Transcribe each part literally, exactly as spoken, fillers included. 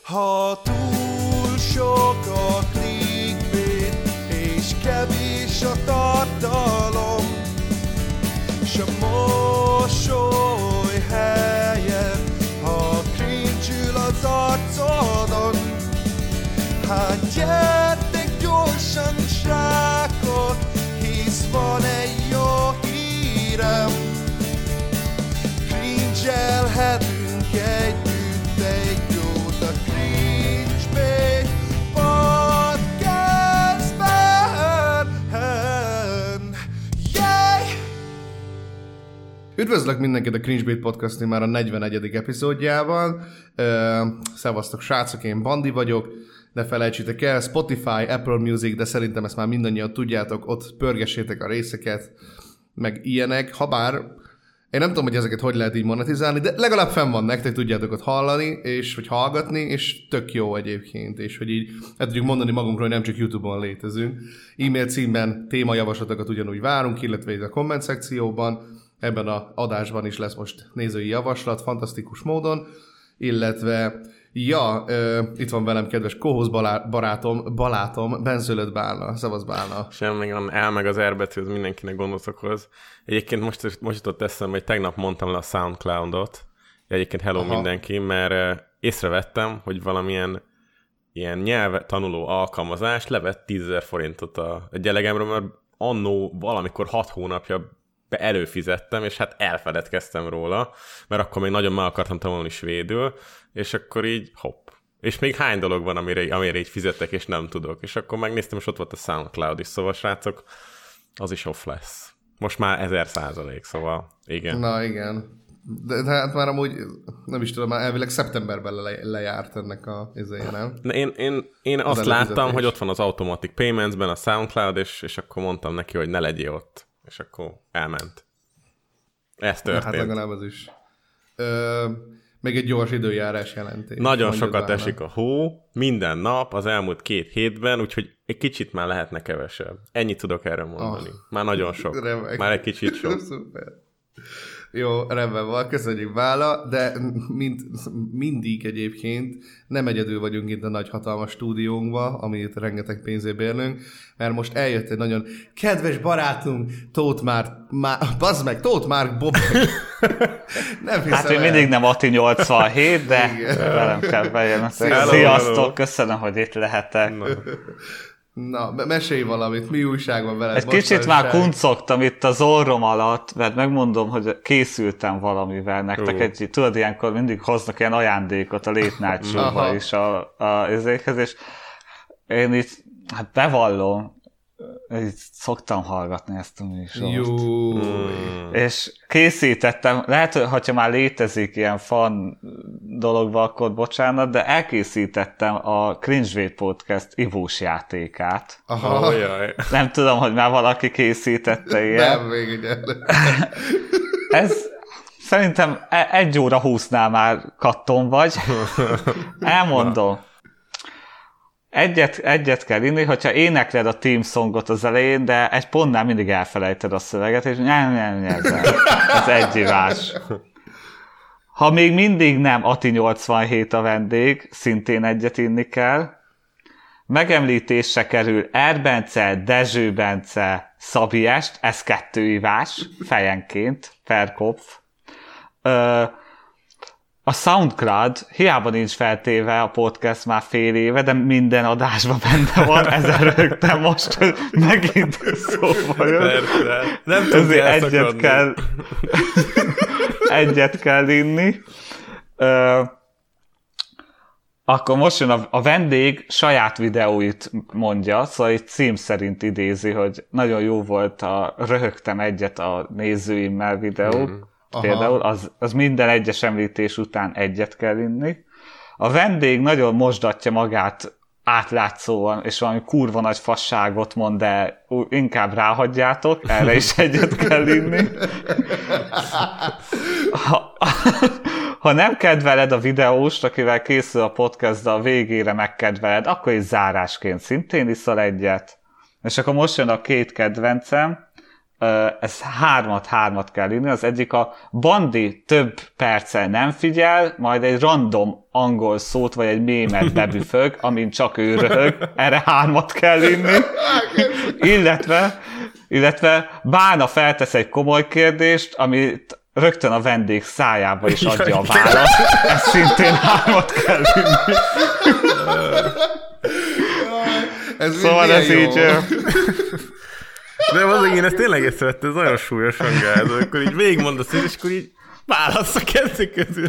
Ha túl sok a clickbait, és kevés a tartalom, s a mosoly helyett, ha cringe-ül az arcodon, hát gyertek gyorsan, srákok, hisz van egy jó hírem. Cringe-elhetünk együtt egy jót a Cringe Bait Podcastben. Yeah! Üdvözlök mindenkit a Cringe Bait Podcastnél már a negyvenegyedik epizódjában. Uh, szevasztok srácok, én Bandi vagyok. Ne felejtsétek el, Spotify, Apple Music, de szerintem ezt már mindannyian tudjátok, ott pörgessétek a részeket, meg ilyenek, habár én nem tudom, hogy ezeket hogy lehet így monetizálni, de legalább fenn van nektek, tudjátok ott hallani, és hogy hallgatni, és tök jó egyébként, és hogy így el tudjuk mondani magunkról, hogy nem csak YouTube-on létezünk. E-mail címben témajavaslatokat ugyanúgy várunk, illetve a komment szekcióban, ebben az adásban is lesz most nézői javaslat, fantasztikus módon, illetve ja, ö, itt van velem kedves co-host balá- barátom, balátom, Benzölött Bálna. Szevasz Bálna. Semmi, nem, el meg az erbetű, az mindenkinek gondozokhoz. Egyébként most, most jutott eszembe, hogy tegnap mondtam le a SoundCloudot. Egyébként hello Aha. mindenki, mert uh, észrevettem, hogy valamilyen ilyen nyelvtanuló alkalmazás levett tízezer forintot a, a gyelegemről, mert annó valamikor hat hónapja be előfizettem, és hát elfeledkeztem róla, mert akkor még nagyon meg akartam tanulni svédül, és akkor így hopp. És még hány dolog van, amire, amire így fizettek, és nem tudok. És akkor megnéztem, és ott volt a SoundCloud is, szóval srácok, az is off lesz. Most már ezer százalék, szóval igen. Na igen. De, de hát már amúgy, nem is tudom, már elvileg szeptemberben le, lejárt ennek a izéje, nem? De én, én, én azt láttam, hogy ott van az Automatic Payments-ben a SoundCloud, és, és akkor mondtam neki, hogy ne legyél ott. És akkor elment. Ez történt. Hát legalább az is. Ö, még egy gyors időjárás jelentés. Nagyon sokat esik a hó, minden nap, az elmúlt két hétben, úgyhogy egy kicsit már lehetne kevesebb. Ennyit tudok erről mondani. Oh. Már nagyon sok. Remek. Már egy kicsit sok. Szuper. Jó, rendben van, köszönjük Bála, de mint mindig egyébként nem egyedül vagyunk itt a nagy hatalmas stúdiónkban, amit rengeteg pénzért bérlünk, mert most eljött egy nagyon kedves barátunk, Tóth Márk, Má, bazd meg, Tóth Márk Bobek. Nem hiszem hát én mindig nem Ati nyolcvanhét, de velem kell bejelenteni. Sziasztok, köszönöm, hogy itt lehetek. No. Na, mesélj valamit, mi újság van veled? Egy kicsit már kuncogtam itt az orrom alatt, mert megmondom, hogy készültem valamivel nektek. Egy, tudod, ilyenkor mindig hoznak ilyen ajándékot a Late Night Show-ba is a, a, ezékhez, és én itt, hát bevallom, így szoktam hallgatni ezt a műsort. Jó. Mm. És készítettem, lehet, hogy ha már létezik ilyen fan dologba, akkor bocsánat, de elkészítettem a Cringe Bait Podcast ivós játékát. Aha. Oh, nem tudom, hogy már valaki készítette ilyen. Nem, még ugye. Ez szerintem egy óra húsznál már katton vagy. Elmondom. Egyet, egyet kell inni, hogyha énekled a theme songot az elején, de egy pontnál mindig elfelejted a szöveget, és nem, nem, nem, nem. Ez egyivás. Ha még mindig nem Ati nyolcvanhét a vendég, szintén egyet inni kell. Megemlítésre kerül Erbence, Dezső Bence, Szabi Est, ez kettő ivás, fejenként, per kopf. Ö, A SoundCloud hiába nincs feltéve a podcast már fél éve, de minden adásban benne van, ezzel rögtem most, hogy megint szóval jön. Nem tudja egyet kell, egyet kell inni. Ö, akkor most jön a, a vendég saját videóit mondja, szóval itt cím szerint idézi, hogy nagyon jó volt a röhögtem egyet a nézőimmel videó. Mm. Aha. Például az, az minden egyes említés után egyet kell inni. A vendég nagyon mosdatja magát átlátszóan, és valami kurva nagy fasságot mond, de inkább ráhagyjátok, erre is egyet kell inni. Ha, ha nem kedveled a videóst, akivel készül a podcast, de a végére megkedveled, akkor is zárásként szintén iszol egyet. És akkor most jön a két kedvencem. ez hármat-hármat kell írni. Az egyik a Bandi több perccel nem figyel, majd egy random angol szót, vagy egy mémet bebüfög, amin csak ő röhög, erre hármat kell írni. illetve, illetve Bána feltesz egy komoly kérdést, amit rögtön a vendég szájába is adja a választ. Ez szintén hármat kell írni. Ez szóval ez jó. így... De azért én ezt tényleg észrevettem, ez nagyon súlyosan gáz, akkor így végigmondasz, és akkor így válasz a kettő közül.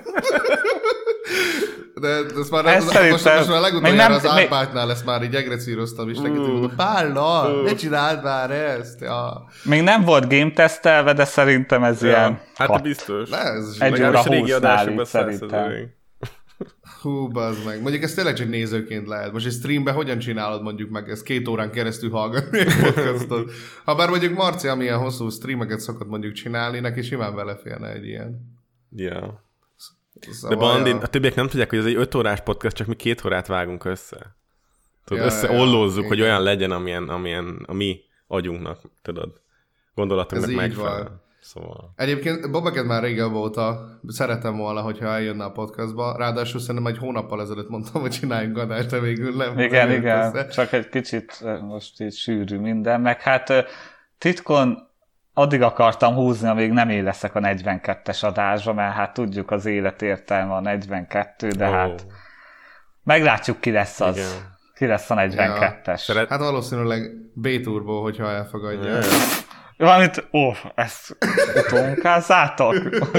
De, de ez már, ez az, szerintem... most, most már legutoljára az még... Árpádnál ezt már így egrecíroztam, és neki tudod, Pálna, uh. ne csináld már ezt. Ja. Még nem volt game tesztelve, de szerintem ez ja, ilyen hát hat. biztos. Ne, ez egy óra húsznál így szerintem. Hú, bazd meg. Mondjuk ez tényleg csak nézőként lehet. Most egy streamben hogyan csinálod mondjuk meg ezt két órán keresztül hallgatni egy podcastot? Habár mondjuk Marci, amilyen hosszú streameket szokott mondjuk csinálni, neki simán beleférne egy ilyen. Yeah. Szóval de Bandi, ja. a többiek nem tudják, hogy ez egy öt órás podcast, csak mi két órát vágunk össze. Tudod, Ja, összeollózzuk, ja, hogy igen. olyan legyen, amilyen, amilyen a mi agyunknak, tudod, gondolatunknak megfelel. Szóval. Egyébként Bobeket már régebb óta szeretem volna, hogyha eljönne a podcastba. Ráadásul szerintem egy hónappal ezelőtt mondtam, hogy csináljunk adást, de végül nem. Igen, nem igen. össze. Csak egy kicsit most így sűrű minden. Meg hát titkon addig akartam húzni, amíg nem éleszek a negyvenkettes adásba, mert hát tudjuk, az élet értelme a negyvenkettő, de oh. hát meglátjuk, ki lesz az. Igen. Ki lesz a negyvenkettes. Ja. Hát valószínűleg B-turbo, hogyha elfogadja. Yeah. Valamint, ó, oh, ezt utómunkázzátok?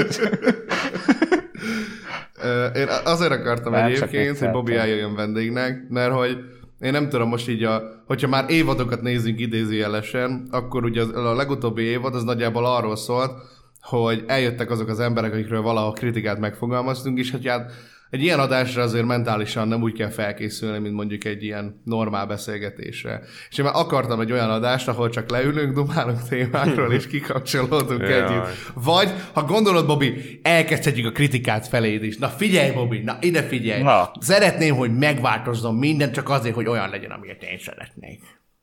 Én azért akartam nem, egyébként, hogy Bobby eljöjjön vendégnek, mert hogy én nem tudom, most így, a, hogyha már évadokat nézzünk idézőjelesen, akkor ugye a legutóbbi évad az nagyjából arról szólt, hogy eljöttek azok az emberek, akikről valahol kritikát megfogalmaztunk, és hogy hát egy ilyen adásra azért mentálisan nem úgy kell felkészülni, mint mondjuk egy ilyen normál beszélgetésre. És én már akartam egy olyan adást, ahol csak leülünk, dumálunk témákról, és kikapcsolódunk együtt. Vagy, ha gondolod, Bobby, elkezdhetjük a kritikát feléd is. Na figyelj, Bobby, na ide figyelj. Na. Szeretném, hogy megváltozzon minden, csak azért, hogy olyan legyen, amilyet én szeretnék.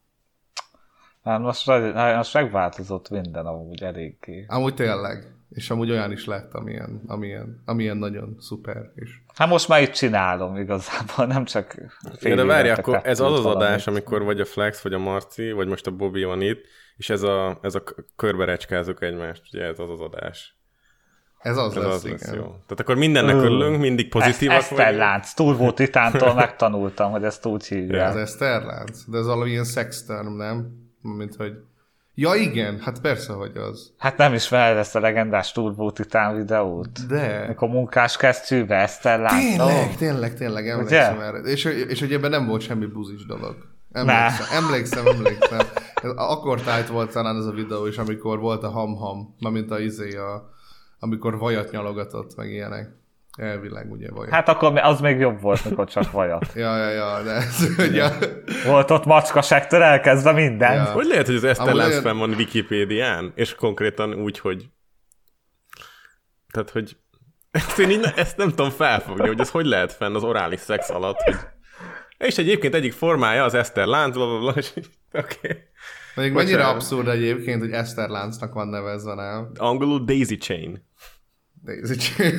Hát most, most megváltozott minden amúgy eléggé. Amúgy tényleg. És amúgy olyan is lett, amilyen, amilyen, amilyen nagyon szuper. És... Hát most már itt csinálom igazából, nem csak fél de várj, akkor ez az az adás, amikor vagy a Flex, vagy a Marci, vagy most a Bobby van itt, és ez a, ez a körbe recskázunk egymást, ugye ez az az adás. Ez az ez lesz, az igen. lesz, jó. Tehát akkor mindennek örülünk, mindig pozitívak vagyunk. Eszterlánc, Turbo Titántól megtanultam, hogy ezt úgy hívják. Ez Eszterlánc, de ez valami ilyen szexterm, nem? Mint hogy... Ja igen, hát persze, hogy az. Hát nem ismered ezt a legendás Turbo Titán videót? De. Mikor munkás kesztyűbe, Eszterlánc. Tényleg, oh. tényleg, tényleg, emlékszem erre. És, és hogy ebben nem volt semmi buzis dolog. Emlékszem, emlékszem, emlékszem. Akkor tájt volt talán ez a videó is, amikor volt a ham-ham, mint a izé, a, amikor vajat nyalogatott, meg ilyenek. Elvileg, ugye, vajat. Hát akkor az még jobb volt, mikor csak vajat. ja, ja, ja, de ez ugye... Volt ott macskaságtól elkezdve minden. Ja. Hogy lehet, hogy az Eszterlánc fenn van Wikipédián, és konkrétan úgy, hogy... Tehát, hogy... Ezt, én így, ezt nem tudom felfogni, hogy ez hogy lehet fenn az orális szex alatt, hogy... És egyébként egyik formája az Eszterlánc, blablabla, és oké. Okay. Mondjuk mennyire abszurd egyébként, hogy Eszterláncnak van nevezve, nem? Angolul Daisy Chain. Daisy Chain.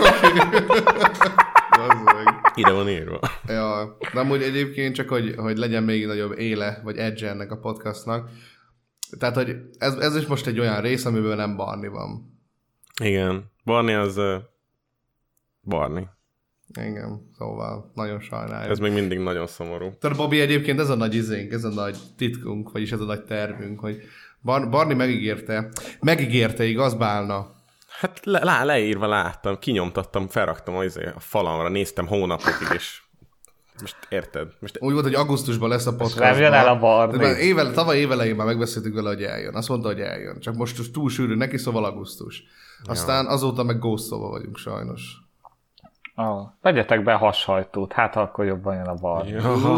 Ide van írva. Ja, de amúgy egyébként csak, hogy, hogy legyen még nagyobb éle, vagy edge ennek a podcastnak. Tehát, hogy ez, ez is most egy olyan rész, amiből nem Barni van. Igen. Barni az uh, Barni. Igen, szóval nagyon sajnáljuk. Ez még mindig nagyon szomorú. Tehát Bobby, egyébként ez a nagy izénk, ez a nagy titkunk, vagyis ez a nagy tervünk, hogy Bar- Barni megígérte, megígérte, igaz, Bálna? Hát le, le, leírva láttam, kinyomtattam, felraktam a, a falamra, néztem hónapokig, és most érted? Most... Úgy volt, hogy augusztusban lesz a podcastban. Nem jön el a Barni. Ével, tavaly évelején már megbeszéltük vele, hogy eljön. Azt mondta, hogy eljön. Csak most túl sűrű neki, szóval augusztus. Aztán ja. azóta meg ghostolva vagyunk sajnos. Oh, vegyetek be hashajtót, hát akkor jobban jön a Barni.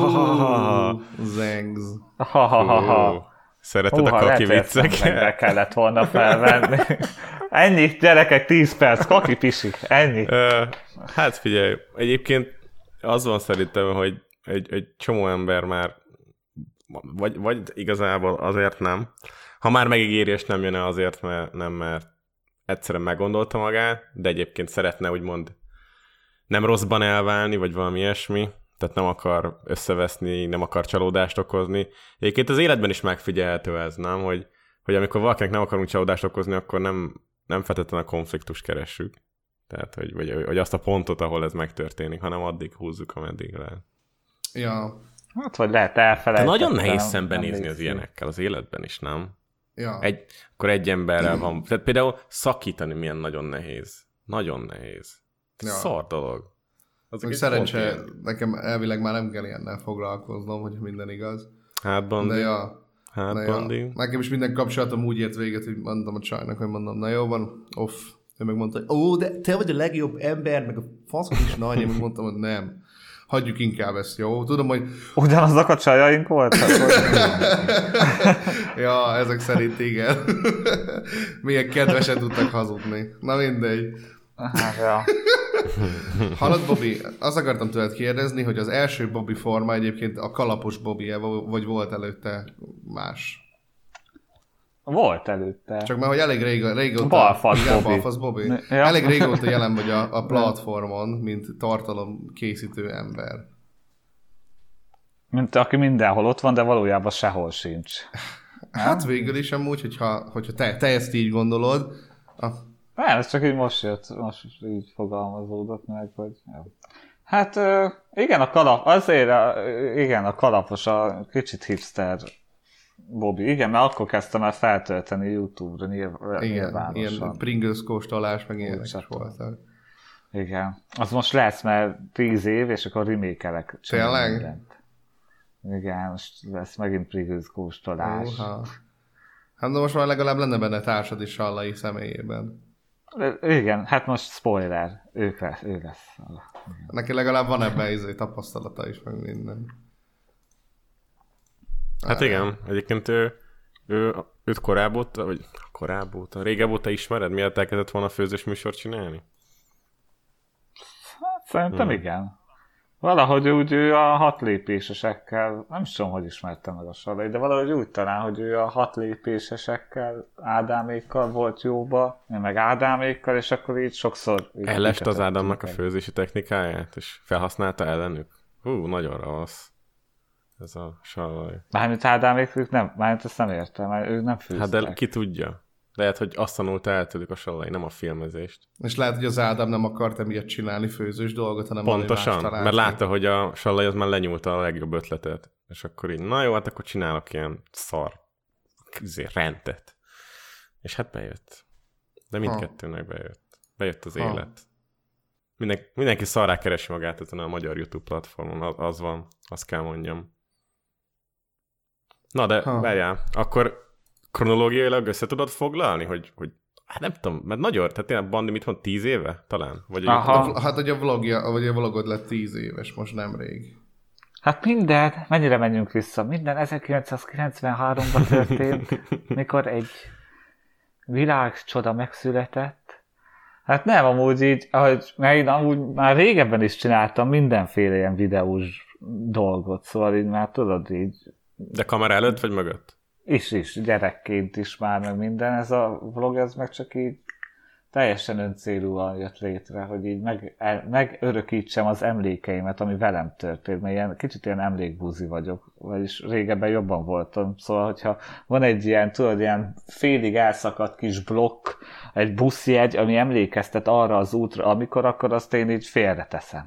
Zengz. Ha, ha, ha, ha. Szereted Húha, a kaki vicceket? Meg kellett volna felvenni. Ennyi, gyerekek, tíz perc, kaki pisi, ennyi. Uh, hát figyelj, egyébként az van szerintem, hogy egy, egy csomó ember már, vagy, vagy igazából azért nem, ha már megígérés nem jön azért, mert nem, mert egyszerűen meggondolta magát, de egyébként szeretne úgymond nem rosszban elválni, vagy valami ilyesmi, tehát nem akar összeveszni, nem akar csalódást okozni. Egyébként az életben is megfigyelhető ez, nem? Hogy, hogy amikor valakinek nem akarunk csalódást okozni, akkor nem, nem feltétlenül a konfliktust keressük. Tehát, hogy, vagy, vagy azt a pontot, ahol ez megtörténik, hanem addig húzzuk, ameddig lehet. Ja. Hát, vagy lehet elfelejteni. De nagyon nehéz szembenézni az ilyenekkel az életben is, nem? Ja. Egy, akkor egy emberrel van. Tehát például szakítani milyen nagyon nehéz. Nagyon nehéz. Ja. Szar dolog. Szerencsé, nekem elvileg már nem kell ilyennel foglalkoznom, hogy minden igaz. Hát, Bandi. De ja. Hát, de Bandi. Ja. Nekem is minden kapcsolatom úgy ért véget, hogy mondtam a csajnak, hogy mondom, na jó van, off. Ő meg mondta, hogy ó, de te vagy a legjobb ember, meg a faszod is nagy. Én meg mondtam, hogy nem. Hagyjuk inkább ezt, jó? Tudom, hogy... Ugyanazok a csajaink voltak? Ja, ezek szerint igen. Milyen kedvesen tudtak hazudni. Na mindegy. Hát, ja. Hallod, Bobby, azt akartam tőled kérdezni, hogy az első Bobby forma egyébként a kalapos Bobby-e, vagy volt előtte más? Volt előtte. Csak már, hogy elég rég, régóta... Balfasz Bobby. Balfasz Bobby. Ja. Elég régóta jelen vagy a, a platformon, mint tartalomkészítő ember. Mint aki mindenhol ott van, de valójában sehol sincs. Hát végül is amúgy, hogyha, hogyha te, te ezt így gondolod... A... Nem, ez csak így most jött, most így fogalmazódott meg, hogy... Jó. Hát igen, a kalap, azért igen, a kalapos, a kicsit hipster Bobby. Igen, mert akkor kezdtem el feltölteni YouTube-ra nyilv- Igen, ilyen Pringles kóstolás, meg ilyenek is voltak. Igen. Az most lesz, mert tíz év, és akkor remake-elek. Tényleg? Igen, most lesz megint Pringles kóstolás. Uh-huh. Hát de most már legalább lenne benne társad is Sallai személyében. Igen, hát most spoiler, ők lesz, ő lesz. Igen. Neki legalább van ebben izé tapasztalata is, meg minden. Hát igen, egyébként ő, ő, őt korábban óta, vagy korábban óta, régebb óta ismered, miért elkezdett volna főzős műsort csinálni? Hát szerintem hmm. igen. Valahogy úgy ő a hat lépésesekkel, nem is tudom, hogy ismertem meg a Sallai, de valahogy úgy talán, hogy ő a hat lépésesekkel, Ádámékkal volt jóba, én meg Ádámékkal, és akkor így sokszor... Ellest az Ádámnak a főzési technikáját, és felhasználta ellenük? Hú, nagyon ravasz. Ez a Sallai. Mármint Ádámék, nem, mármint ezt nem értem, mert ők nem főztek. Hát de ki tudja. Lehet, hogy azt tanulta el tőlük a Sallai, nem a filmezést. És lehet, hogy az Ádám nem akart emiatt csinálni főzős dolgot, hanem pontosan, mert látta, hogy a Sallai az már lenyúlta a legjobb ötletet. És akkor így, na jó, hát akkor csinálok ilyen szar rendet. És hát bejött. De mindkettőnek bejött. Bejött az ha. élet. Minden, mindenki szarrá keresi magát ezen a magyar YouTube platformon, az van, azt kell mondjam. Na de, ha. várjál, akkor kronológiailag össze tudod foglalni, hogy, hogy hát nem tudom, mert nagyon, tehát tényleg Bandi mit mond, tíz éve talán? Vagy a, hát, hogy a vlogja, vagy a vlogod lett tíz éves, most nemrég. Hát minden, mennyire menjünk vissza, minden ezerkilencszázkilencvenháromban történt, mikor egy világcsoda megszületett. Hát nem, amúgy így, ahogy, mert én amúgy már régebben is csináltam mindenféle ilyen videós dolgot, szóval így már tudod így. De kamera előtt vagy mögött? Is, is, gyerekként is már, meg minden. Ez a vlog, ez meg csak így teljesen öncélúan jött létre, hogy így meg, el, megörökítsem az emlékeimet, ami velem történt, mert ilyen, kicsit ilyen emlékbuzi vagyok, vagyis régebben jobban voltam. Szóval, hogyha van egy ilyen, tudod, ilyen félig elszakadt kis blokk, egy buszjegy, ami emlékeztet arra az útra, amikor, akkor azt én így félreteszem.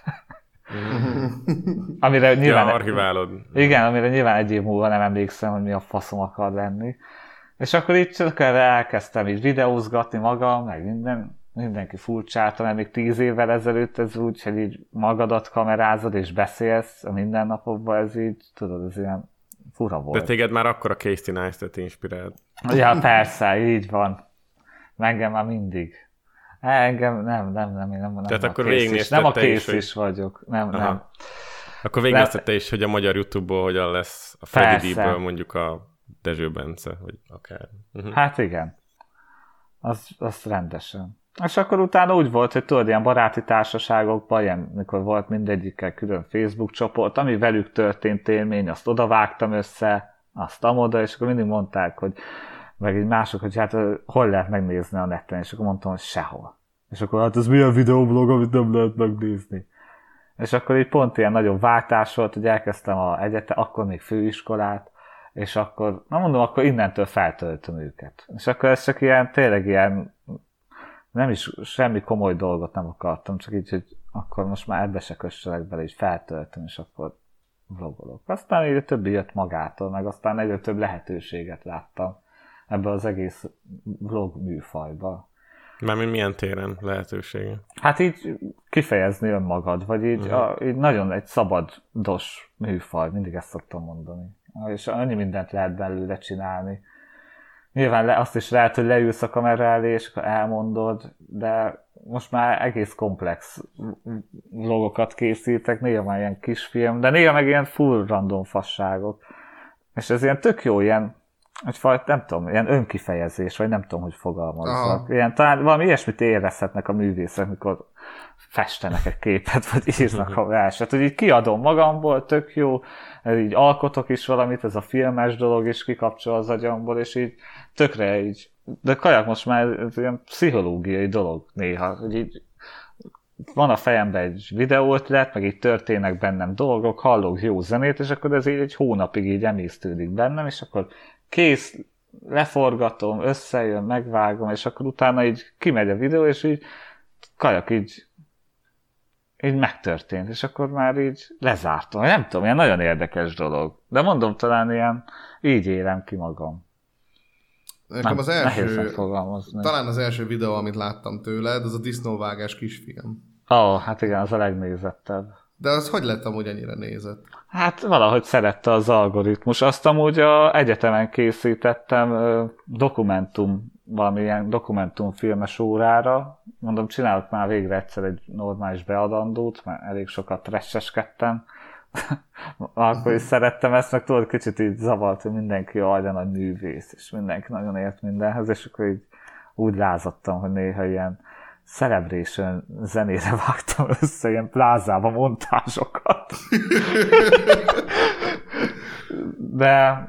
Amire nyilván, ja, archiválod. Igen, amire nyilván egy év múlva nem emlékszem, hogy mi a faszom akar lenni. És akkor így csak elkezdtem így videózgatni magam, meg minden, mindenki furcsálta, mert még tíz évvel ezelőtt ez úgy, hogy így magadat kamerázod és beszélsz a mindennapokban, ez így, tudod, ez ilyen fura volt. De téged már akkor a Casey Neistat inspirált. Ja, persze, így van. Engem már mindig. Engem nem, nem, nem, én nem, nem, Tehát nem akkor a kész is, nem a kész is, is vagyok, nem, aha. nem. Akkor végignéztette is, hogy a magyar YouTube-ból hogyan lesz a Freddy D-ből mondjuk a Dezső Bence, vagy akár. Uh-huh. Hát igen, az, az rendesen. És akkor utána úgy volt, hogy tudod, ilyen baráti társaságokban, ilyen, mikor volt mindegyikkel külön Facebook csoport, ami velük történt élmény, azt odavágtam össze, azt amoda, és akkor mindig mondták, hogy meg így mások, hogy hát hol lehet megnézni a neten, és akkor mondtam, hogy sehol. És akkor hát ez milyen videoblog, amit nem lehet megnézni. És akkor így pont ilyen nagyon váltás volt, hogy elkezdtem a egyetem, akkor még főiskolát, és akkor, na mondom, akkor innentől feltöltöm őket. És akkor ez csak ilyen, tényleg ilyen, nem is semmi komoly dolgot nem akartam, csak így, hogy akkor most már ebbe se kösselek bele, így feltöltöm, és akkor vlogolok. Aztán így többi jött magától, meg aztán egyre több lehetőséget láttam ebbe az egész vlog műfajba. Mármint milyen téren lehetősége? Hát így kifejezni önmagad, vagy így, uh-huh. a, így nagyon egy szabados műfaj, mindig ezt szoktam mondani. És annyi mindent lehet belőle csinálni. Nyilván le, azt is lehet, hogy leülsz a kamera elé, és akkor elmondod, de most már egész komplex vlogokat készítek, néha már ilyen kisfilm, de néha meg ilyen full random fasságok. És ez ilyen tök jó, ilyen egyfajta, nem tudom, ilyen önkifejezés, vagy nem tudom, hogy fogalmazzak. Ilyen, talán valami ilyesmit érezhetnek a művészek, mikor festenek egy képet, vagy írnak a verset, hogy így kiadom magamból, tök jó, így alkotok is valamit, ez a filmes dolog is kikapcsol az agyamból, és így tökre így, de kajak most már ez ilyen pszichológiai dolog néha, hogy így van a fejemben egy videóötlet, meg így történnek bennem dolgok, hallok jó zenét, és akkor ez így egy hónapig így emésztődik bennem, és akkor kész, leforgatom, összejön, megvágom, és akkor utána így kimegy a videó, és így kajak így így megtörtént, és akkor már így lezártam. Nem tudom, ilyen nagyon érdekes dolog. De mondom, talán ilyen, így élem ki magam. Nekem nem, az első, fogalmazni. Talán az első videó, amit láttam tőled, az a disznóvágás kisfilm. Ó, oh, hát igen, az a legnézettebb. De az hogy lett amúgy ennyire nézett? Hát valahogy szerette az algoritmus. Azt amúgy a egyetemen készítettem dokumentum, valamilyen dokumentumfilmes órára. Mondom, csinálok már végre egyszer egy normális beadandót, mert elég sokat trasheskedtem. Akkor is szerettem ezt, meg tudod, kicsit így zavart, hogy mindenki agya nagy művész, és mindenki nagyon ért mindenhez, és akkor így úgy lázadtam, hogy néha ilyen Celebration zenére vágtam össze, ilyen plázába montázsokat. De...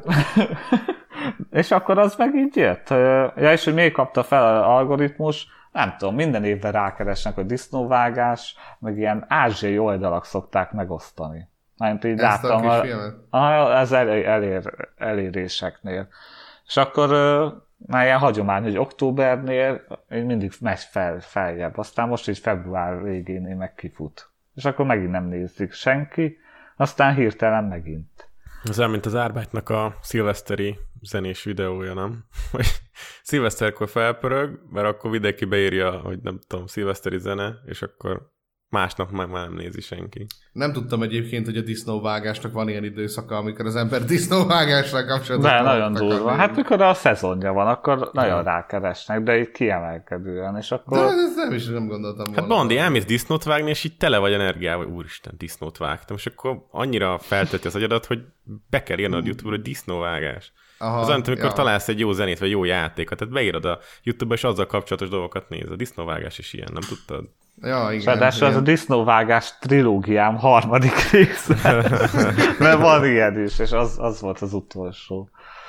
és akkor az meg így jött. Ja, és hogy még kapta fel az algoritmus, nem tudom, minden évben rákeresnek, hogy disznóvágás, meg ilyen ázsiai oldalak szokták megosztani. Mert így ezt láttam, a kisfilmet? Ez elér, elér, eléréseknél. És akkor már ilyen hagyomány, hogy októbernél mindig megy fel, feljebb. Aztán most így február végénél meg kifut. És akkor megint nem nézik senki, aztán hirtelen megint. Ez olyan, mint az Árbágynak a szilveszteri zenés videója, nem? Hogy szilveszterkor felpörög, mert akkor mindenki beírja, hogy nem tudom, szilveszteri zene, és akkor másnap már nem nézi senki. Nem tudtam egyébként, hogy a disznóvágásnak van ilyen időszaka, amikor az ember disznóvágásra kapcsolatos. De nagyon durva. Hát mikor a szezonja van, akkor nagyon ja. rákeresnek, de itt kiemelkedően, és akkor... De ez nem is nem gondoltam volna. Hát Bandi, elmész disznót vágni, és így tele vagy energiával, úristen, disznót vágtam, és akkor annyira feltölti az agyadat, hogy be kell írnod YouTube-ra, hogy disznóvágás. Aha, az olyan, amikor ja. találsz egy jó zenét, vagy jó játékot, tehát beírod a YouTube-ba, és azzal kapcsolatos dolgokat néz. A disznóvágás is ilyen, nem tudtad? Ja, igen. Ráadásul az a disznóvágás trilógiám harmadik része. Mert van ilyen is, és az, az volt az utolsó.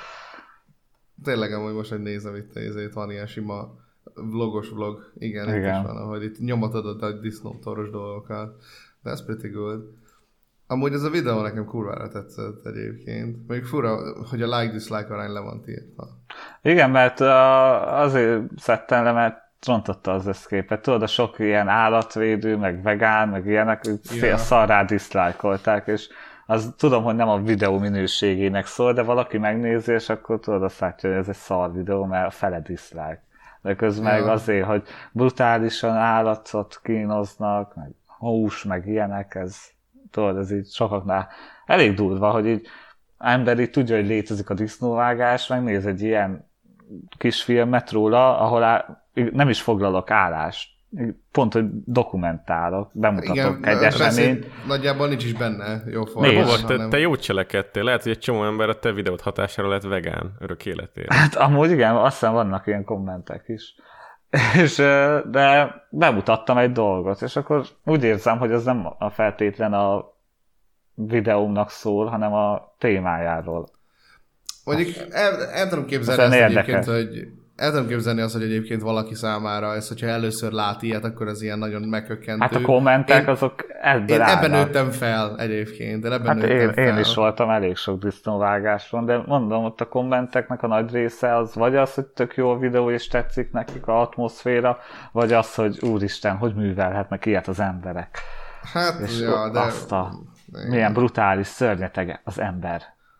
Tényleg amúgy most, hogy nézem itt, ezért van ilyen sima vlogos vlog. Igen, igen. Itt is van, ahogy itt nyomatod a disznótoros dolgokat. De ez pretty good. Amúgy ez a videó nekem kurvára tetszett egyébként. Még fura, hogy a like-dislike arány le van tiltva. Igen, mert uh, azért szedtem le, mert rontotta az összképet. Tudod, a sok ilyen állatvédő, meg vegán, meg ilyenek, fél ja. szarrá diszlájkolták, és az tudom, hogy nem a videó minőségének szól, de valaki megnézi, és akkor tudod, azt látja, hogy ez egy szar videó, mert a fele diszlájk. De közben ja. meg azért, hogy brutálisan állatot kínoznak, meg hús, meg ilyenek, ez tudod, ez így sokaknál elég durva, hogy így ember így tudja, hogy létezik a disznóvágás, megnéz egy ilyen kis filmet róla, ahol á, nem is foglalok állást. Pont, hogy dokumentálok, bemutatok igen, egy eseményt. Nagyjából nincs is benne jó formában. Te, te jót cselekedtél. Lehet, hogy egy csomó ember a te videót hatására lett vegán örök életére. Hát amúgy igen, azt hiszem vannak ilyen kommentek is. És, de bemutattam egy dolgot, és akkor úgy érzem, hogy ez nem a feltétlen a videómnak szól, hanem a témájáról. mondjuk el, el tudom képzelni Aztán azt érdekes. egyébként, hogy el tudom képzelni azt, hogy egyébként valaki számára ez, hogyha először lát ilyet, akkor ez ilyen nagyon megkökkentő. Hát a kommentek én, azok ebből Én állnak. ebben nőttem fel egyébként. Én ebben Hát nőttem én, fel. én is voltam elég sok disznóvágáson, de mondom, ott a kommenteknek a nagy része az vagy az, hogy tök jó a videó és tetszik nekik a atmoszféra, vagy az, hogy úristen, hogy művelhetnek ilyet az emberek. Hát, És ja, de... azt a milyen brutális szörnyeteg az ember.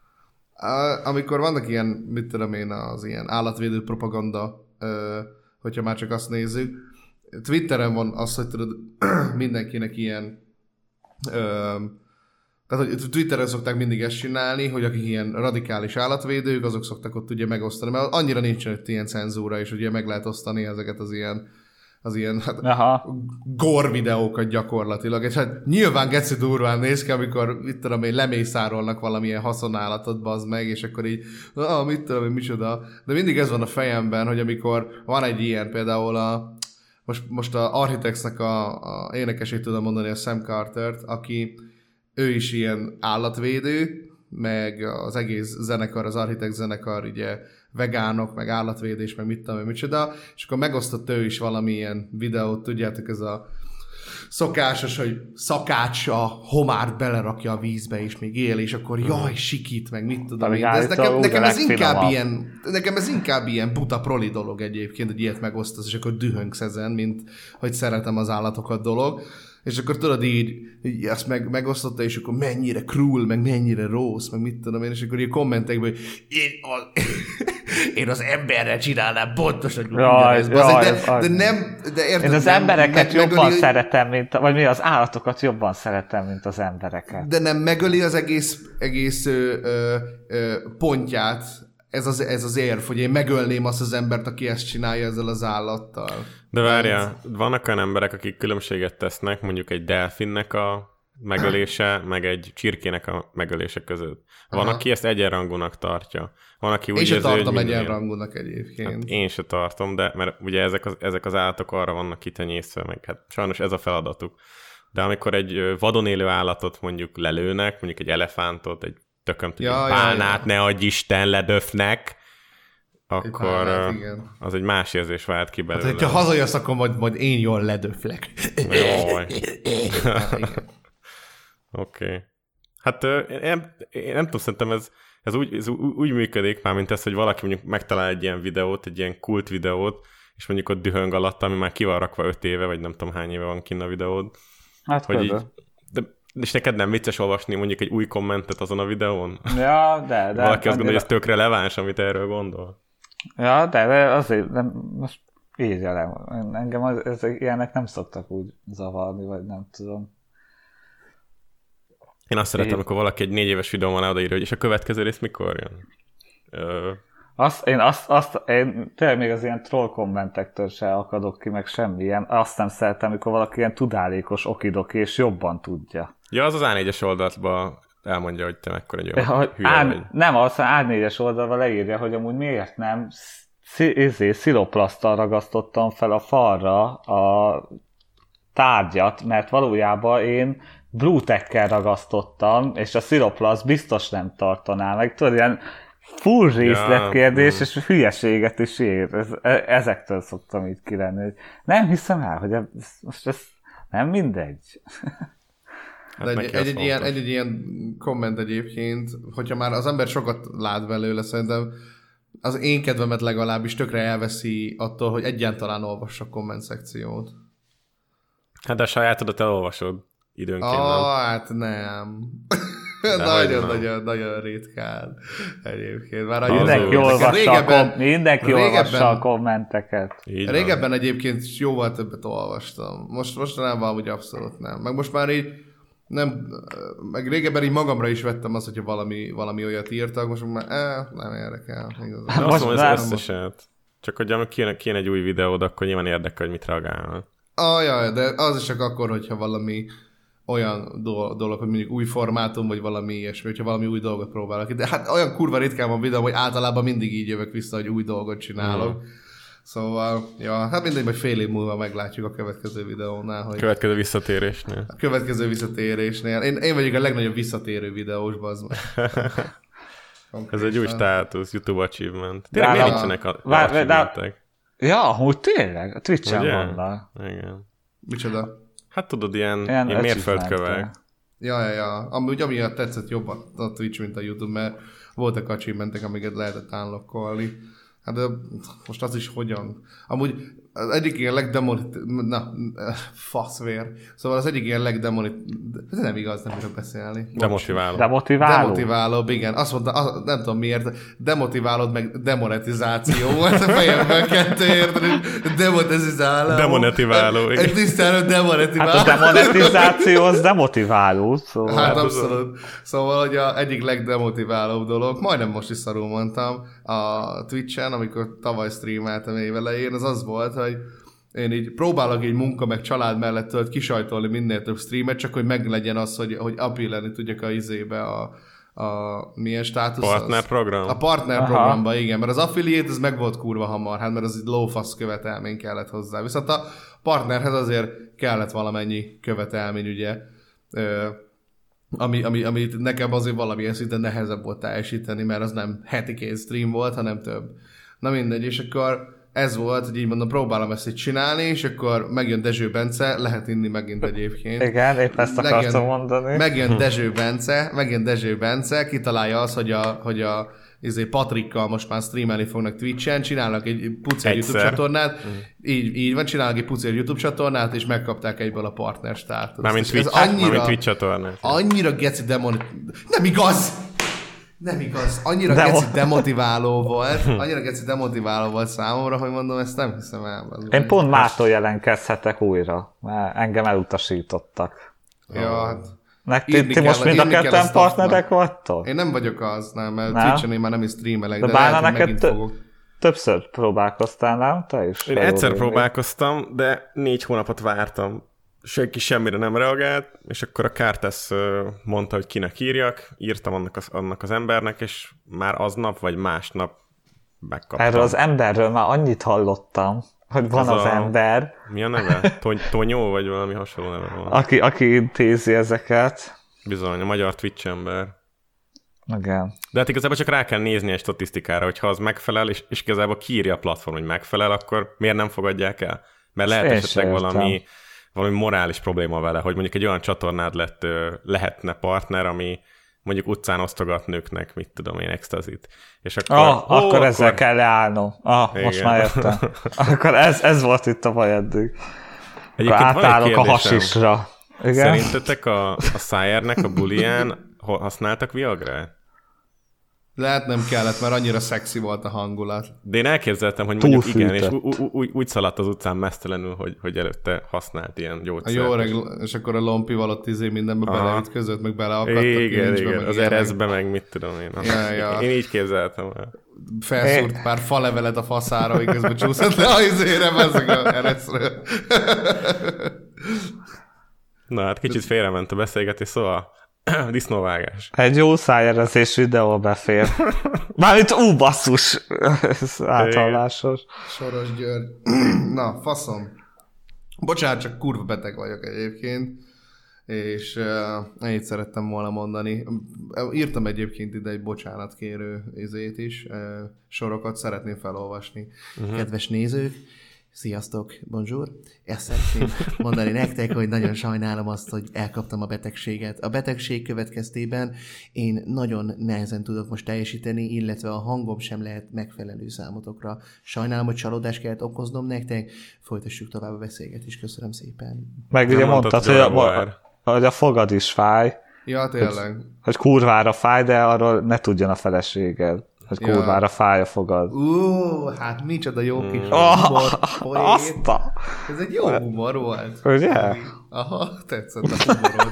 A, amikor vannak ilyen, mit tudom én, az ilyen állatvédő propaganda, ö, hogyha már csak azt nézzük, Twitteren van az, hogy tudod, mindenkinek ilyen, ö, tehát hogy Twitteren szokták mindig ezt csinálni, hogy akik ilyen radikális állatvédők, azok szoktak ott ugye megosztani, mert annyira nincs ott ilyen cenzúra, és ugye meg lehet osztani ezeket az ilyen az ilyen hát, Aha. gore videókat gyakorlatilag, és hát nyilván geci durván néz ki, amikor mit tudom én, lemészárolnak valamilyen haszonállatot, bazd meg, és akkor így, ah, mit tudom én, micsoda. De mindig ez van a fejemben, hogy amikor van egy ilyen, például a most, most a Architectsnek a, a énekesét tudom mondani, a Sam Cartert, aki ő is ilyen állatvédő, meg az egész zenekar, az Architect zenekar ugye vegánok, meg állatvédés, meg mit tudom én, micsoda, és akkor megosztott ő is valamilyen videót, tudjátok, ez a szokásos, hogy szakács a homárt belerakja a vízbe, és még él, és akkor jaj, sikít, meg mit tudom én. De ez nekem, nekem ez inkább ilyen, nekem ez inkább ilyen buta proli dolog egyébként, hogy ilyet megosztasz, és akkor dühöngsz ezen, mint hogy szeretem az állatokat dolog. És akkor tudod így, így ezt meg, megosztotta, és akkor mennyire cruel, meg mennyire rossz, meg mit tudom én, és akkor így kommentekben, hogy én az, én az emberrel csinálnám pontosan ugyanezt. De, de nem, de érted, én az nem, embereket meg, jobban megöli, szeretem, mint, vagy mi az állatokat jobban szeretem, mint az embereket. De nem megöli az egész, egész ö, ö, ö, pontját, ez az, ez az érv, hogy én megölném azt az embert, aki ezt csinálja ezzel az állattal. De várjál, vannak olyan emberek, akik különbséget tesznek, mondjuk egy delfinnek a megölése, meg egy csirkének a megölése között. Van, aha, aki ezt egyenrangúnak tartja. Van, aki úgy én se érzi, tartom hogy egyenrangúnak egyébként. Hát én se tartom, de mert ugye ezek az, ezek az állatok arra vannak kitenyészve, meg hát sajnos ez a feladatuk. De amikor egy vadon élő állatot mondjuk lelőnek, mondjuk egy elefántot, egy tököm tudja, ja, bálnát, ja, ja. ne adj Isten, ledöfnek, akkor pálnát, az egy más érzés vált ki belőle. Hát, hogyha hazajössz, akkor majd, majd én jól ledöflek. Jaj. Oké. Okay. Hát én nem, én nem tudom, szerintem ez, ez, úgy, ez úgy működik már, mint ez, hogy valaki mondjuk megtalál egy ilyen videót, egy ilyen kult videót, és mondjuk ott dühöng alatt, ami már ki van rakva öt éve, vagy nem tudom hány éve van kinn a videód. Hát hogy így, de, és neked nem vicces olvasni mondjuk egy új kommentet azon a videón? Ja, de... de valaki azt gondolja, hogy ez tök releváns, amit erről gondol. Ja, de, de azért nem, most írja le. Engem az, ezek ilyenek nem szoktak úgy zavarni, vagy nem tudom. Én azt szeretem, amikor valaki egy négy éves videóban odaírja, hogy és a következő rész mikor jön? Ö... Azt, én, azt, azt, én tényleg még az ilyen troll kommentektől se akadok ki, meg semmilyen. Azt nem szeretem, amikor valaki ilyen tudálékos okidoki, és jobban tudja. Ja, az az á négyes oldalba elmondja, hogy te mekkora egy olyan hülye á, vagy. Nem, az á négyes oldalba leírja, hogy amúgy miért nem izé, sziloplaszttal ragasztottam fel a falra a tárgyat, mert valójában én Bluetech-kel ragasztottam, és a sziloplaszt biztos nem tartaná meg. Tudod, ilyen full részletkérdés, ja, és hülyeséget is ér. Ez, ezektől szoktam így kilenni, hogy nem hiszem el, hogy ez, most ez nem mindegy. Hát egy, egy, egy, ilyen, egy, egy ilyen komment egyébként, hogyha már az ember sokat lát belőle, szerintem az én kedvemet legalábbis tökre elveszi attól, hogy egyáltalán olvass a komment szekciót. Hát de a sajátodat elolvasod időnként, ah, nem? Hát nem. Nagyon-nagyon nagyon ritkán egyébként. Már mindenki olvassa, régebben, a, kom- mindenki régebben, olvassa a kommenteket. Régebben egyébként jóval többet olvastam. Most mostanában amúgy abszolút nem. Meg most már így nem, meg régebben így magamra is vettem azt, hogyha valami, valami olyat írtak, most már eh, nem érdekel. De azt mondom, ez összeset. Csak hogy amikor kijön, kijön egy új videód, akkor nyilván érdekel, hogy mit reagálnak. Ah, jaj, de az is csak akkor, hogyha valami olyan dolog, hogy mondjuk új formátum, vagy valami ilyesmi, hogyha valami új dolgot próbálok. De hát olyan kurva ritkán van videó, hogy általában mindig így jövök vissza, hogy új dolgot csinálok. Mm. Szóval, ja, hát mindegy, majd fél év múlva meglátjuk a következő videónál, hogy... Következő visszatérésnél. A következő visszatérésnél. Én, én vagyok a legnagyobb visszatérő videós, bazd meg. Ez egy új státusz, YouTube achievement. Tényleg De miért a- nincsenek a Vár- de- achievementek? Ja, amúgy tényleg, a Twitch-en Ugye? vannak. Igen. Micsoda? Hát tudod, ilyen, Ilyen ilyen mérföldkövek. achievementek. Ja, ja, ja. Amúgy amiatt tetszett jobban a Twitch, mint a YouTube, mert voltak achievementek, amiket lehetett unlockolni. Hát de most az is hogyan? Amúgy az egyik ilyen legdemonit... Na, faszvér. Szóval az egyik ilyen legdemonit... Ez nem igaz, nem tudok beszélni. Demotiváló. De motiváló? Demotiválóbb, igen. Azt mondta, az, nem tudom miért, demotiválod meg demonetizáció volt a fejemben kettőért, demonetizáló. Demonetiváló, igen. Egy tisztán demonetiváló. Hát a demonetizáció az demotiváló, szóval. Hát abszolút. Szóval, hogy a egyik legdemotiválóbb dolog, majdnem most is szarul mondtam, a Twitch-en, amikor tavaly streameltem év elején, az az volt, hogy én így próbálok egy munka meg család mellett tölt kisajtolni minél több streamet, csak hogy meglegyen az, hogy, hogy apilleni tudjak a izébe a, a milyen státusz Partner az? program? A partner Aha. programba, igen, mert az affiliate az meg volt kurva hamar, hát mert az egy lófasz követelmény kellett hozzá. Viszont a partnerhez azért kellett valamennyi követelmény, ugye, ö, ami, ami, amit nekem azért valamilyen szinten nehezebb volt teljesíteni, mert az nem heti két stream volt, hanem több. Na mindegy, és akkor ez volt, hogy így mondom, próbálom ezt így csinálni, és akkor megjön Dezső Bence, lehet inni megint egyébként. Igen, épp ezt akartam Megjön- mondani. Megjön Dezső Bence, megjön Dezső Bence, kitalálja azt, hogy a, hogy a izé Patrikkal most már streamelni fognak Twitch-en, csinálnak egy pucér Egyszer. YouTube csatornát, így, így van, csinálnak egy pucér YouTube csatornát, és megkapták egyből a partner státuszt. Mármint És Twitch, ez annyira... Twitch csatornát. annyira geci demon... Nem igaz! Nem igaz. Annyira Demo- geci demotiváló volt, annyira geci demotiváló volt számomra, hogy mondom, ezt nem hiszem el. Az Én vagy. pont mától jelentkezhetek újra, mert engem elutasítottak. Ja, hát. Nek, ti, Írni ti most kell- mind a írni kell a ketten staffnak. partnerek vagytok? Én nem vagyok az, nem, mert Nem? Twitch-en én már nem is streamelek, De de, bárna lehet, hogy neked megint tö- fogok. többször próbálkoztál, nem? Te is? Én egyszer felolvasni. próbálkoztam, de négy hónapot vártam. Senki semmire nem reagált, és akkor a Kártesz mondta, hogy kinek írjak. Írtam annak az, annak az embernek, és már aznap vagy másnap megkaptam. Erről az emberről már annyit hallottam, hogy van Ez az a- ember, Mi a neve? Tony, Tonyó, vagy valami hasonló neve van. aki, aki intézi ezeket. Bizony, a magyar Twitch ember. Igen. De hát igazából csak rá kell nézni egy statisztikára, hogyha az megfelel, és, és igazából kiírja a platform, hogy megfelel, akkor miért nem fogadják el? Mert lehet Én esetleg se értem. valami, valami morális probléma vele, hogy mondjuk egy olyan csatornád lett, ö, lehetne partner, ami mondjuk utcán osztogat nőknek, mit tudom én, extazit. És akkor, Ah, ó, akkor ezzel kell leállnom. Ah, Igen. most már értem. Akkor ez, ez volt itt a baj eddig. Akkor Egyébként van egy átállok a kérdésem. hasisra. Igen? Szerintetek a, a Szájernek a buliján ho- használtak Viagrát? Lehet nem kellett, mert annyira szexi volt a hangulat. De én elképzeltem, hogy mondjuk igen, és Túlfűtött. ú- ú- úgy szaladt az utcán mesztelenül, hogy, hogy előtte használt ilyen A gyógyszert. jó reg, és akkor a lompival ott izé mindenbe Aha. beleütközött, meg beleakadt a Igen, kilincsbe, igen, meg az ilyenek. ereszbe meg mit tudom én. Ja, ja. Én így képzeltem el. Felszúrt pár falevelet a faszára, hogy közben csúszott le a izére, ezek a ereszről. Na hát kicsit félrement a beszélgetés, szóval disznóvágás. Egy jó szájerezés videó befér. Mármint ú, basszus. Ez áthallásos. Soros György. Na, faszom. Bocsánat, csak kurva beteg vagyok egyébként, és uh, ennyit szerettem volna mondani. Írtam egyébként ide egy bocsánatkérő izét is, uh, sorokat szeretném felolvasni. Uh-huh. Kedves nézők, sziasztok, bonjour. Ezt szeretném mondani nektek, hogy nagyon sajnálom azt, hogy elkaptam a betegséget. A betegség következtében én nagyon nehezen tudok most teljesíteni, illetve a hangom sem lehet megfelelő számotokra. Sajnálom, hogy csalódást kellett okoznom nektek. Folytassuk tovább a beszélgetést. Köszönöm szépen. Meg Nem ugye mondtad, mondtad, hogy hogy a, arra hogy a fogad is fáj, Ja, tényleg. hogy kurvára fáj, de arról ne tudjon a feleséged, hogy Ja. kurvára fáj a fogad. Ú, hát micsoda jó kis Oh, humor. poén. azt a... Ez egy jó humor volt. Ugye? Aha, tetszett a humorod.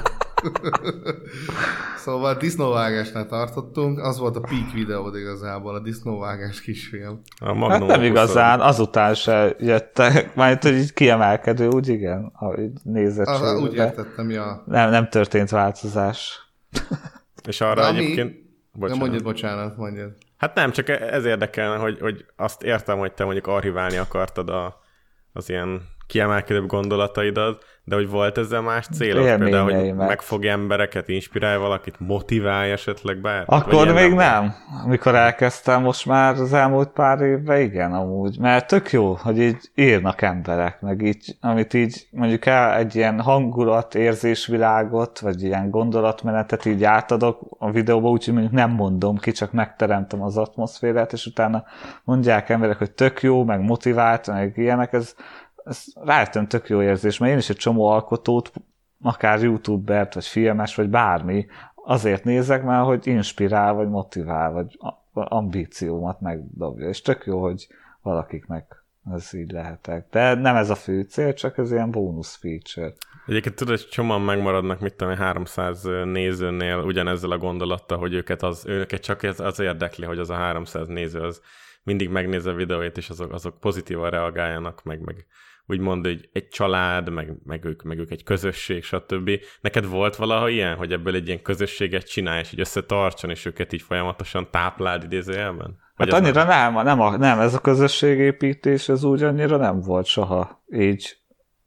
Szóval disznóvágásnál tartottunk, az volt a peak videód igazából, a disznóvágás kisfilm. A Hát Magnum nem Opus-od. igazán, azután se jöttek, mármint, hogy így kiemelkedő, úgy igen, a Ah, úgy nézettségben. értettem, ja. Nem, nem történt változás. És arra De ami- egyébként... Ja, Bocsánat. mondjad, bocsánat, mondjad. Hát nem, csak ez érdekelne, hogy, hogy azt értem, hogy te mondjuk archiválni akartad a, az ilyen kiemelkedőbb gondolataidat, De hogy volt ezzel más célod? Például, hogy meg. megfogja embereket, inspirálja valakit, motiválja esetleg bár? Akkor még nem. nem. Amikor elkezdtem most már az elmúlt pár évben, igen, amúgy. Mert tök jó, hogy így írnak emberek, meg így, amit így mondjuk el egy ilyen hangulat, érzésvilágot, vagy ilyen gondolatmenetet így átadok a videóba, úgyhogy mondjuk nem mondom ki, csak megteremtem az atmoszférát, és utána mondják emberek, hogy tök jó, meg motivált, meg ilyenek, ez ez rájöttem tök jó érzés, mert én is egy csomó alkotót, akár youtubert, vagy filmes, vagy bármi, azért nézek már, hogy inspirál, vagy motivál, vagy ambíciómat megdobja. És tök jó, hogy valakiknek ez így lehetek. De nem ez a fő cél, csak ez ilyen bónusz feature. Egyébként tudod, hogy csomóan megmaradnak, mit tudom, háromszáz nézőnél ugyanezzel a gondolattal, hogy őket, az, őket csak az, az érdekli, hogy az a háromszáz néző az mindig megnéz a videóit, és azok, azok pozitívan reagáljanak, meg, meg úgymond egy, egy család, meg, meg, ők, meg ők egy közösség, stb. Neked volt valaha ilyen, hogy ebből egy ilyen közösséget csinálj, és így összetartson, és őket így folyamatosan tápláld idézőjelben? Hát annyira nem, nem, nem, a, nem, ez a közösségépítés, ez úgy annyira nem volt soha így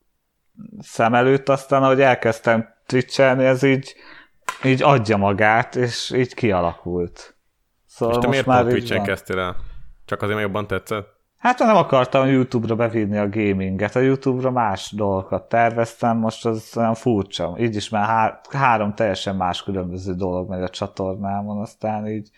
szem előtt, aztán ahogy elkezdtem twitchelni, ez így, így adja magát, és így kialakult. Szóval és te most miért már Twitchen kezdtél el? Csak azért, mert jobban tetszett? Hát nem akartam a YouTube-ra bevinni a gaminget. A YouTube-ra más dolgokat terveztem, most az olyan furcsa. Így is már há- három teljesen más különböző dolog megy a csatornámon, aztán így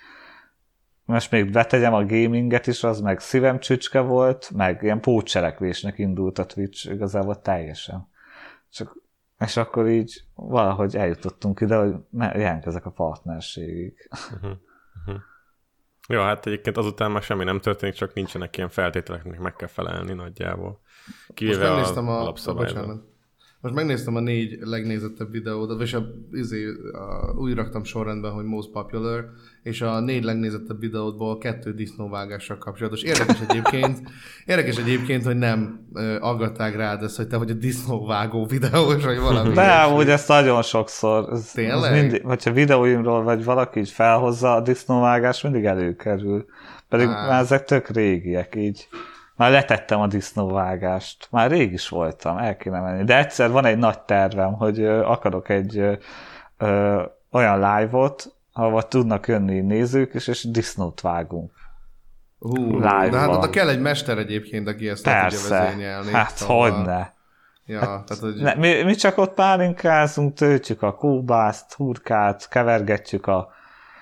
most még betegyem a gaminget is, az meg szívem csücske volt, meg ilyen pótcselekvésnek indult a Twitch igazából teljesen. Csak, és akkor így valahogy eljutottunk ide, hogy jelentkezek a partnerségig. Uh-huh. Uh-huh. Jó, hát egyébként azután már semmi nem történik, csak nincsenek ilyen feltételeknek meg kell felelni nagyjából. Kivéve most megnéztem a, a, a Most megnéztem a négy legnézettebb videót, és a, izé, a, úgy raktam sorrendben, hogy most popular, és a négy legnézettebb videótból kettő disznóvágással kapcsolatos. Érdekes egyébként, érdekes egyébként, hogy nem uh, aggatták rád ezt, hogy te vagy a disznóvágó videós, vagy valami. De amúgy ezt nagyon sokszor. Ez, Tényleg? Ez mindig, hogyha videóimról vagy valaki így felhozza, a disznóvágás mindig előkerül. Pedig ah. már ezek tök régiek, így. Már letettem a disznóvágást. Már rég is voltam, el kéne menni. De egyszer van egy nagy tervem, hogy ö, akarok egy ö, ö, olyan live-ot, ahol tudnak jönni nézők, és, és disznót vágunk. Hú, de hát oda kell egy mester egyébként, aki ezt le tudja vezényelni. Hát szóval... hogyne. Ja, hát, tehát, hogy... ne, mi, mi csak ott pálinkázunk, töltjük a kóbászt, hurkát, kevergetjük a,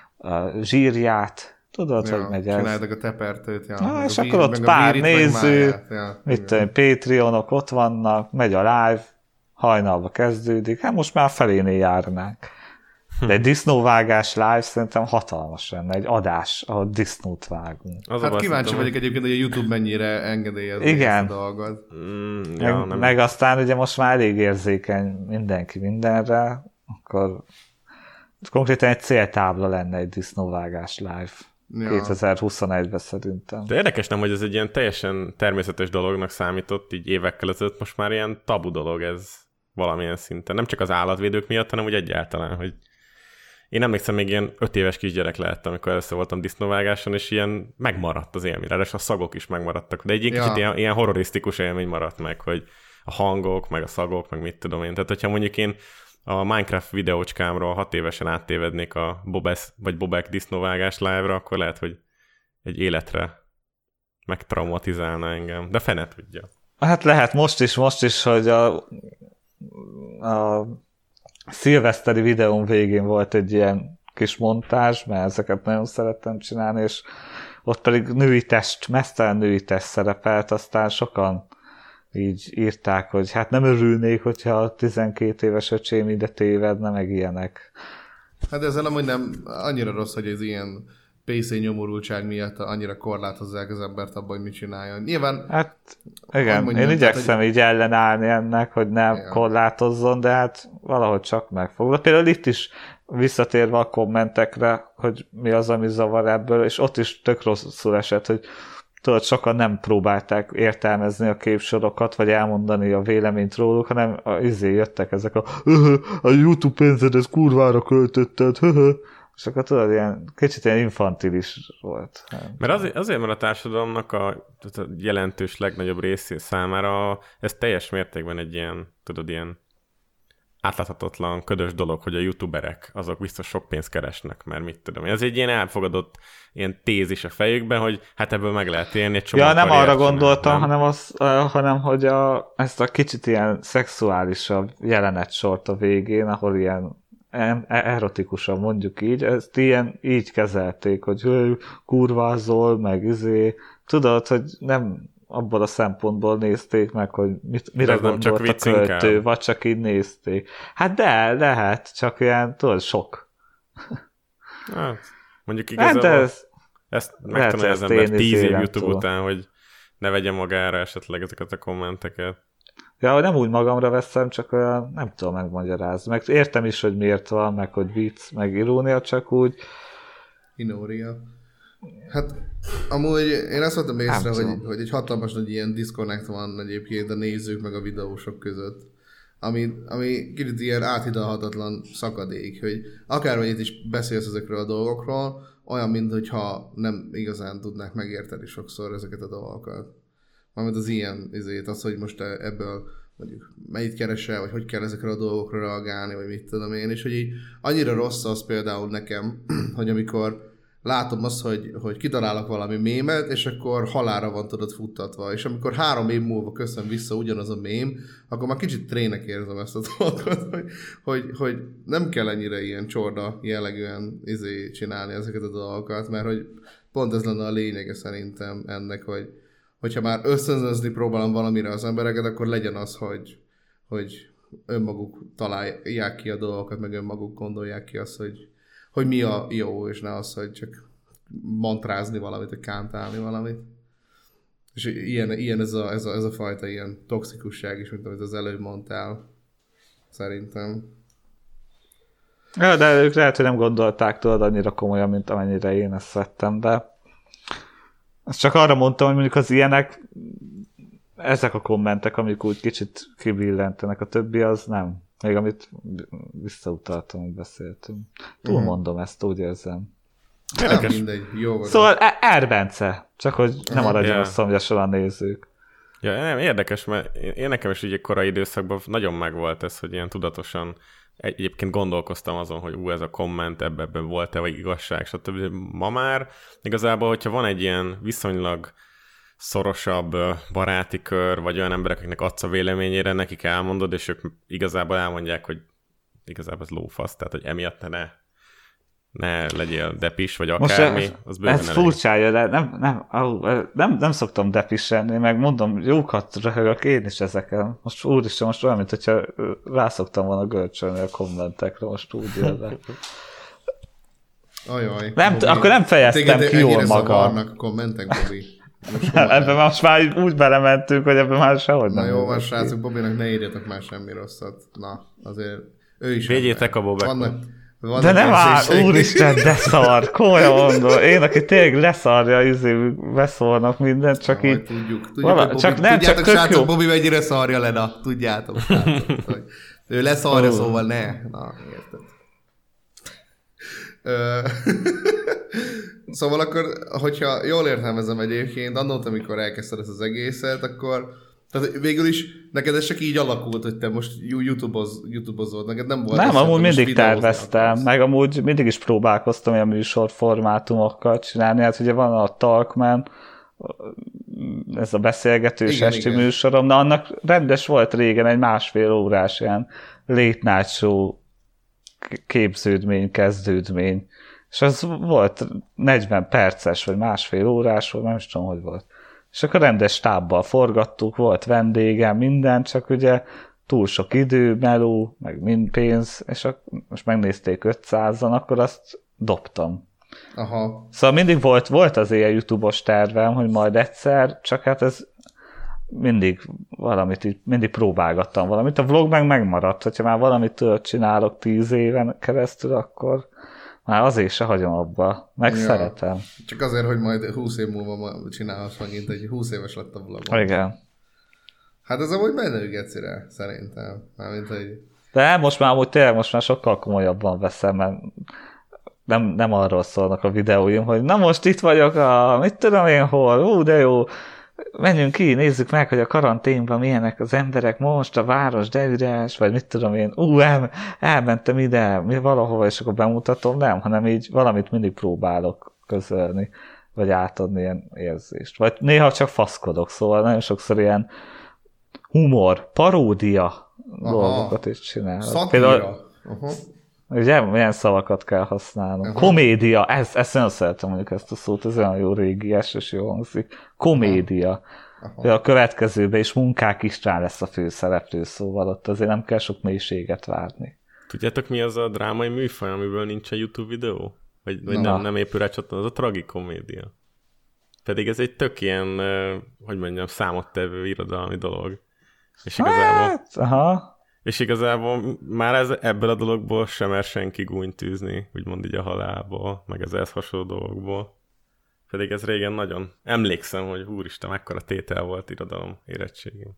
a zsírját. Tudod, ja, hogy megy ez. Csináltak a tepertőt. Ja, ah, és vír, akkor ott pár néző, ja, mit tudom, Patreonok ott vannak, megy a live, hajnalba kezdődik, hát most már felénél járnánk. De egy disznóvágás live szerintem hatalmas lenne, egy adás, ahol disznót vágunk. Az hát kíváncsi vagyok egyébként, hogy a YouTube mennyire engedélyezi ezt a dolgot. Mm, ja, meg, nem. meg aztán ugye most már elég érzékeny mindenki mindenre, akkor konkrétan egy céltábla lenne egy disznóvágás live. Ja. kétezer-huszonegyben szerintem. De érdekes nem, hogy ez egy ilyen teljesen természetes dolognak számított, így évekkel ezelőtt, most már ilyen tabu dolog ez valamilyen szinten. Nem csak az állatvédők miatt, hanem úgy egyáltalán, hogy én emlékszem, még ilyen öt éves kisgyerek lehettem, amikor először voltam disznóvágáson, és ilyen megmaradt az élmény, és a szagok is megmaradtak. De egy ja. kicsit ilyen, ilyen horrorisztikus élmény maradt meg, hogy a hangok, meg a szagok, meg mit tudom én. Tehát, hogyha mondjuk én a Minecraft videócskámról hat évesen áttévednék a Bobesz, vagy Bobek disznóvágás live-ra, akkor lehet, hogy egy életre megtraumatizálna engem. De fene tudja. Hát lehet most is, most is, hogy a, a szilveszteri videón végén volt egy ilyen kis montázs, mert ezeket nagyon szerettem csinálni, és ott pedig női test, mesztelen női test szerepelt, aztán sokan így írták, hogy hát nem örülnék, hogyha a tizenkét éves öcsém ide tévedne, meg ilyenek. Hát ezzel amúgy nem annyira rossz, hogy ez ilyen pé cé nyomorultság miatt annyira korlátozzák az embert abban, hogy mit csináljon. Nyilván... Hát igen, mondjam, én igyekszem tehát, hogy... így ellenállni ennek, hogy ne ja. korlátozzon, de hát valahogy csak megfog. De például itt is visszatérve a kommentekre, hogy mi az, ami zavar ebből, és ott is tök rosszul esett, hogy tudod, sokan nem próbálták értelmezni a képsorokat, vagy elmondani a véleményt róluk, hanem a, izé jöttek ezek a a YouTube pénzedet kurvára költötted, és akkor tudod, ilyen, kicsit ilyen infantilis volt. Mert azért, azért mert a társadalomnak a, a jelentős legnagyobb rész számára ez teljes mértékben egy ilyen, tudod, ilyen átláthatatlan, ködös dolog, hogy a youtuberek azok biztos sok pénzt keresnek, mert mit tudom. Ez egy ilyen elfogadott ilyen tézis a fejükben, hogy hát ebből meg lehet élni egy csomó. Ja, nem arra csinál, gondoltam, nem? hanem, az, uh, hanem hogy a, ezt a kicsit ilyen szexuálisabb jelenetsort a végén, ahol ilyen erotikusan mondjuk így, ezt ilyen így kezelték, hogy ő kurvázol, meg izé, tudod, hogy nem abból a szempontból nézték meg, hogy mit, mire gondolt a költő, inkább. Vagy csak így nézték. Hát de, lehet, csak ilyen, tudod, sok. Hát, mondjuk igazából hát ez, ezt megtanulja az ember tíz év YouTube tudom. Után, hogy ne vegye magára esetleg ezeket a kommenteket. Ja, nem úgy magamra veszem, csak olyan, nem tudom megmagyarázni. Meg értem is, hogy miért van, meg hogy vicc, meg irónia, csak úgy. Inória. Hát amúgy én azt vettem észre, hogy, hogy egy hatalmas nagy ilyen disconnect van egyébként a nézők meg a videósok között. Ami, ami kicsit ilyen áthidalhatatlan szakadék, hogy akármennyit is beszélsz ezekről a dolgokról, olyan, mintha nem igazán tudnák megérteni sokszor ezeket a dolgokat. Mármint az ilyen izét, az, hogy most ebből mondjuk mennyit keresel, vagy hogy kell ezekre a dolgokra reagálni, vagy mit tudom én, és hogy így annyira rossz az például nekem, hogy amikor látom azt, hogy, hogy kitalálok valami mémet, és akkor halálra van tudod futtatva, és amikor három év múlva köszön vissza ugyanaz a mém, akkor már kicsit trének érzem ezt a dolgot, hogy, hogy, hogy nem kell ennyire ilyen csorda jellegűen izé csinálni ezeket a dolgokat, mert hogy pont ez lenne a lényege szerintem ennek, hogy hogyha már ösztönözni próbálom valamire az embereket, akkor legyen az, hogy, hogy önmaguk találják ki a dolgokat, meg önmaguk gondolják ki azt, hogy, hogy mi a jó, és ne az, hogy csak mantrázni valamit, vagy kántálni valamit. És ilyen, ilyen ez, a, ez, a, ez a fajta ilyen toxikusság is, mint amit az előbb mondtál, szerintem. Ja, de ők lehet, hogy nem gondolták tudod annyira komolyan, mint amennyire én ezt vettem, de ezt csak arra mondtam, hogy mondjuk az ilyenek, ezek a kommentek, amik úgy kicsit kibillentenek, a többi az nem. Még amit visszautaltam, hogy beszéltünk. Túlmondom mm. ezt, úgy érzem. Érdekes. Mindegy, jó. Szóval Erbence, csak hogy nem maradjon yeah. a szomjasan a nézők. Ja, nem, érdekes, mert én nekem is így egy korai időszakban nagyon megvolt ez, hogy ilyen tudatosan egyébként gondolkoztam azon, hogy ú, ez a komment ebben ebbe volt-e, vagy igazság, stb. Ma már igazából, hogyha van egy ilyen viszonylag szorosabb baráti kör, vagy olyan emberek, akiknek adsz a véleményére, nekik elmondod, és ők igazából elmondják, hogy igazából ez lófasz, tehát hogy emiatt ne, ne legyél depis, vagy akármi. Most az ez furcsája, de nem, nem, nem, nem szoktam depis lenni, meg mondom, jókat röhögök én is ezeken. Most úristen, most olyan, mint hogyha rászoktam volna görcsölni a kommentekre, most úgy élve. Ajaj. Nem, Bobby, akkor nem fejeztem ki jól magam. Ennyire kommentek, Bobby. Ebben most már úgy belementünk, hogy ebben már sehogy nem. Na jó, már srácok, Bobbynak ne írjatok már semmi rosszat. Na, azért ő is... Védjétek a Bobekot. Vannak, vannak de nem áll, úristen, de szar, komolyan mondom. Én, aki tényleg leszarja, izé, beszólnak mindent, csak ja, így... Tudjuk, tudjuk vala, Bobby, csak nem, tudjátok, csak srácok, Bobby mennyire szarja le, na, tudjátok, srácok, hogy ő leszarja, oh. Szóval ne. Na, érted. Szóval akkor, hogyha jól értelmezem egyébként, annól, amikor elkezdted ezt az egészet, akkor tehát végül is neked ez csak így alakult, hogy te most YouTube-oz, YouTube-ozod, neked nem volt... Nem, amúgy mindig terveztem, akarsz. Meg amúgy mindig is próbálkoztam ilyen műsorformátumokkal csinálni, hát ugye van a Talkman, ez a beszélgetős igen, esti igen. műsorom, de annak rendes volt régen egy másfél órás ilyen late night show képződmény, kezdődmény. És az volt negyven perces, vagy másfél órás, vagy nem is tudom, hogy volt. És akkor rendes stábbal forgattuk, volt vendégem, minden, csak ugye túl sok idő, meló, meg mind pénz, és akkor most megnézték ötszázan, akkor azt dobtam. Aha. Szóval mindig volt, volt az ilyen YouTube-os tervem, hogy majd egyszer, csak hát ez mindig valamit így, mindig próbálgattam valamit. A vlog meg megmaradt, hogyha már valamit csinálok tíz éven keresztül, akkor már azért se hagyom abba. Meg ja. Szeretem. Csak azért, hogy majd húsz év múlva csinálhass megint, egy húsz éves lett a vlogon. Igen. Hát ez amúgy menő gecire, szerintem. Mármint, hogy... De most már amúgy tényleg most már sokkal komolyabban veszem, mert nem, nem arról szólnak a videóim, hogy na most itt vagyok a, mit tudom én hol, ú, de jó, menjünk ki, nézzük meg, hogy a karanténban milyenek az emberek most, a város de üres, vagy mit tudom én, ú, el, elmentem ide, mi valahova, és akkor bemutatom, nem, hanem így valamit mindig próbálok közölni, vagy átadni ilyen érzést. Vagy néha csak faszkodok, szóval nagyon sokszor ilyen humor, paródia Aha. dolgokat is csinálok. Szatíra. Például, Aha. ugye, milyen szavakat kell használnom. Aha. Komédia, ez, ezt nagyon szeretem mondjuk ezt a szót, ez olyan jó régies, és jó hangzik. Komédia. Aha. A következőben is Munkák István lesz a főszereplő, szóval ott azért nem kell sok mélységet várni. Tudjátok, mi az a drámai műfaj, amiből nincs a YouTube videó? Vagy, vagy nem, nem épül rá csatorna? Az a tragikomédia. Pedig ez egy tök ilyen, hogy mondjam, számottevő irodalmi dolog. És igazából... Hát, aha. És igazából már ez, ebből a dologból sem mer senki gúnyt tűzni, úgymond így a halálból, meg az ehhez hasonló dolgokból. Pedig ez régen nagyon emlékszem, hogy úristen, mekkora tétel volt irodalom érettségim.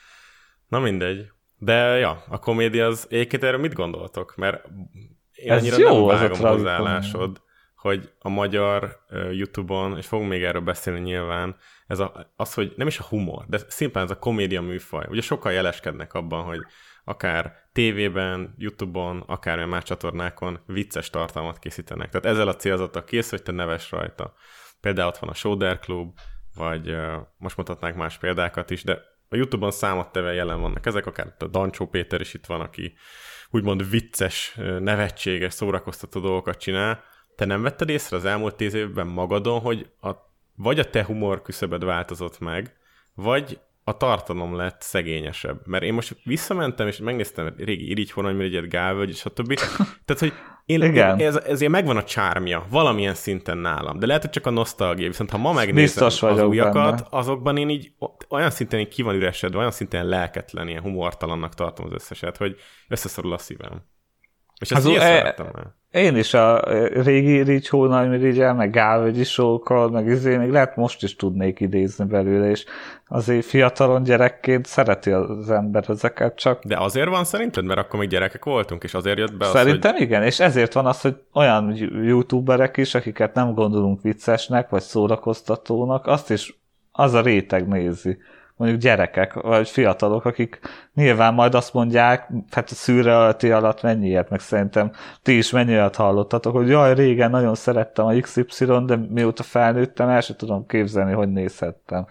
Na mindegy. De ja, a komédia az... Egyébként erről mit gondoltok? Mert én ez annyira jó, nem vágom az a hozzáállásod, hogy a magyar uh, YouTube-on, és fogunk még erről beszélni nyilván, ez a, az, hogy nem is a humor, de szimplán ez a komédia műfaj. Ugye sokan jeleskednek abban, hogy akár tévében, YouTube-on, akár olyan más csatornákon vicces tartalmat készítenek. Tehát ezzel a célzattal kész, hogy te neves rajta. Például ott van a Soder Klub, vagy uh, most mutatnánk más példákat is, de a YouTube-on számottevően jelen vannak ezek, akár a Dancsó Péter is itt van, aki úgymond vicces, nevetséges, szórakoztató dolgokat csinál. Te nem vetted észre az elmúlt tíz évben magadon, hogy a, vagy a te humor küszöböd változott meg, vagy a tartalom lett szegényesebb. Mert én most visszamentem, és megnéztem régi Irigy Horonymirigyet, Gálvölgy, és a többi. Tehát, hogy én, én, ez, ezért megvan a csármja, valamilyen szinten nálam. De lehet, hogy csak a nosztalgia. Viszont ha ma megnézem az újakat, benne. azokban én így olyan szinten így ki van üresedve, olyan szinten lelketlen, ilyen humortalannak tartom az összeset, hogy összeszorul a szívem. És ezt így szerettem el. Én is a régi Irigy Horonymirigyel, meg Gálvölgyi sókkal, meg izé, még lehet most is tudnék idézni belőle, és azért fiatalon gyerekként szereti az ember ezeket csak. De azért van szerinted? Mert akkor még gyerekek voltunk, és azért jött be az, Szerintem hogy... igen, és ezért van az, hogy olyan youtuberek is, akiket nem gondolunk viccesnek, vagy szórakoztatónak, azt is az a réteg nézi. Mondjuk gyerekek, vagy fiatalok, akik nyilván majd azt mondják, hát a szürreality alatt mennyi ilyet, meg szerintem ti is mennyi olyat hallottatok, hogy jaj, régen nagyon szerettem a iksz ipszilont, de mióta felnőttem, el sem tudom képzelni, hogy nézhettem.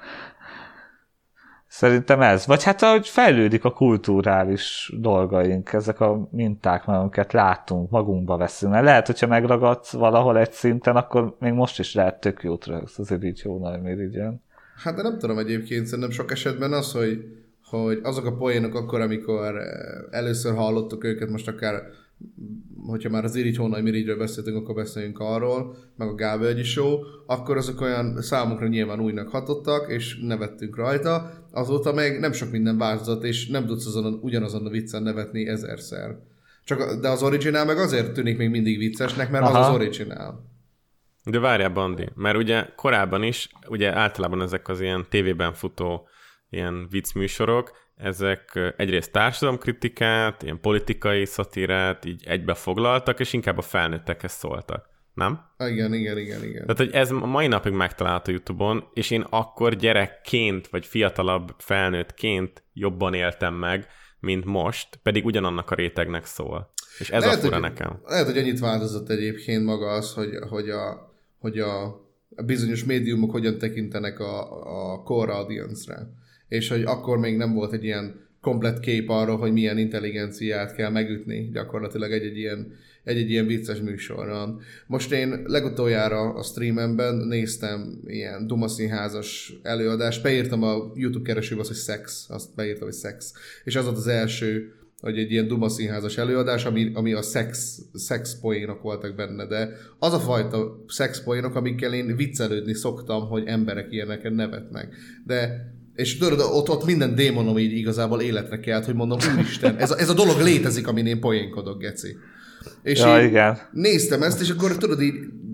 Szerintem ez. Vagy hát ahogy fejlődik a kulturális dolgaink, ezek a minták, amiket látunk, magunkba veszünk. Mert lehet, hogyha megragadsz valahol egy szinten, akkor még most is lehet tök jót rögsz az Irigy Horonymirigyen. Hát de nem tudom egyébként, szerintem sok esetben az, hogy, hogy azok a poénok akkor, amikor először hallottuk őket, most akár, hogyha már az Irigy Horonymirigyről beszéltünk, akkor beszéljünk arról, meg a Gálvölgyi show, akkor azok olyan számunkra nyilván újnak hatottak, és nevettünk rajta, azóta meg nem sok minden változott, és nem tudsz azon, ugyanazon a viccen nevetni ezerszer. Csak, de az originál meg azért tűnik még mindig viccesnek, mert Aha. az az originál. De várjál, Bandi, mert ugye korábban is, ugye általában ezek az ilyen tévében futó ilyen viccműsorok, ezek egyrészt társadalomkritikát, ilyen politikai szatírát így egybe foglaltak, és inkább a felnőttekhez szóltak. Nem? Igen, igen, igen, igen. Tehát, hogy ez a mai napig megtalálható YouTube-on, és én akkor gyerekként, vagy fiatalabb felnőttként jobban éltem meg, mint most, pedig ugyanannak a rétegnek szól. És ez lehet, a fura hogy, nekem. Lehet, hogy annyit változott egyébként maga az, hogy, hogy, a, hogy a, a bizonyos médiumok hogyan tekintenek a, a core audience-re. És hogy akkor még nem volt egy ilyen komplett kép arról, hogy milyen intelligenciát kell megütni gyakorlatilag egy-egy ilyen, egy-egy ilyen vicces műsorban. Most én legutoljára a streamemben néztem ilyen Duma színházas előadást, beírtam a YouTube keresőbe azt, hogy szex, azt beírtam, hogy szex. És az volt az első, hogy egy ilyen Duma színházas előadás, ami, ami a szex, szex poénok voltak benne, de az a fajta szex poénok, amikkel én viccelődni szoktam, hogy emberek ilyeneket nevetnek. De és tudod, ott, ott minden démonom így igazából életre kelt, hogy mondom, úristen, ez a, ez a dolog létezik, amin én poénkodok, geci. És ja, én igen. néztem ezt, és akkor tudod így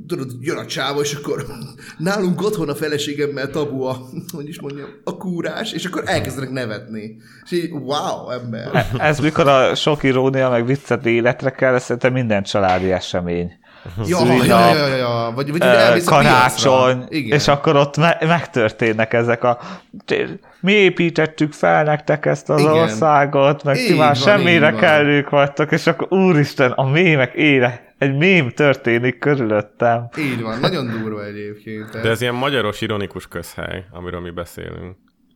tudod, jön a csáva, és akkor nálunk otthon a feleségemmel tabu a, hogy is mondjam, a kúrás, és akkor elkezdenek nevetni. És így, wow, ember. Ez mikor a sok irónia, meg viccet életre kell, ez szerintem minden családi esemény. Ja, ja, ja, ja, ja, vagy, vagy elmész a karácsony, és akkor ott me- megtörténnek ezek a... Mi építettük fel nektek ezt az igen. országot, meg ti már semmire kellők vagytok, és akkor úristen, a mémek éle, egy mém történik körülöttem. Így van, nagyon durva egyébként. De ez ilyen magyaros, ironikus közhely, amiről mi beszélünk.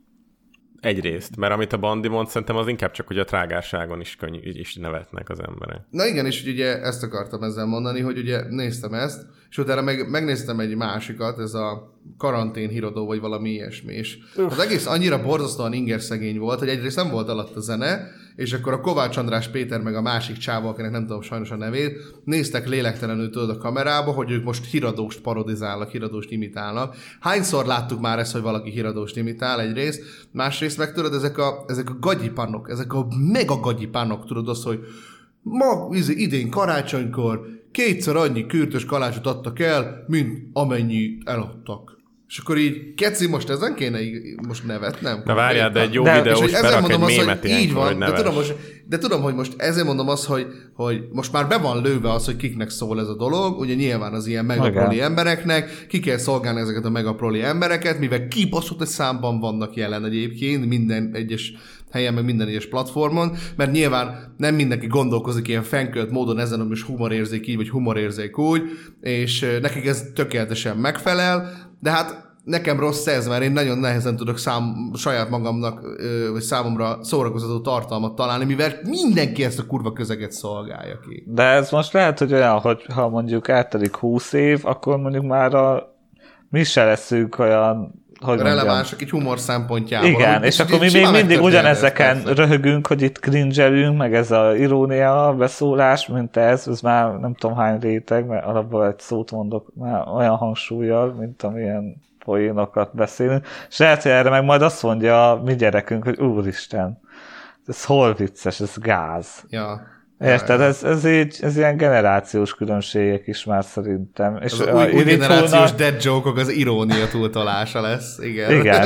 Egyrészt, mert amit a Bandi mond, szerintem az inkább csak, hogy a trágárságon is, könny- is nevetnek az emberek. Na igen, és ugye ezt akartam ezzel mondani, hogy ugye néztem ezt, és utána meg, megnéztem egy másikat, ez a karantén híradó, vagy valami ilyesmi, és az egész annyira borzasztóan ingerszegény volt, hogy egyrészt nem volt alatt a zene, és akkor a Kovács András Péter meg a másik csáva, akinek nem tudom sajnos a nevét, néztek lélektelenül tudod a kamerába, hogy ők most híradóst parodizálnak, híradóst imitálnak. Hányszor láttuk már ezt, hogy valaki híradóst imitál egyrészt, másrészt meg tudod, ezek a, ezek a gagyipanok, ezek a mega gagyipanok, tudod azt, hogy ma idén karácsonykor kétszer annyi kürtös kalácsot adtak el, mint amennyi eladtak. És akkor így, keci, most ezen kéne most nevetnem? Na várjál, de egy jó de, videós berak egy mémet ilyenkor, hogy de tudom, most, de tudom, hogy most ezért mondom azt, hogy, hogy most már be van lőve az, hogy kiknek szól ez a dolog, ugye nyilván az ilyen megaproli embereknek, ki kell szolgálni ezeket a megaproli embereket, mivel kibaszott egy számban vannak jelen egyébként minden egyes helyen, meg minden egyes platformon, mert nyilván nem mindenki gondolkozik ilyen fenkölt módon ezen, hogy most humorérzék így, vagy humorérzék úgy, és nekik ez tökéletesen megfelel, de hát nekem rossz ez, mert én nagyon nehezen tudok szám, saját magamnak, vagy számomra szórakoztató tartalmat találni, mivel mindenki ezt a kurva közeget szolgálja ki. De ez most lehet, hogy olyan, hogy ha mondjuk eltelik húsz év, akkor mondjuk már a, mi se leszünk olyan, hogy relevánsak egy humor szempontjából. Igen, és akkor mi még mindig ugyanezeken röhögünk, hogy itt cringe-elünk, meg ez a irónia beszólás, mint ez, ez már nem tudom hány réteg, mert alapból egy szót mondok, már olyan hangsúlyjal, mint amilyen poénokat beszélünk, és lehet, hogy erre meg majd azt mondja a mi gyerekünk, hogy úristen, ez hol vicces, ez gáz. Ja. Érted? Ez, ez, így, ez ilyen generációs különbségek is már szerintem. És az új, új generációs hónap... dead joke-ok az irónia túltolása lesz. Igen. Igen.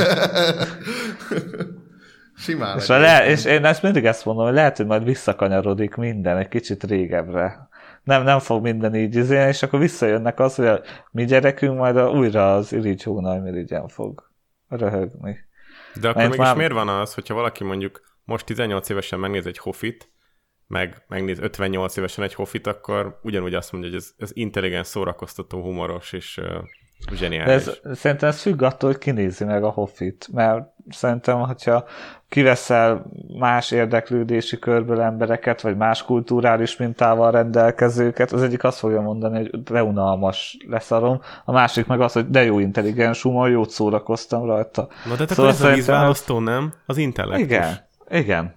Simán. És, le, és én ezt mindig ezt mondom, hogy lehet, hogy majd visszakanyarodik minden egy kicsit régebbre. Nem, nem fog minden így izélni, és akkor visszajönnek az, hogy a mi gyerekünk majd a, újra az Irigy hónajmirigyen fog röhögni. De akkor mégis már... miért van az, hogyha valaki mondjuk most tizennyolc évesen megnéz egy Hofit, meg megnéz ötvennyolc évesen egy Hofit, akkor ugyanúgy azt mondja, hogy ez, ez intelligens, szórakoztató, humoros és uh, zseniális. Ez, szerintem ez függ attól, hogy kinézi meg a Hofit, mert szerintem, hogyha kiveszel más érdeklődési körből embereket, vagy más kulturális mintával rendelkezőket, az egyik azt fogja mondani, hogy de unalmas leszarom, a másik meg az, hogy de jó intelligens humor, jót szórakoztam rajta. Na de szóval ez a vízválasztó, nem? Az intellektus. Igen, igen.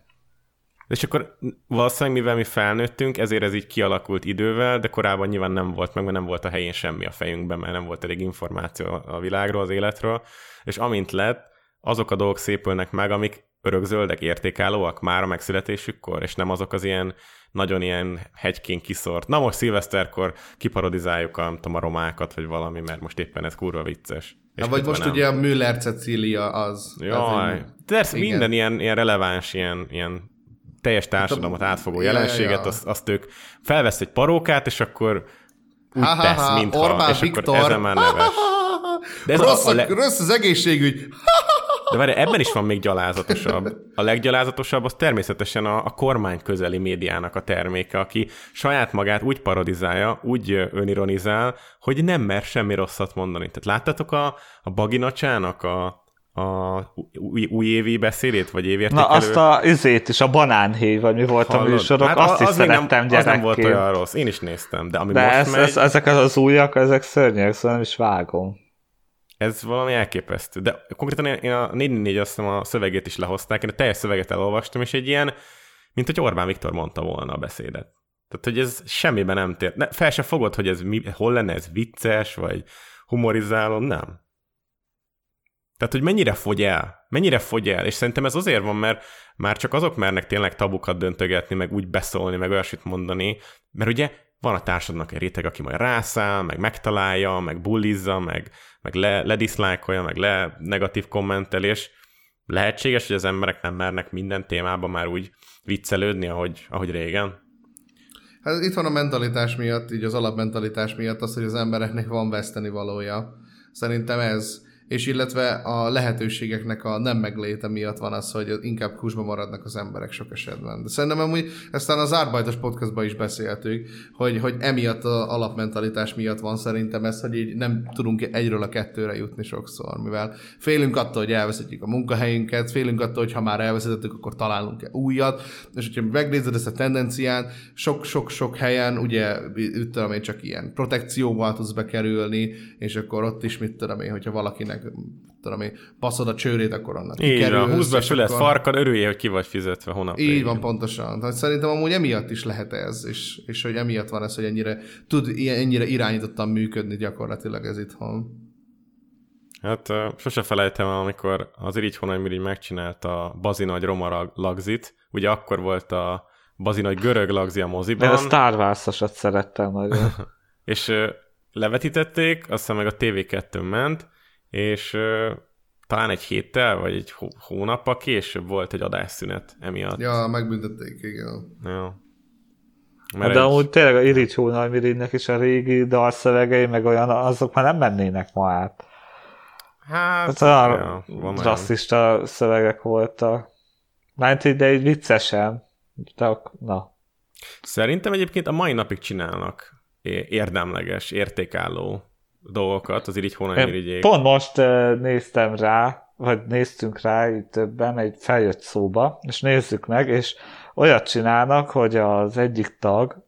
És akkor valószínűleg, mivel mi felnőttünk, ezért ez így kialakult idővel, de korábban nyilván nem volt meg, mert nem volt a helyén semmi a fejünkben, mert nem volt elég információ a világról, az életről, és amint lett, azok a dolgok szépülnek meg, amik örökzöldek, értékállóak már a megszületésükkor, és nem azok az ilyen nagyon ilyen hegykén kiszort. Na most szilveszterkor kiparodizáljuk a, a romákat, vagy valami, mert most éppen ez kurva vicces. Ja, vagy most nem. Ugye a Müller Cecília az. Jaj, az egy... minden ilyen, ilyen releváns, ilyen, ilyen teljes társadalmat átfogó ja, jelenséget, ja, ja. Azt, azt ők felvesz egy parókát, és akkor úgy ha, tesz, ha, mintha, Orbán és Viktor. Akkor ezen már neves. De ez rossz, a, a le... rossz az egészségügy. De várj, ebben is van még gyalázatosabb. A leggyalázatosabb az természetesen a, a kormány közeli médiának a terméke, aki saját magát úgy parodizálja, úgy önironizál, hogy nem mer semmi rosszat mondani. Tehát láttátok a, a Baginacsának a a új, újévi beszédét, vagy évértékelő? Na azt a üzét is, a banánhéj, vagy mi volt Hallod? A műsorok, hát azt az is szerettem gyerekként. Az nem volt olyan rossz, én is néztem, de ami de most ez, megy... Ez, ezek az újak, ezek szörnyek, szóval nem is vágom. Ez valami elképesztő, de konkrétan én a négy négy négy azt hiszem a szövegét is lehozták, én a teljes szöveget elolvastam, és egy ilyen, mint hogy Orbán Viktor mondta volna a beszédet. Tehát, hogy ez semmiben nem tér. Ne, fel se fogod, hogy ez mi, hol lenne ez vicces, vagy humorizálom, nem. Tehát, hogy mennyire fogy el, mennyire fogy el, és szerintem ez azért van, mert már csak azok mernek tényleg tabukat döntögetni, meg úgy beszólni, meg olyasmit mondani, mert ugye van a társadalomnak egy réteg, aki majd rászáll, meg megtalálja, meg bullizza, meg, meg le, lediszlájkolja, meg le negatív kommentelés. Lehetséges, hogy az emberek nem mernek minden témában már úgy viccelődni, ahogy, ahogy régen? Hát itt van a mentalitás miatt, így az alapmentalitás miatt az, hogy az embereknek van veszteni valója. Szerintem ez, és illetve a lehetőségeknek a nem megléte miatt van az, hogy inkább kusba maradnak az emberek sok esetben. De szerintem amúgy ezt az Árbajtos podcastban is beszéltük, hogy, hogy emiatt az alapmentalitás miatt van szerintem ez, hogy így nem tudunk egyről a kettőre jutni sokszor, mivel félünk attól, hogy elveszítjük a munkahelyünket, félünk attól, hogy ha már elveszítettük, akkor találunk-e újat, és hogyha megnézed ezt a tendenciát, sok-sok-sok helyen, ugye, mit tudom én, csak ilyen protekcióval tudsz bekerülni, és akkor ott is, mit tudom én, hogyha valakinek tudom én, passzod a csőrét, akkor annak kikerülsz. Húzd be fület akkor... farkad, örüljél, hogy ki vagy fizetve hónap. Így végén. Van, pontosan. Tehát szerintem amúgy emiatt is lehet ez, és, és hogy emiatt van ez, hogy ennyire tud ennyire irányítottan működni gyakorlatilag ez itthon. Hát uh, sose felejtem el, amikor az Irigy Hónagymirigy megcsinálta a Bazi Nagy Roma lagzit, ugye akkor volt a Bazi Nagy Görög lagzi a moziban. De a Star Wars-osat szerettem nagyon. És uh, levetítették, aztán meg a té vé kettőn ment, és uh, talán egy héttel, vagy egy hó- hónappal később volt egy adásszünet emiatt. Ja, megbüntették, igen. Ja. Mert de egy... amúgy tényleg a Irigy Hónagymirigynek is a régi dalszövegei, meg olyan, azok már nem mennének ma át. Hát, olyan ja, rasszista olyan szövegek voltak. Mert így, de így viccesen. De, na. Szerintem egyébként a mai napig csinálnak érdemleges, értékálló dolgokat az Irigy Hónagymirigyék. Pont most uh, néztem rá, vagy néztünk rá így többen, egy feljött szóba, és nézzük meg, és olyat csinálnak, hogy az egyik tag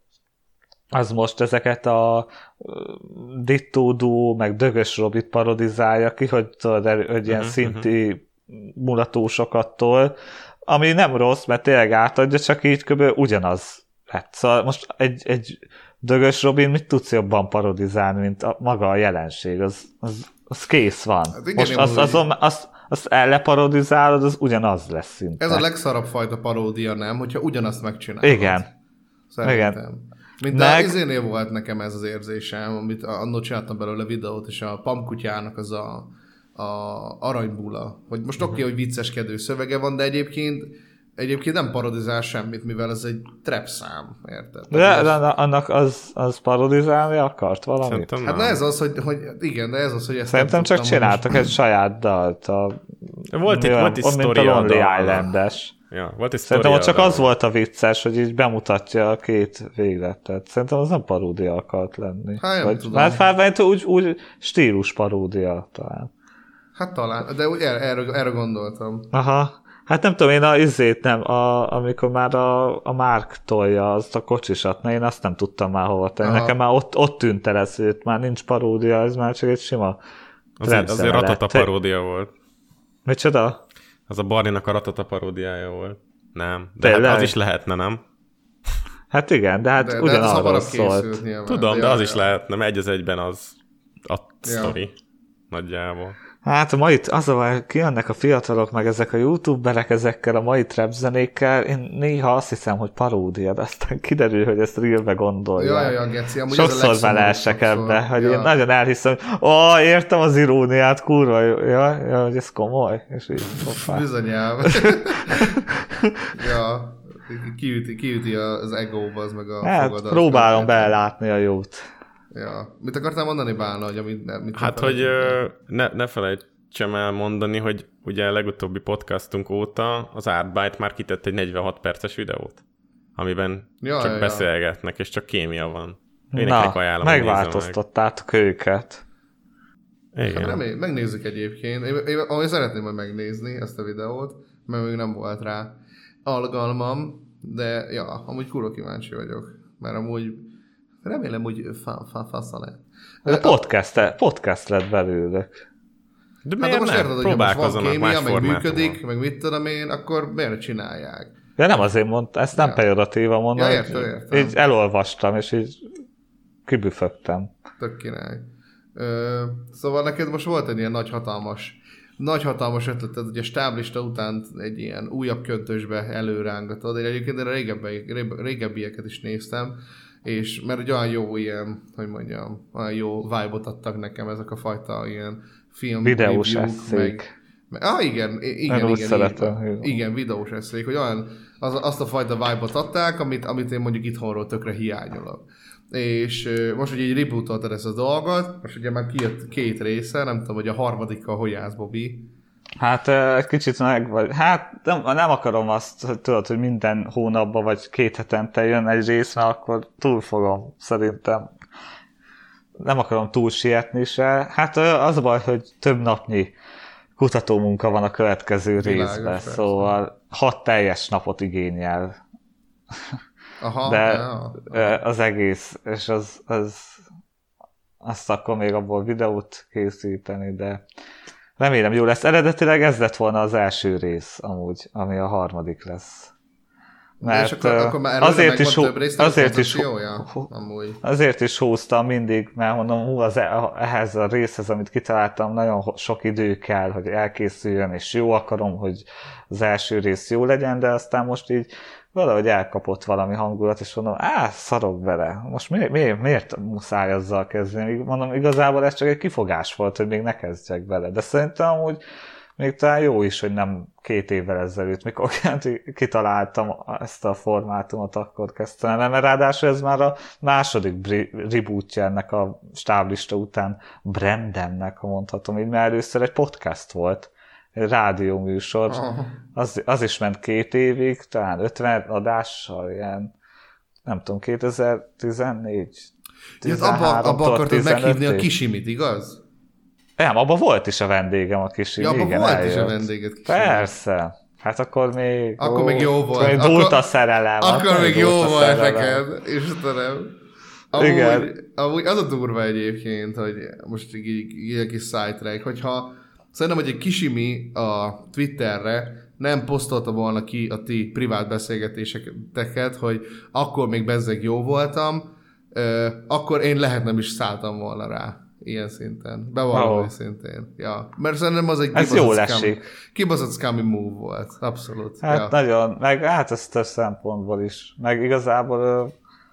az most ezeket a uh, Ditto Duo, meg Dögös Robit parodizálja ki, hogy, tudod, hogy ilyen uh-huh, szinti uh-huh. mulatósokat tol, ami nem rossz, mert tényleg átadja, csak így kb. Ugyanaz lett. Szóval most egy, egy Dögös Robin mit tudsz jobban parodizálni, mint a, maga a jelenség, az, az, az kész van. Hát igen, most azt, azon, azt, azt elleparodizálod, az ugyanaz lesz szinte. Ez a legszarabb fajta paródia, nem? Hogyha ugyanazt megcsinálod. Igen. Szerintem. Igen. Mint Meg... a izénél volt nekem ez az érzésem, amit annól csináltam belőle videót, és a Pamkutyának az a, a aranybula, hogy most uh-huh. oké, okay, hogy vicceskedő szövege van, de egyébként Egyébként nem parodizál semmit, mivel ez egy trap szám, érted? De, de, de annak az, az parodizálni akart valamit? Szerintem hát nem. ez az, hogy, hogy igen, de ez az, hogy ezt Szerintem csak csináltak egy saját dalt. A, volt itt, volt itt sztoria. Mint a Lonely Island-es. Ja, volt itt Szerintem ott csak az volt a vicces, hogy így bemutatja a két végletet. Szerintem az nem paródia akart lenni. Hát Vagy, mert felvenni úgy, úgy stílus paródia talán. Hát talán, de úgy erre, erre, erre gondoltam. Aha. Hát nem tudom, én a izét nem, a, amikor már a, a Mark tolja azt a kocsisat, mert én azt nem tudtam már hova tenni. Aha. Nekem már ott, ott tűnt el ez, hogy már nincs paródia, ez már csak egy sima azért, azért Ratata paródia volt. Micsoda? Az a Barninak a Ratata paródiája volt. Nem, de hát az is lehetne, nem? Hát igen, de hát de, ugyanarról szólt. Nyilván. Tudom, de, de az ja, is ja. lehetne, egy az egyben az a sztori. Ja. Nagyjából. Hát a mai, az a kijönnek a fiatalok, meg ezek a youtuberek ezekkel a mai trap zenékkel, én néha azt hiszem, hogy paródia, de aztán kiderül, hogy ezt realbe gondolja. Ja, ja, ja, Geci, amúgy sokszor beleesek ebbe, hogy ja. én nagyon elhiszem, hogy ó, értem az iróniát, kurva, ja, ja, hogy ez komoly, és így hoppá. Bizonyám. ja, kiüti, kiüti az egóba, az meg a hát, fogadat. Próbálom belátni a jót. Ja. Mit akartál mondani, Bálna? Hogy amit, mit hát, hogy ö, ne, ne felejtsem el mondani, hogy ugye a legutóbbi podcastunk óta az Artbyte már kitett egy negyvenhat perces videót, amiben ja, csak ja, beszélgetnek, és csak kémia van. Na, ajánlom, megváltoztattátok meg. őket. Igen. Hát remény, megnézzük egyébként. Én, én, én szeretném majd megnézni ezt a videót, mert még nem volt rá algalmam, de ja, amúgy kurva kíváncsi vagyok, mert amúgy remélem, hogy fa, fa, fasza lehet. Podcast, podcast lett belőlük. De miért hát, most nem? Érted, hogy most van kémia, meg működik, meg mit tudom én, akkor miért csinálják? Ja, nem azért mondtam, ezt nem ja. pejoratíva mondom. Ja, értem, értem. Így elolvastam, és így kibüfögtem. Tök király. Ö, szóval neked most volt egy ilyen nagy hatalmas, nagy hatalmas ötleted, hogy a stáblista után egy ilyen újabb köntösbe előrángatod. Én egyébként a régebbi, régebbieket is néztem, és mert egy olyan jó ilyen, hogy mondjam, olyan jó vibe-ot adtak nekem ezek a fajta ilyen film videós review-k, eszék. meg, ah, igen, igen, Én úgy igen, szeretem, igen, igen, videós eszék, hogy olyan, az, azt a fajta vibe-ot adták, amit, amit én mondjuk itthonról tökre hiányolok. És uh, most, hogy így rebootoltad ezt a dolgot, most ugye már kijött két része, nem tudom, hogy a harmadikkal hogy állsz, Bobby. Hát egy kicsit meg vagy. Hát nem, nem akarom azt, hogy tudod, hogy minden hónapban vagy két hetente jön egy rész, mert akkor túl fogom, szerintem. Nem akarom túl sietni se. Hát az a baj, hogy több napnyi kutatómunka van a következő Világos, részben, persze. szóval hat teljes napot igényel. Aha, De ja. az egész, és az, az azt akkor még abból videót készíteni, de remélem jó lesz. Eredetileg ez lett volna az első rész, amúgy, ami a harmadik lesz. Mert akkor, akkor már azért is, több részt, azért, is, amúgy. azért is húztam mindig, mert mondom, hú, az, ehhez a részhez, amit kitaláltam, nagyon sok idő kell, hogy elkészüljön, és jó akarom, hogy az első rész jó legyen, de aztán most így valahogy elkapott valami hangulat, és mondom, á, szarok bele. Most mi, mi, miért muszáj azzal kezdeni? Mondom, igazából ez csak egy kifogás volt, hogy még ne kezdjek bele. De szerintem amúgy még talán jó is, hogy nem két évvel ezelőtt, mikor kitaláltam ezt a formátumot, akkor kezdtem el, mert ráadásul ez már a második rebootja ennek a stáblista után Brandemnek, ha mondhatom így, mert először egy podcast volt, egy rádióműsor, oh. az, az is ment két évig, talán ötven adással, ilyen, nem tudom, kétezer-tizennégy tizenhárom abba, abba akartad meghívni a Kisimit, igaz? Nem, abban volt is a vendégem a Kisimi. Ja, abban igen, volt eljött. is a vendéged Kisimi. Persze. Hát akkor még... Akkor ó, még jó volt. Még akkor, dúlt a szerelem. Akkor, akkor még jó volt neked. Istenem. Amúgy, igen. Amúgy az a durva egyébként, hogy most így, így, így egy kis sidetrack, hogyha szerintem, hogy egy Kisimi a Twitterre nem posztolta volna ki a ti privát beszélgetéseket, hogy akkor még bezzeg jó voltam, akkor én lehet nem is szálltam volna rá. Ilyen szinten. Bevallom oh. szintén. Ja. Mert szerintem az egy kibaszott scummy move volt. Abszolút. Hát ja. nagyon. Meg hát ez több szempontból is. Meg igazából ö,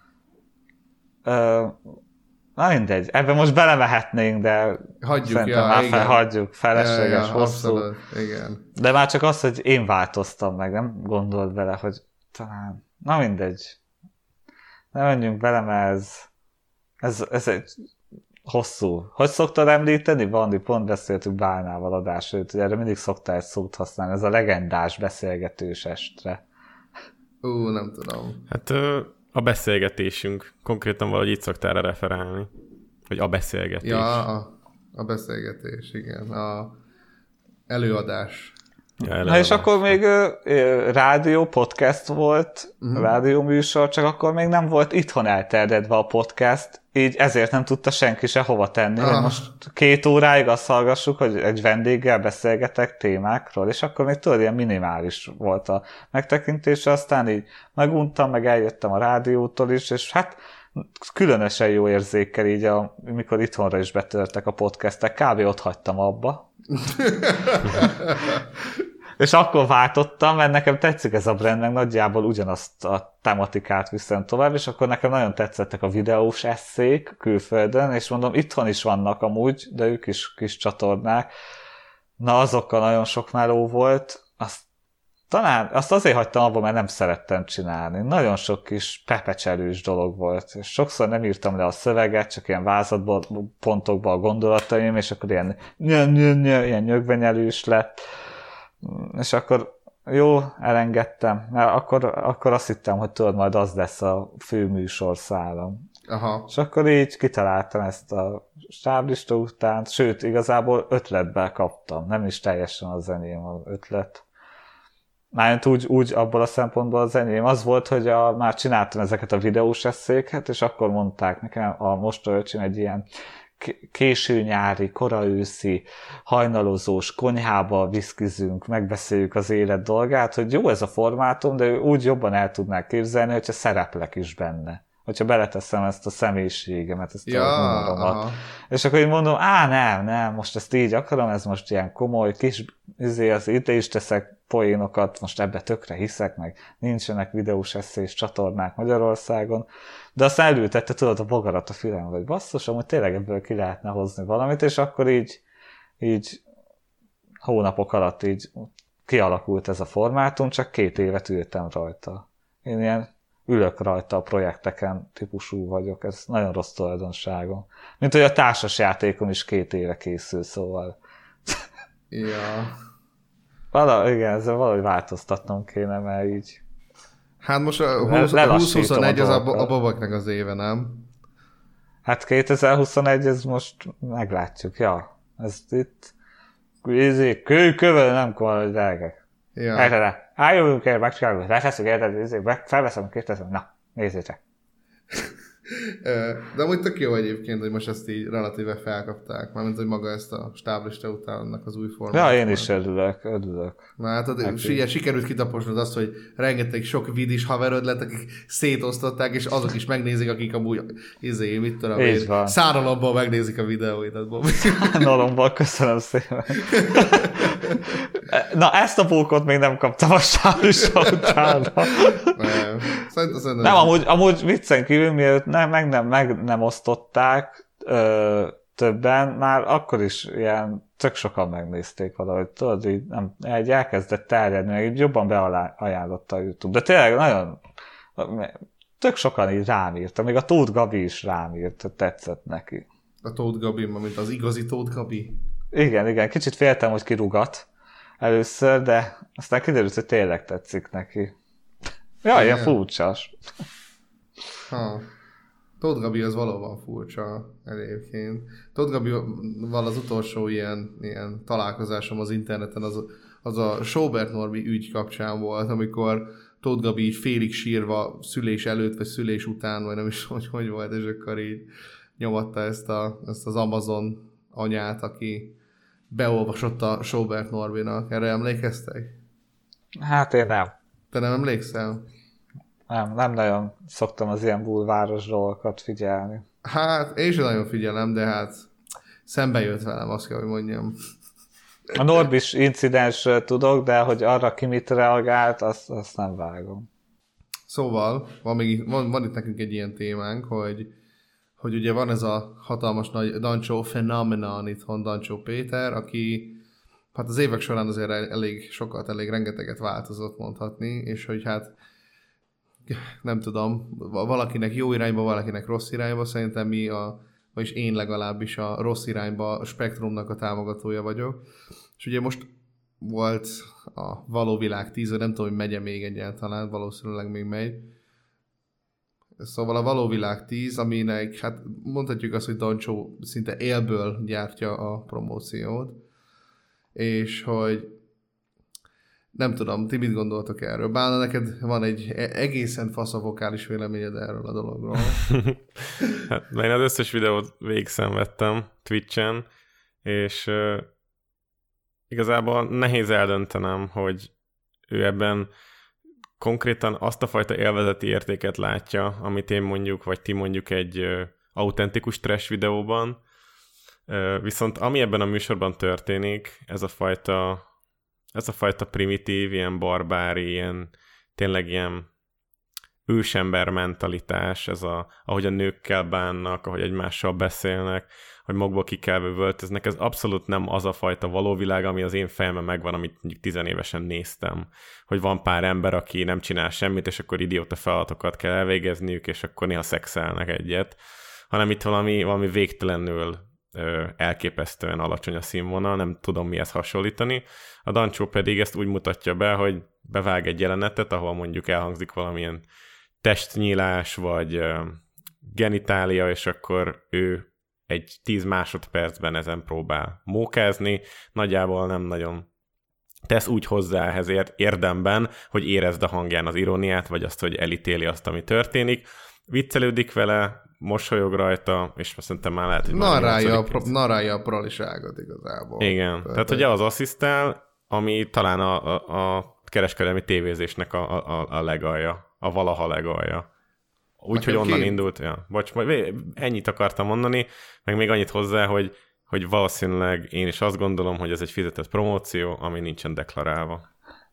ö, na mindegy. Ebben most belemehetnénk, de hagyjuk, szerintem ja, már igen. fel, hagyjuk. Felesleges, ja, ja, hosszú. abszolút. Igen. De már csak az, hogy én változtam meg. Nem gondolt bele, hogy talán... Na mindegy. Ne menjünk bele, mert ez, ez, ez egy hosszú. Hogy szoktad említeni? Bandi, pont beszéltünk Bálnával adás előtt, hogy erre mindig szoktál egy szót használni, ez a legendás beszélgetős estre. Ú, nem tudom. Hát a beszélgetésünk. Konkrétan valahogy így szoktál erre referálni. Vagy a beszélgetés. Ja, a, a beszélgetés, igen. A előadás. Ja, Na és akkor még ö, ö, rádió, podcast volt, uh-huh. rádióműsor, csak akkor még nem volt itthon elterjedve a podcast, így ezért nem tudta senki se hova tenni, ah. hogy most két óráig azt hallgassuk, hogy egy vendéggel beszélgetek témákról, és akkor még tudod, ilyen minimális volt a megtekintése, aztán így meguntam, meg eljöttem a rádiótól is, és hát különösen jó érzékkel így, a, mikor itthonra is betörtek a podcastek, kb. Ott hagytam abba. És akkor váltottam, mert nekem tetszik ez a brand, meg nagyjából ugyanazt a tematikát viszem tovább, és akkor nekem nagyon tetszettek a videós esszék külföldön, és mondom, itthon is vannak amúgy, de ők is kis csatornák. Na, azokkal nagyon sok meló volt, azt talán azt azért hagytam abba, mert nem szerettem csinálni. Nagyon sok kis pepecselős dolog volt, és sokszor nem írtam le a szöveget, csak ilyen vázatban, pontokban a gondolataim, és akkor ilyen, nyö, nyö, nyö, ilyen nyögvenyelős lett. És akkor jó, elengedtem, mert akkor, akkor azt hittem, hogy tudod, majd az lesz a főműsorszálam. Aha. És akkor így kitaláltam ezt a stáblista után, sőt, igazából ötletben kaptam, nem is teljesen az enyém az ötlet. Mármint úgy, úgy abból a szempontból az enyém az volt, hogy a, már csináltam ezeket a videós eszéket, és akkor mondták nekem, a mostolyöcsém egy ilyen késő nyári, kora őszi, hajnalozós konyhába viszkizünk, megbeszéljük az élet dolgát, hogy jó ez a formátum, de úgy jobban el tudnák képzelni, hogyha szereplek is benne. Hogyha beleteszem ezt a személyiségemet, ezt ja, a humoromat. És akkor én mondom, á, nem, nem, most ezt így akarom, ez most ilyen komoly, kis, izé, az ide is teszek poénokat, most ebbe tökre hiszek, meg nincsenek videós esszés csatornák Magyarországon, de aztán elültette, tudod, a bogarat a fülembe, hogy basszus, amúgy tényleg ebből ki lehetne hozni valamit, és akkor így, így hónapok alatt így kialakult ez a formátum, csak két évet ültem rajta. Én ilyen ülök rajta a projekteken típusú vagyok, ez nagyon rossz tulajdonságom. Mint hogy a társasjátékom is két éve készül, szóval. Ja. Vala, igen, ezzel valahogy változtatnom kéne, mert így... Hát most a húsz huszonegy az a, a babaknak az éve, nem? Hát kétezer-huszonegy, ez most meglátjuk, ja. Ez itt... Kő, kövel nem komoly gyerekek. Ja. Erre, álljunk el, megcsináljuk, lefeszünk, érted, felveszem a kérdezem, na, nézzétek. De amúgy tök jó egyébként, hogy most ezt így relatíve felkapták, mármint, hogy maga ezt a stáblista után annak az új formát. Ja, én is örülök, örülök. Na hát ugye, sikerült kitaposnod azt, hogy rengeteg sok vidis haverod lett, akik szétosztották, és azok is megnézik, akik amúgy izé, mit tudom én, száralomból megnézik a videóidat. Száralomból, köszönöm szépen. Na, ezt a pókot még nem kaptam a stáblista utána. Nem, szerintem, szerintem nem, amúgy, amúgy viccen kívül, mielőtt nem, meg, nem, meg nem osztották ö, többen, már akkor is ilyen tök sokan megnézték valahogy, tudod, így, nem, így elkezdett terjedni, meg így jobban beajánlotta a YouTube, de tényleg nagyon tök sokan így rám írta, még a Tóth Gabi is rám írt, tetszett neki. A Tóth Gabi, mint az igazi Tóth Gabi? Igen, igen, kicsit féltem, hogy kirúgat először, de aztán kiderült, hogy tényleg tetszik neki. Ja, ilyen furcsás. Ha. Tóth Gabi az valóban furcsa egyébként. Tóth Gabival az utolsó ilyen, ilyen találkozásom az interneten az, az a Sobert Norbi ügy kapcsán volt, amikor Tóth Gabi így félig sírva szülés előtt, vagy szülés után, vagy nem is hogy, hogy volt, és akkor így nyomatta ezt, a, ezt az Amazon anyát, aki beolvasott a Sobert Norbinak. Erre emlékeztek? Hát én nem. Te nem emlékszel? Nem, nem nagyon szoktam az ilyen bulváros dolgokat figyelni. Hát, én sem nagyon figyelem, de hát szembe jött velem, azt kell, hogy mondjam. A Norbis incidensről tudok, de hogy arra ki mit reagált, azt, azt nem vágom. Szóval, van, még, van, van itt nekünk egy ilyen témánk, hogy, hogy ugye van ez a hatalmas nagy Dancsó phenomenon itthon, Dancsó Péter, aki hát az évek során azért elég sokat, elég rengeteget változott mondhatni, és hogy hát nem tudom, valakinek jó irányba, valakinek rossz irányba, szerintem mi, a, vagyis én legalábbis a rossz irányba a spektrumnak a támogatója vagyok. És ugye most volt a Való Világ tíz, nem tudom, hogy megye még egyáltalán, valószínűleg még megy. Szóval a Való Világ tíz, aminek, hát mondhatjuk azt, hogy Dancsó szinte élből gyártja a promóciót, és hogy nem tudom, ti mit gondoltok erről? Bálna, neked van egy egészen fasz a vokális véleményed erről a dologról. Hát, én az összes videót végigszenvedtem Twitchen, és uh, igazából nehéz eldöntenem, hogy ő ebben konkrétan azt a fajta élvezeti értéket látja, amit én mondjuk, vagy ti mondjuk egy uh, autentikus trash videóban. Uh, viszont ami ebben a műsorban történik, ez a fajta ez a fajta primitív, ilyen barbári, ilyen tényleg ilyen ősember mentalitás, ez a, ahogy a nőkkel bánnak, ahogy egymással beszélnek, hogy magukba kikelve völtöznek, ez abszolút nem az a fajta való világ, ami az én fejemben megvan, amit mondjuk tizenévesen néztem. Hogy van pár ember, aki nem csinál semmit, és akkor idióta feladatokat kell elvégezniük, és akkor néha szexelnek egyet, hanem itt valami, valami végtelenül elképesztően alacsony a színvonal, nem tudom mihez hasonlítani. A Dancsó pedig ezt úgy mutatja be, hogy bevág egy jelenetet, ahol mondjuk elhangzik valamilyen testnyílás, vagy genitália, és akkor ő egy tíz másodpercben ezen próbál mókázni, nagyjából nem nagyon tesz úgy hozzá ehhez érdemben, hogy érezd a hangján az iróniát, vagy azt, hogy elítéli azt, ami történik. Viccelődik vele, mosolyog rajta, és szerintem már lehet, hogy narrálja, a, pro- narrálja a proliságot igazából. Igen, tehát, tehát hogy az asszisztál, ami talán a, a, a kereskedelmi tévézésnek a, a, a legalja, a valaha legalja. Úgyhogy onnan két... indult. Ja. Bocs, majd ennyit akartam mondani, meg még annyit hozzá, hogy, hogy valószínűleg én is azt gondolom, hogy ez egy fizetett promóció, ami nincsen deklarálva.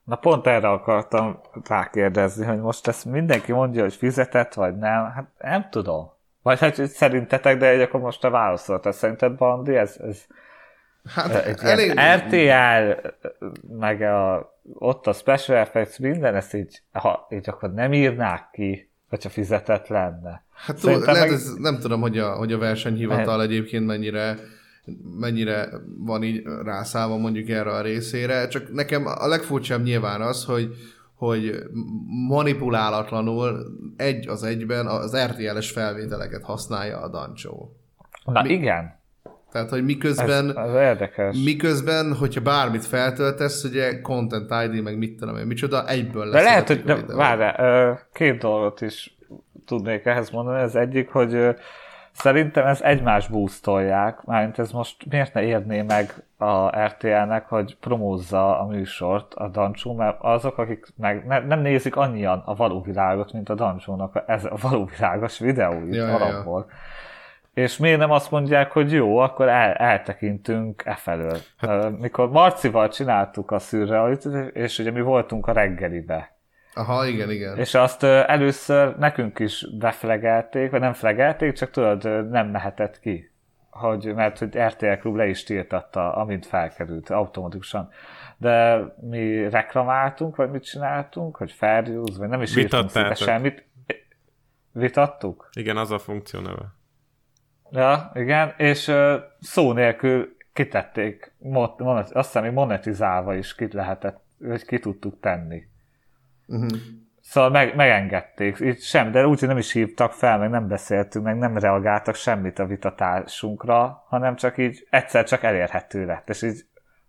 Na pont erre akartam rákérdezni, hogy most ezt mindenki mondja, hogy fizetett, vagy nem. Hát nem tudom. Vagy hát szerintetek, de egy akkor most te válaszoltál. Szerinted, Bandi, ez, ez Hát egy elég... er té el, meg a, ott a Special Effects, minden, ezt így, ha így akkor nem írnák ki, hogyha fizetett lenne. Hát túl, lehet, meg... ez, nem tudom, hogy a, hogy a versenyhivatal egyébként mennyire, mennyire van így rászállva mondjuk erre a részére, csak nekem a legfurcsább nyilván az, hogy, hogy manipulálatlanul egy az egyben az er té el-es felvételeket használja a Dancsó. Na Mi, igen. Tehát, hogy miközben, ez, ez érdekes. miközben, hogyha bármit feltöltesz, ugye Content i dé, meg mit tudom én, micsoda, egyből lesz. De lehet, hogy de, várjál, két dolgot is tudnék ehhez mondani. Az egyik, hogy szerintem ez egymást boostolják, mármint ez most miért ne érné meg a er té el-nek, hogy promózza a műsort a Dancsó, mert azok, akik meg ne, nem nézik annyian a való világot, mint a Dancsónak ez a való világos videóit ja, alapból. Ja, ja. És miért nem azt mondják, hogy jó, akkor el, eltekintünk e felől. Hát. Mikor Marcival csináltuk a szürrealitet, és ugye mi voltunk a reggelibe. Aha, igen, igen. És azt először nekünk is beflegelték, vagy nem flegelték, csak tudod, nem mehetett ki. Hogy, mert hogy er té el Klub le is tiltatta, amint felkerült automatikusan. De mi reklamáltunk, vagy mit csináltunk, hogy fair use, vagy nem is írtunk szinte semmit. Vitattuk? Igen, az a funkció neve. Ja, igen, és uh, szó nélkül kitették, monet, monet, azt hiszem, még monetizálva is ki lehetett, vagy ki tudtuk tenni. Uh-huh. Szóval meg, megengedték, itt sem, de úgy, hogy nem is hívtak fel, meg nem beszéltünk, meg nem reagáltak semmit a vitatásunkra, hanem csak így egyszer csak elérhető lett, és így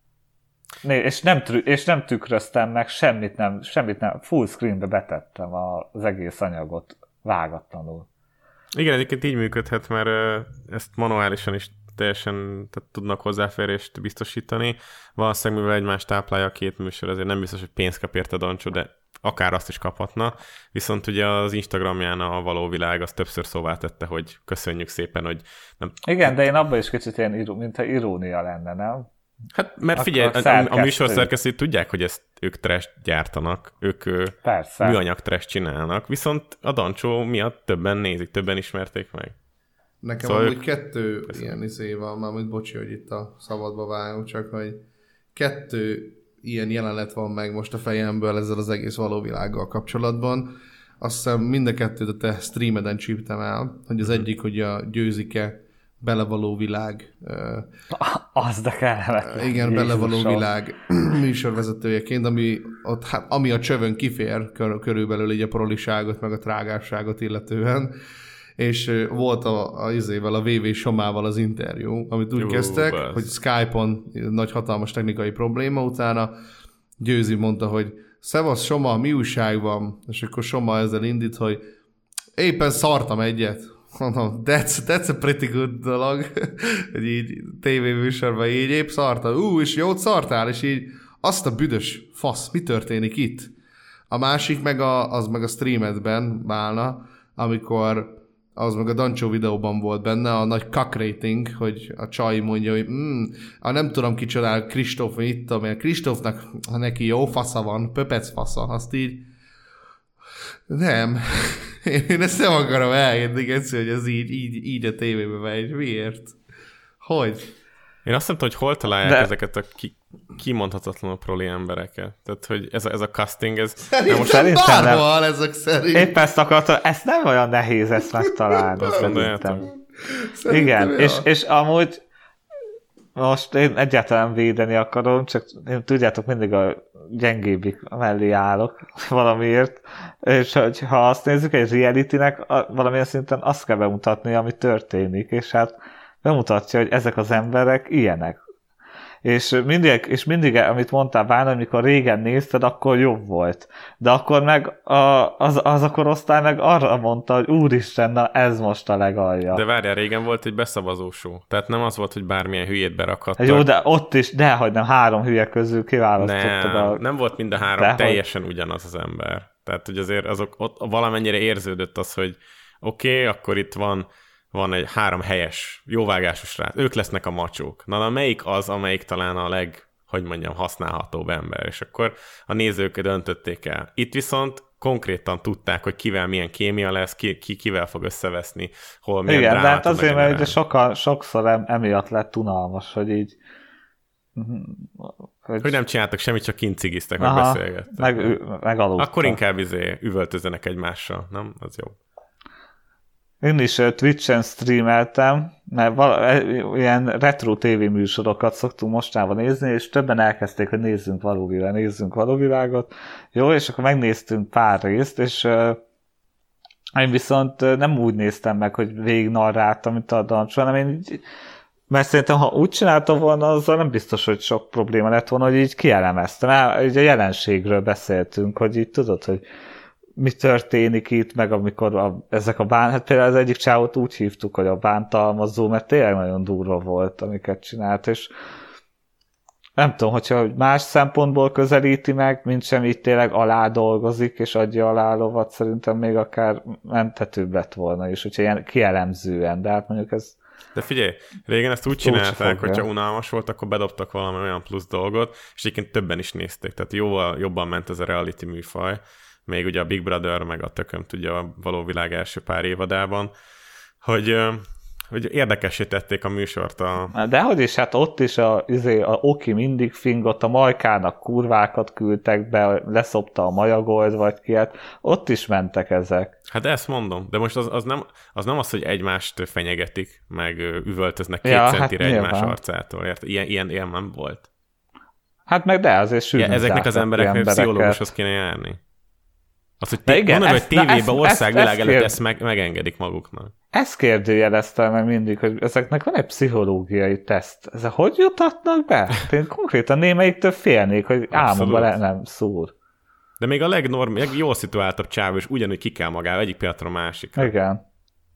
és nem, és nem tükröztem meg, semmit nem, semmit nem, full screenbe betettem az egész anyagot vágatlanul. Igen, egyébként így működhet, mert ezt manuálisan is teljesen tehát tudnak hozzáférést biztosítani. Valószínűleg, mivel egymást táplálja a két műsor, ezért nem biztos, hogy pénzt kap érte Dancsó, de akár azt is kaphatna. Viszont ugye az Instagramján a való világ az többször szóvá tette, hogy köszönjük szépen, hogy nem... Igen, de én abban is kicsit ilyen, mintha irónia lenne, nem? Hát, mert figyelj, a, a, a műsorszerkesztők tudják, hogy ezt ők trash gyártanak, ők Persze. műanyag trash csinálnak, viszont a Dancsó miatt többen nézik, többen ismerték meg. Nekem szóval amúgy ők... kettő Köszönöm. ilyen izé van, már majd bocsi, hogy itt a szabadba vágunk, csak hogy kettő ilyen jelenet van meg most a fejemből ezzel az egész való világgal kapcsolatban. Azt hiszem mind a kettőt a te streameden csíptem el, hogy az egyik, hogy a Győzike belevaló világ. Az de kellemetlen. Igen, belevaló világ műsorvezetőjeként, ami, ott, hát, ami a csövön kifér kör, körülbelül így a proliságot, meg a trágárságot illetően. És volt a, a izével, a vé vé Somával az interjú, amit úgy Jó, kezdtek, besz. hogy Skype-on nagy hatalmas technikai probléma, utána Győzi mondta, hogy szevasz Soma, mi újság van? És akkor Soma ezzel indít, hogy éppen szartam egyet. Mondom, that's, that's a pretty good dolog, hogy így tévéműsorban így épp szartam. Ú, és jót szartál, és így azt a büdös fasz, mi történik itt? A másik meg a, az meg a streamedben válna, amikor az meg a Dancsó videóban volt benne, a nagy kak rating, hogy a csaj mondja, hogy mm, a nem tudom kicsodál Kristóf, vagy itt tudom én, Kristófnak neki jó fasza van, pöpec fasza, azt így nem. Én ezt nem akarom elhinni, hogy ez így, így, így a tévébe megy. Miért? Hogy? Én azt nem tudom, hogy hol találják De... ezeket a ki, kimondhatatlanul proli embereket. Tehát, hogy ez a, ez a casting, ez... Szerintem most szerintem bárhol ezek szerint. Épp ezt akartam, ezt nem olyan nehéz ezt megtalálni. szerintem. szerintem. Igen, ja. és, és amúgy most én egyáltalán védeni akarom, csak én tudjátok, mindig a gyengébbik mellé állok valamiért, és hogy ha azt nézzük, egy reality-nek valamilyen szinten azt kell bemutatni, ami történik, és hát bemutatja, hogy ezek az emberek ilyenek. És mindig, és mindig amit mondtál, Bána, amikor régen nézted, akkor jobb volt. De akkor meg a, az, az a korosztály meg arra mondta, hogy úristen, na ez most a legalja. De várjál, régen volt egy beszavazó show. Tehát nem az volt, hogy bármilyen hülyét berakhattak. Jó, de ott is, dehogy nem, három hülye közül kiválasztottad. Nem, a... nem volt mind a három, dehogy. Teljesen ugyanaz az ember. Tehát, hogy azért azok, ott valamennyire érződött az, hogy oké, okay, akkor itt van van egy három helyes, jóvágásos rá. Ők lesznek a macsók. Na, na, melyik az, amelyik talán a leg, hogy mondjam, használhatóbb ember, és akkor a nézők döntötték el. Itt viszont konkrétan tudták, hogy kivel milyen kémia lesz, ki, ki kivel fog összeveszni, hol milyen igen, drámát. Igen, de hát azért, mert ugye soka, sokszor em, emiatt lett unalmas, hogy így hogy, hogy nem csináltak semmit, csak kint cigiztek, meg aha, beszélgettek. Meg, meg aludtak. Akkor inkább izé üvöltözzenek egymással, nem? Az jó. Én is Twitch-en streameltem, mert val- ilyen retro tévéműsorokat szoktunk mostában nézni, és többen elkezdték, hogy nézzünk valóvilágot, nézzünk valóvilágot. Jó, és akkor megnéztünk pár részt, és uh, én viszont nem úgy néztem meg, hogy végig narráltam, mint a Dancsó, hanem én így, mert szerintem, ha úgy csináltam volna, azzal nem biztos, hogy sok probléma lett volna, hogy így kielemeztem. El, így a jelenségről beszéltünk, hogy így tudod, hogy mi történik itt, meg amikor a, ezek a bán... Hát például az egyik csávot úgy hívtuk, hogy a bántalmazó, mert tényleg nagyon durva volt, amiket csinált, és nem tudom, hogyha más szempontból közelíti meg, mint sem így tényleg alá dolgozik, és adja alá a lovat, szerintem még akár mentetőbb lett volna is, hogyha ilyen kielemzően, de hát mondjuk ez... De figyelj, régen ezt úgy csinálták, hogyha unalmas volt, akkor bedobtak valami olyan plusz dolgot, és egyébként többen is nézték, tehát jóval jobban ment ez a reality műfaj, még ugye a Big Brother, meg a tököm tudja a való világ első pár évadában, hogy, hogy érdekessé tették a műsort. A... Dehogy is, hát ott is a, izé, a Oki mindig fingott, a Majkának kurvákat küldtek be, leszopta a Majagold, vagy ki, hát ott is mentek ezek. Hát ezt mondom, de most az, az, nem, az nem az, hogy egymást fenyegetik, meg üvöltöznek két ja, centire hát egymás nyilván. Arcától. Ért? Ilyen, ilyen, ilyen nem volt. Hát meg de azért sűrűn. Ja, ezeknek az embereknek pszichológushoz kéne járni. Az, hogy té- igen, mondom, ezt, hogy tévében országvilág előtt kérd... ezt meg, megengedik maguknak. Ezt kérdőjeleztem meg mindig, hogy ezeknek van egy pszichológiai teszt. Ezek hogy jutatnak be? Én konkrétan némelyiktől félnék, hogy álmomban le nem szúr. De még a legnorm, jól szituáltabb csáv, és ugyanúgy ki kell magával egyik pillanatra a másikra. Igen.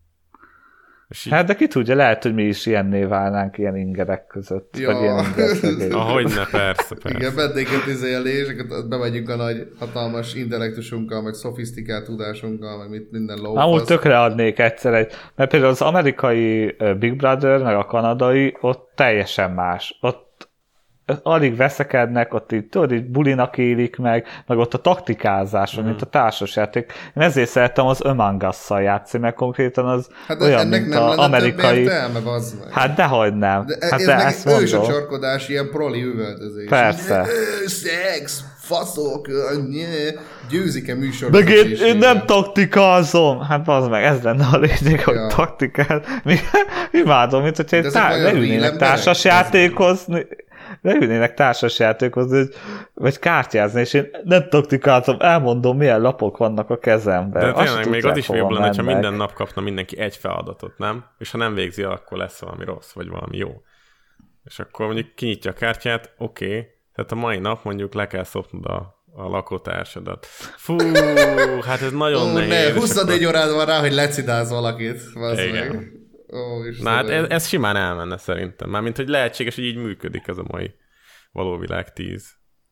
Így... Hát de ki tudja, lehet, hogy mi is ilyenné válnánk ilyen ingerek között. Ja. Vagy ilyen ingerek. Ahogyne, persze, persze. Igen, vendéget izélni, és akkor bemegyünk a nagy, hatalmas intellektusunkkal, meg szofisztikált tudásunkkal, meg mit, minden lófasz. Amúgy tökre adnék egyszer egy, mert például az amerikai Big Brother, meg a kanadai, ott teljesen más. Ott alig veszekednek, ott így, tudod, így bulinak élik meg, meg ott a taktikázáson, mm. mint a társasjáték. Én ezért szerettem az Among Us-szal játszani, mert konkrétan az hát olyan, ennek mint nem az amerikai... Értelme, bazd meg. Hát dehogy nem. De hát ez de meg ezt ős a mondom. csarkodás, ilyen proli üvöltözés. Persze. Szex, faszok, győzik-e műsor? Meg én, én nem taktikázom. Hát bazd meg, ez lenne a lényeg, hogy ja. taktikál. Mi, imádom, mint hogyha tá- leülnének társasjátékozni. leülnének társasjátékozni, vagy, vagy kártyázni, és én nem taktikáltam, elmondom, milyen lapok vannak a kezemben. De tényleg még az is jobb lenne, ha minden nap kapna mindenki egy feladatot, nem? És ha nem végzi, akkor lesz valami rossz, vagy valami jó. És akkor mondjuk kinyitja a kártyát, oké, okay, tehát a mai nap mondjuk le kell szopnod a, a lakótársadat. Fú, hát ez nagyon Ó, nehéz. Ne, huszonnégy akkor... órád van rá, hogy lecidálsz valakit. Meg. Ó, na hát ez, ez simán elmenne szerintem. Mármint, hogy lehetséges, hogy így működik ez a mai valóvilág tíz.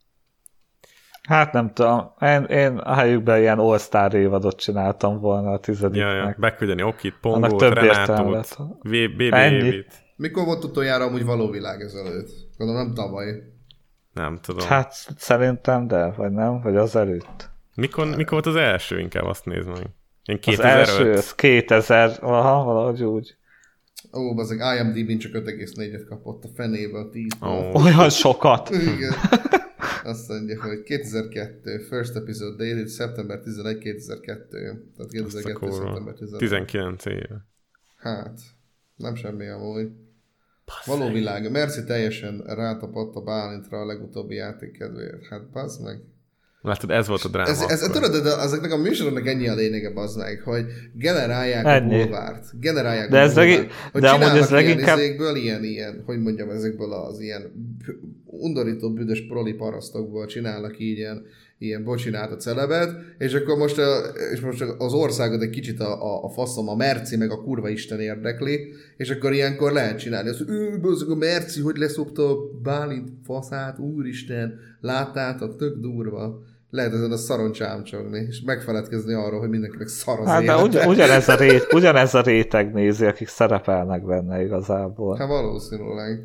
Hát nem tudom. Én, én a helyükben ilyen all-star évadot csináltam volna a tizediknek. Ja, ja. Beküldeni Okit, Pongót, Renátót, bé bé Évit. Mikor volt utoljára amúgy valóvilág ezelőtt? Gondolom nem tavaly. Nem tudom. Hát szerintem, de, vagy nem, vagy az előtt. Mikor, mikor volt az első, inkább azt nézd meg. Én kétezer-öt. Az első, az kétezer, aha, valahogy úgy. Ó, bazeg, I M D B-n csak öt egész négyet kapott a fenéből, tíz. Oh. Olyan sokat! Igen. Azt mondja, hogy kétezer-kettő, first episode dated szeptember tizenegy, kétezer-kettő. Tehát kétezer-kettő, szeptember tizenegy. tizenkilenc éve. Hát, nem semmi amúgy. Valóvilág. Merci teljesen rátapadt a Bálintra a legutóbbi játék kedvéért. Hát, bazd meg. Látod, ez volt a dráma. Ez, ez, tudod, de ezeknek a műsoroknak ennyi a lényege, bazd meg, hogy generálják ennyi. a bulvárt. Generálják de a ez bulvárt. Legi- hogy de csinálnak ez ilyen leginkább... izékből, ilyen, ilyen, hogy mondjam, ezekből az ilyen undorító büdös proli parasztokból csinálnak így ilyen, ilyen bocsinát a celebet, és akkor most, a, és most az országot egy kicsit a, a, a faszom, a merci meg a kurva isten érdekli, és akkor ilyenkor lehet csinálni azt, hogy ő, a merci, hogy leszopta a Bálint faszát, úristen, láttátok, tök durva. Lehet ezen a szaron csámcsogni, és megfeledkezni arról, hogy mindenkinek szar az hát, de ugy, ugyanez, a rét, ugyanez a réteg nézi, akik szerepelnek benne igazából. Hát valószínűleg.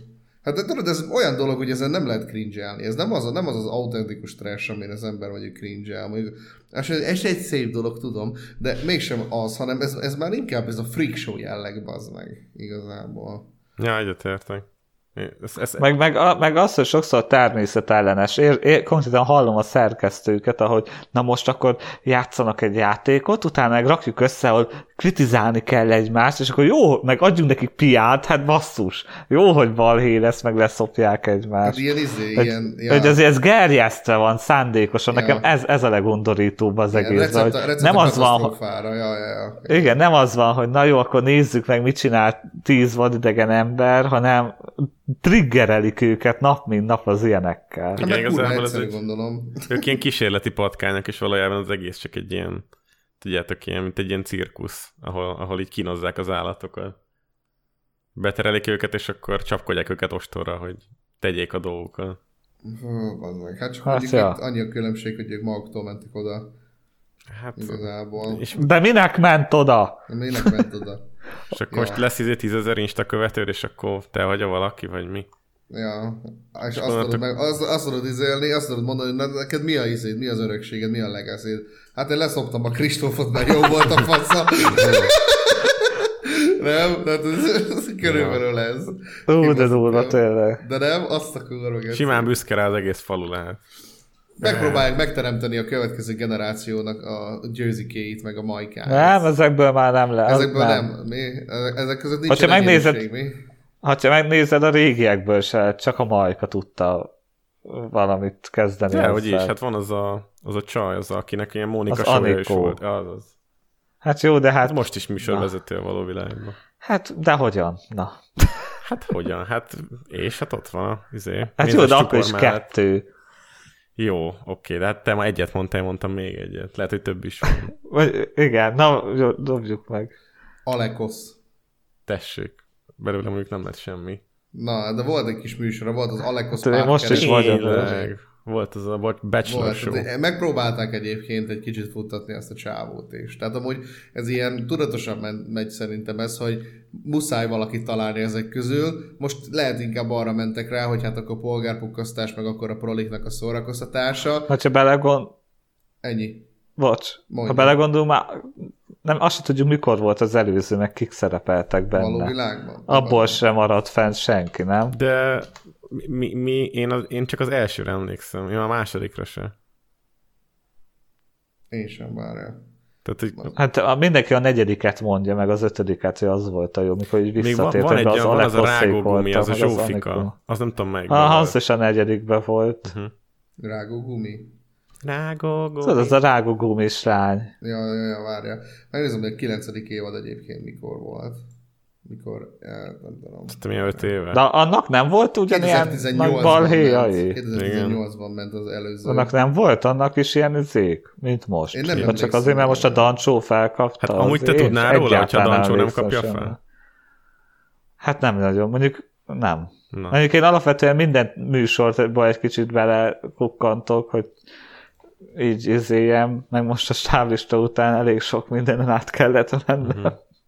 Hát de tudod, ez olyan dolog, hogy ezen nem lehet cringe-elni. Ez nem az nem az, az autentikus trash, amin az ember mondjuk cringe-el. Mondjuk, ez, ez egy szép dolog, tudom, de mégsem az, hanem ez, ez már inkább ez a freak show jelleg, bazd meg, igazából. Ja, egyetértek. Ez, ez... Meg, meg, a, meg az, hogy sokszor természetellenes. Én, én konkrétan hallom a szerkesztőket, ahogy na most akkor játszanak egy játékot, utána meg rakjuk össze, hogy kritizálni kell egymást, és akkor jó, meg adjunk nekik piát, hát basszus. Jó, hogy balhé lesz, meg leszopják egymást. Hát ilyen izé, hogy, ilyen... Ja. Hogy azért ez gerjesztve van szándékosan. Ja. Nekem ez, ez a legundorítóbb az ilyen, egész. Recepta, hogy recepta nem az van, hogy... ja, ja, ja. Igen, nem az van, hogy na jó, akkor nézzük meg, mit csinál tíz vadidegen ember, hanem triggerelik őket nap mint nap az ilyenekkel. Igen, igazából az, gondolom. Ők ilyen kísérleti patkányok, és valójában az egész csak egy ilyen, tudjátok, ilyen, mint egy ilyen cirkusz, ahol, ahol így kínozzák az állatokat. Beterelik őket, és akkor csapkodják őket ostorra, hogy tegyék a dolgukat. Hú, hát csak hát, mondjuk ja. annyi a különbség, hogy ők maguktól mentek oda. Hát, igazából. És... De minek ment oda? De minek ment oda? És akkor ja. most lesz izé tízezer Insta követőd, és akkor te vagy a valaki, vagy mi? Ja, és azt tudod, meg, azt, azt tudod izélni, azt tudod mondani, hogy neked mi a izéd, mi az örökséged, mi a legeszéd. Hát én leszoptam a Kristófot, mert jó volt a fasza. Nem? Tehát ez, ez körülbelül ez. Ú, de durva tényleg. De nem, azt a kurva. Simán büszke rá az egész falu lehet. Megpróbálják megteremteni a következő generációnak a győzikéit, meg a majkáit. Nem, ezekből már nem lehet. Ezekből nem. nem. Mi? Ezek között nincs ha megnézed, mi? Ha megnézed, a régiekből se, csak a majka tudta valamit kezdeni. De, hogy is, hát van az a, az a csaj, az, akinek ilyen Mónika Savja is volt. Az, az. Hát jó, de hát... Ez most is műsorvezető a való világban. Hát, de hogyan? Na. Hát hogyan? Hát, és hát ott van. Izé. Hát jó, de akkor is kettő. Jó, oké, de hát te ma egyet mondtál, én mondtam még egyet. Lehet, hogy több is van. Vagy, igen, na, dobjuk meg. Alekosz. Tessék. Belőle mondjuk nem lett semmi. Na, de volt egy kis műsora, volt az Alekosz párkeres. Most is vagyok. Volt az a Bachelor volt, show. Megpróbálták egyébként egy kicsit futtatni azt a csávót is. Tehát amúgy ez ilyen tudatosan megy szerintem ez, hogy muszáj valakit találni ezek közül. Most lehet inkább arra mentek rá, hogy hát akkor polgárpukkasztás, meg akkor a proliknak a szórakoztatása. Ha csak belegond... Ennyi. Bocs. Mondja. Ha belegondol, már nem, azt sem tudjuk, mikor volt az előző, meg kik szerepeltek benne. Való világban. Abból sem maradt fent senki, nem? De... Mi, mi, én, az, én csak az elsőre emlékszem, én a másodikra se. Én sem, várjál. Tehát, hogy... Hát a, mindenki a negyediket mondja, meg az ötödiket, hogy az volt a jó, mikor így visszatértek, az van az a rágógumi, az a Zsófika. Az nem tudom meg. Ah, az is a negyedikben volt. Uh-huh. Rágógumi? Rágógumi. Szóval az a rágógumis lány. Ja, ja, ja, várjál. Megnézem, hogy a kilencedik évad egyébként mikor volt. Mikor, nem tudom. Tudom, milyen öt éve. De annak nem volt ugyanilyen nagy balhéjai? kétezer-tizennyolcban ment az előző. Annak nem volt, annak is ilyen izék, mint most. Én nem Vagy csak azért, mert most a Dancsó felkapta. Hát amúgy te tudnál róla, hogyha a Dancsó nem kapja fel? Sem. Hát nem nagyon, mondjuk nem. Na. Mondjuk én alapvetően minden műsorba egy kicsit bele kukkantok, hogy így izéljem, meg most a stáblista után elég sok mindenen át kellett mennem. Uh-huh.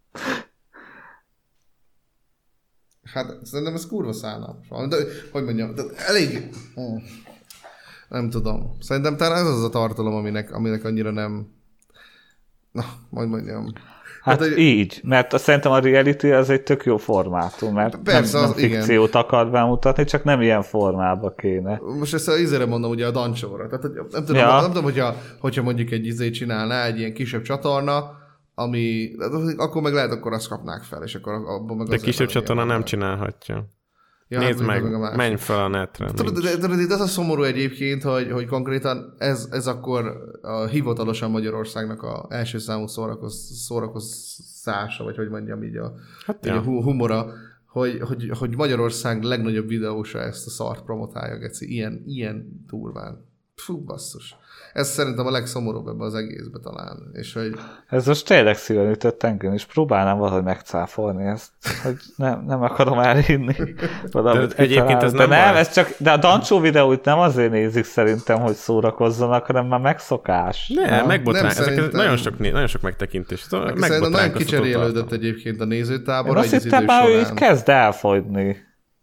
Hát szerintem ez kurva szállna. De, hogy mondjam, de elég... Oh, nem tudom. Szerintem talán ez az a tartalom, aminek, aminek annyira nem... Na, majd mondjam. Hát, hát így, mert szerintem a reality az egy tök jó formátum, mert persze, nem, nem az, fikciót igen. akar bemutatni, csak nem ilyen formába kéne. Most ezt az izére mondom, ugye a Dancsóra. Tehát nem tudom, ja. nem tudom hogyha, hogyha mondjuk egy izét csinálná, egy ilyen kisebb csatorna, ami, akkor meg lehet, akkor azt kapnák fel, és akkor abban meg de kisebb csatorna nem csinálhatja. Ja, nézd hát meg, meg menj fel a netre. Tudod, de, de, de az a szomorú egyébként, hogy, hogy konkrétan ez, ez akkor a hivatalosan Magyarországnak a első számú szórakoz, szórakozása, vagy hogy mondjam így a, hát, így ja. a humora, hogy, hogy, hogy Magyarország legnagyobb videósa ezt a szart promotálja, geci. Ilyen, ilyen durván. Fú, basszus. Ez szerintem a legszomorúbb ebben az egészben talán. És hogy... Ez most tényleg szíven ütött engem, és próbálnám valahogy megcáfolni ezt, hogy nem, nem akarom elhinni. De egyébként ez nem, de nem ez csak, de a Dancsó videóit nem azért nézik szerintem, hogy szórakozzanak, hanem már megszokás. Nem, megbotrány. Ezek szerintem... nagyon, sok, nagyon sok megtekintés. Szerintem nagyon kicserélődött egyébként a nézőtábor. Én azt hittem már, hogy így kezd elfogyni.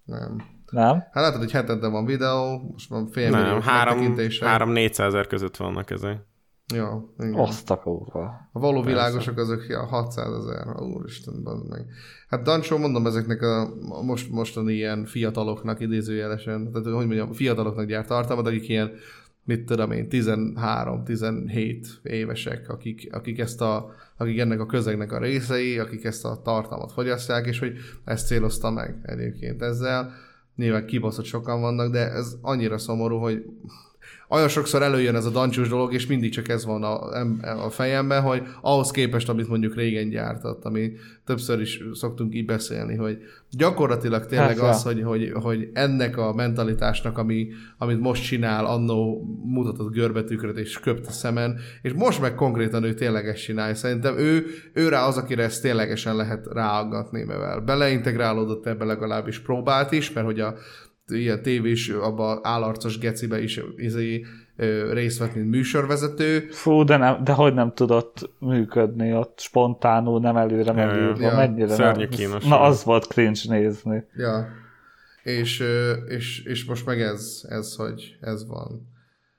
Nem. Nem? Hát látod, hogy hetente van videó, most van fél millió megtekintésre. három-négyszázezer között vannak ezek. Ja, igen. Azt a kurva. A való világosok azok ja, hatszázezer, úristen, bazd meg. Hát Dancsó, mondom ezeknek a most, mostani ilyen fiataloknak idézőjelesen, tehát hogy mondjam, fiataloknak gyárt tartalmat, akik ilyen, mit tudom én, tizenhárom-tizenhét évesek, akik, akik, ezt a, akik ennek a közegnek a részei, akik ezt a tartalmat fogyasztják, és hogy ezt célozta meg egyébként ezzel. Nyilván kibaszott sokan vannak, de ez annyira szomorú, hogy olyan sokszor előjön ez a dancsós dolog, és mindig csak ez van a, a fejemben, hogy ahhoz képest, amit mondjuk régen gyártott, ami többször is szoktunk így beszélni, hogy gyakorlatilag tényleg az, hogy, hogy, hogy ennek a mentalitásnak, ami, amit most csinál, annó mutatott görbetükröt és köpt a szemen, és most meg konkrétan ő tényleg ezt csinálja. Szerintem ő, ő rá az, akire ezt ténylegesen lehet ráaggatni, mivel beleintegrálódott ebbe, legalábbis próbált is, mert hogy a ilyen tévés, abban állarcos gecibe is izé, ö, részt vett, mint műsorvezető. Fú, de, nem, de hogy nem tudott működni ott spontánul, nem előre megírva. Ja, mennyire szörnyű nem. kínos. Na, az volt cringe nézni. Ja. És, és, és most meg ez, ez, hogy ez van.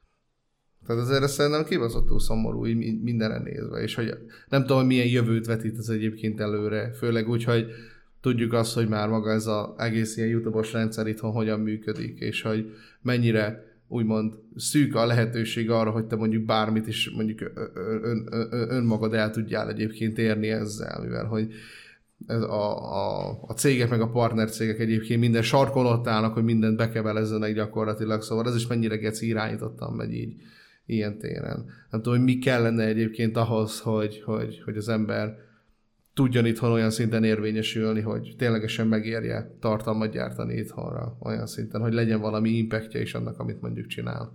Tehát azért ezt szerintem kibaszottul szomorú így mindenre nézve, és hogy nem tudom, hogy milyen jövőt vetít ez egyébként előre, főleg úgy, hogy tudjuk azt, hogy már maga ez az egész ilyen YouTube-os rendszer itthon hogyan működik, és hogy mennyire úgymond szűk a lehetőség arra, hogy te mondjuk bármit is mondjuk ön, ön, önmagad el tudjál egyébként érni ezzel, mivel hogy ez a, a, a cégek meg a partnercégek egyébként minden sarkon ott állnak, hogy mindent bekevelezzenek gyakorlatilag, szóval ez is mennyire geci irányítottan megy így ilyen téren. Nem tudom, hogy mi kellene egyébként ahhoz, hogy, hogy, hogy az ember tudjon itthon olyan szinten érvényesülni, hogy ténylegesen megérje tartalmat gyártani itthonra, olyan szinten, hogy legyen valami impactja is annak, amit mondjuk csinál.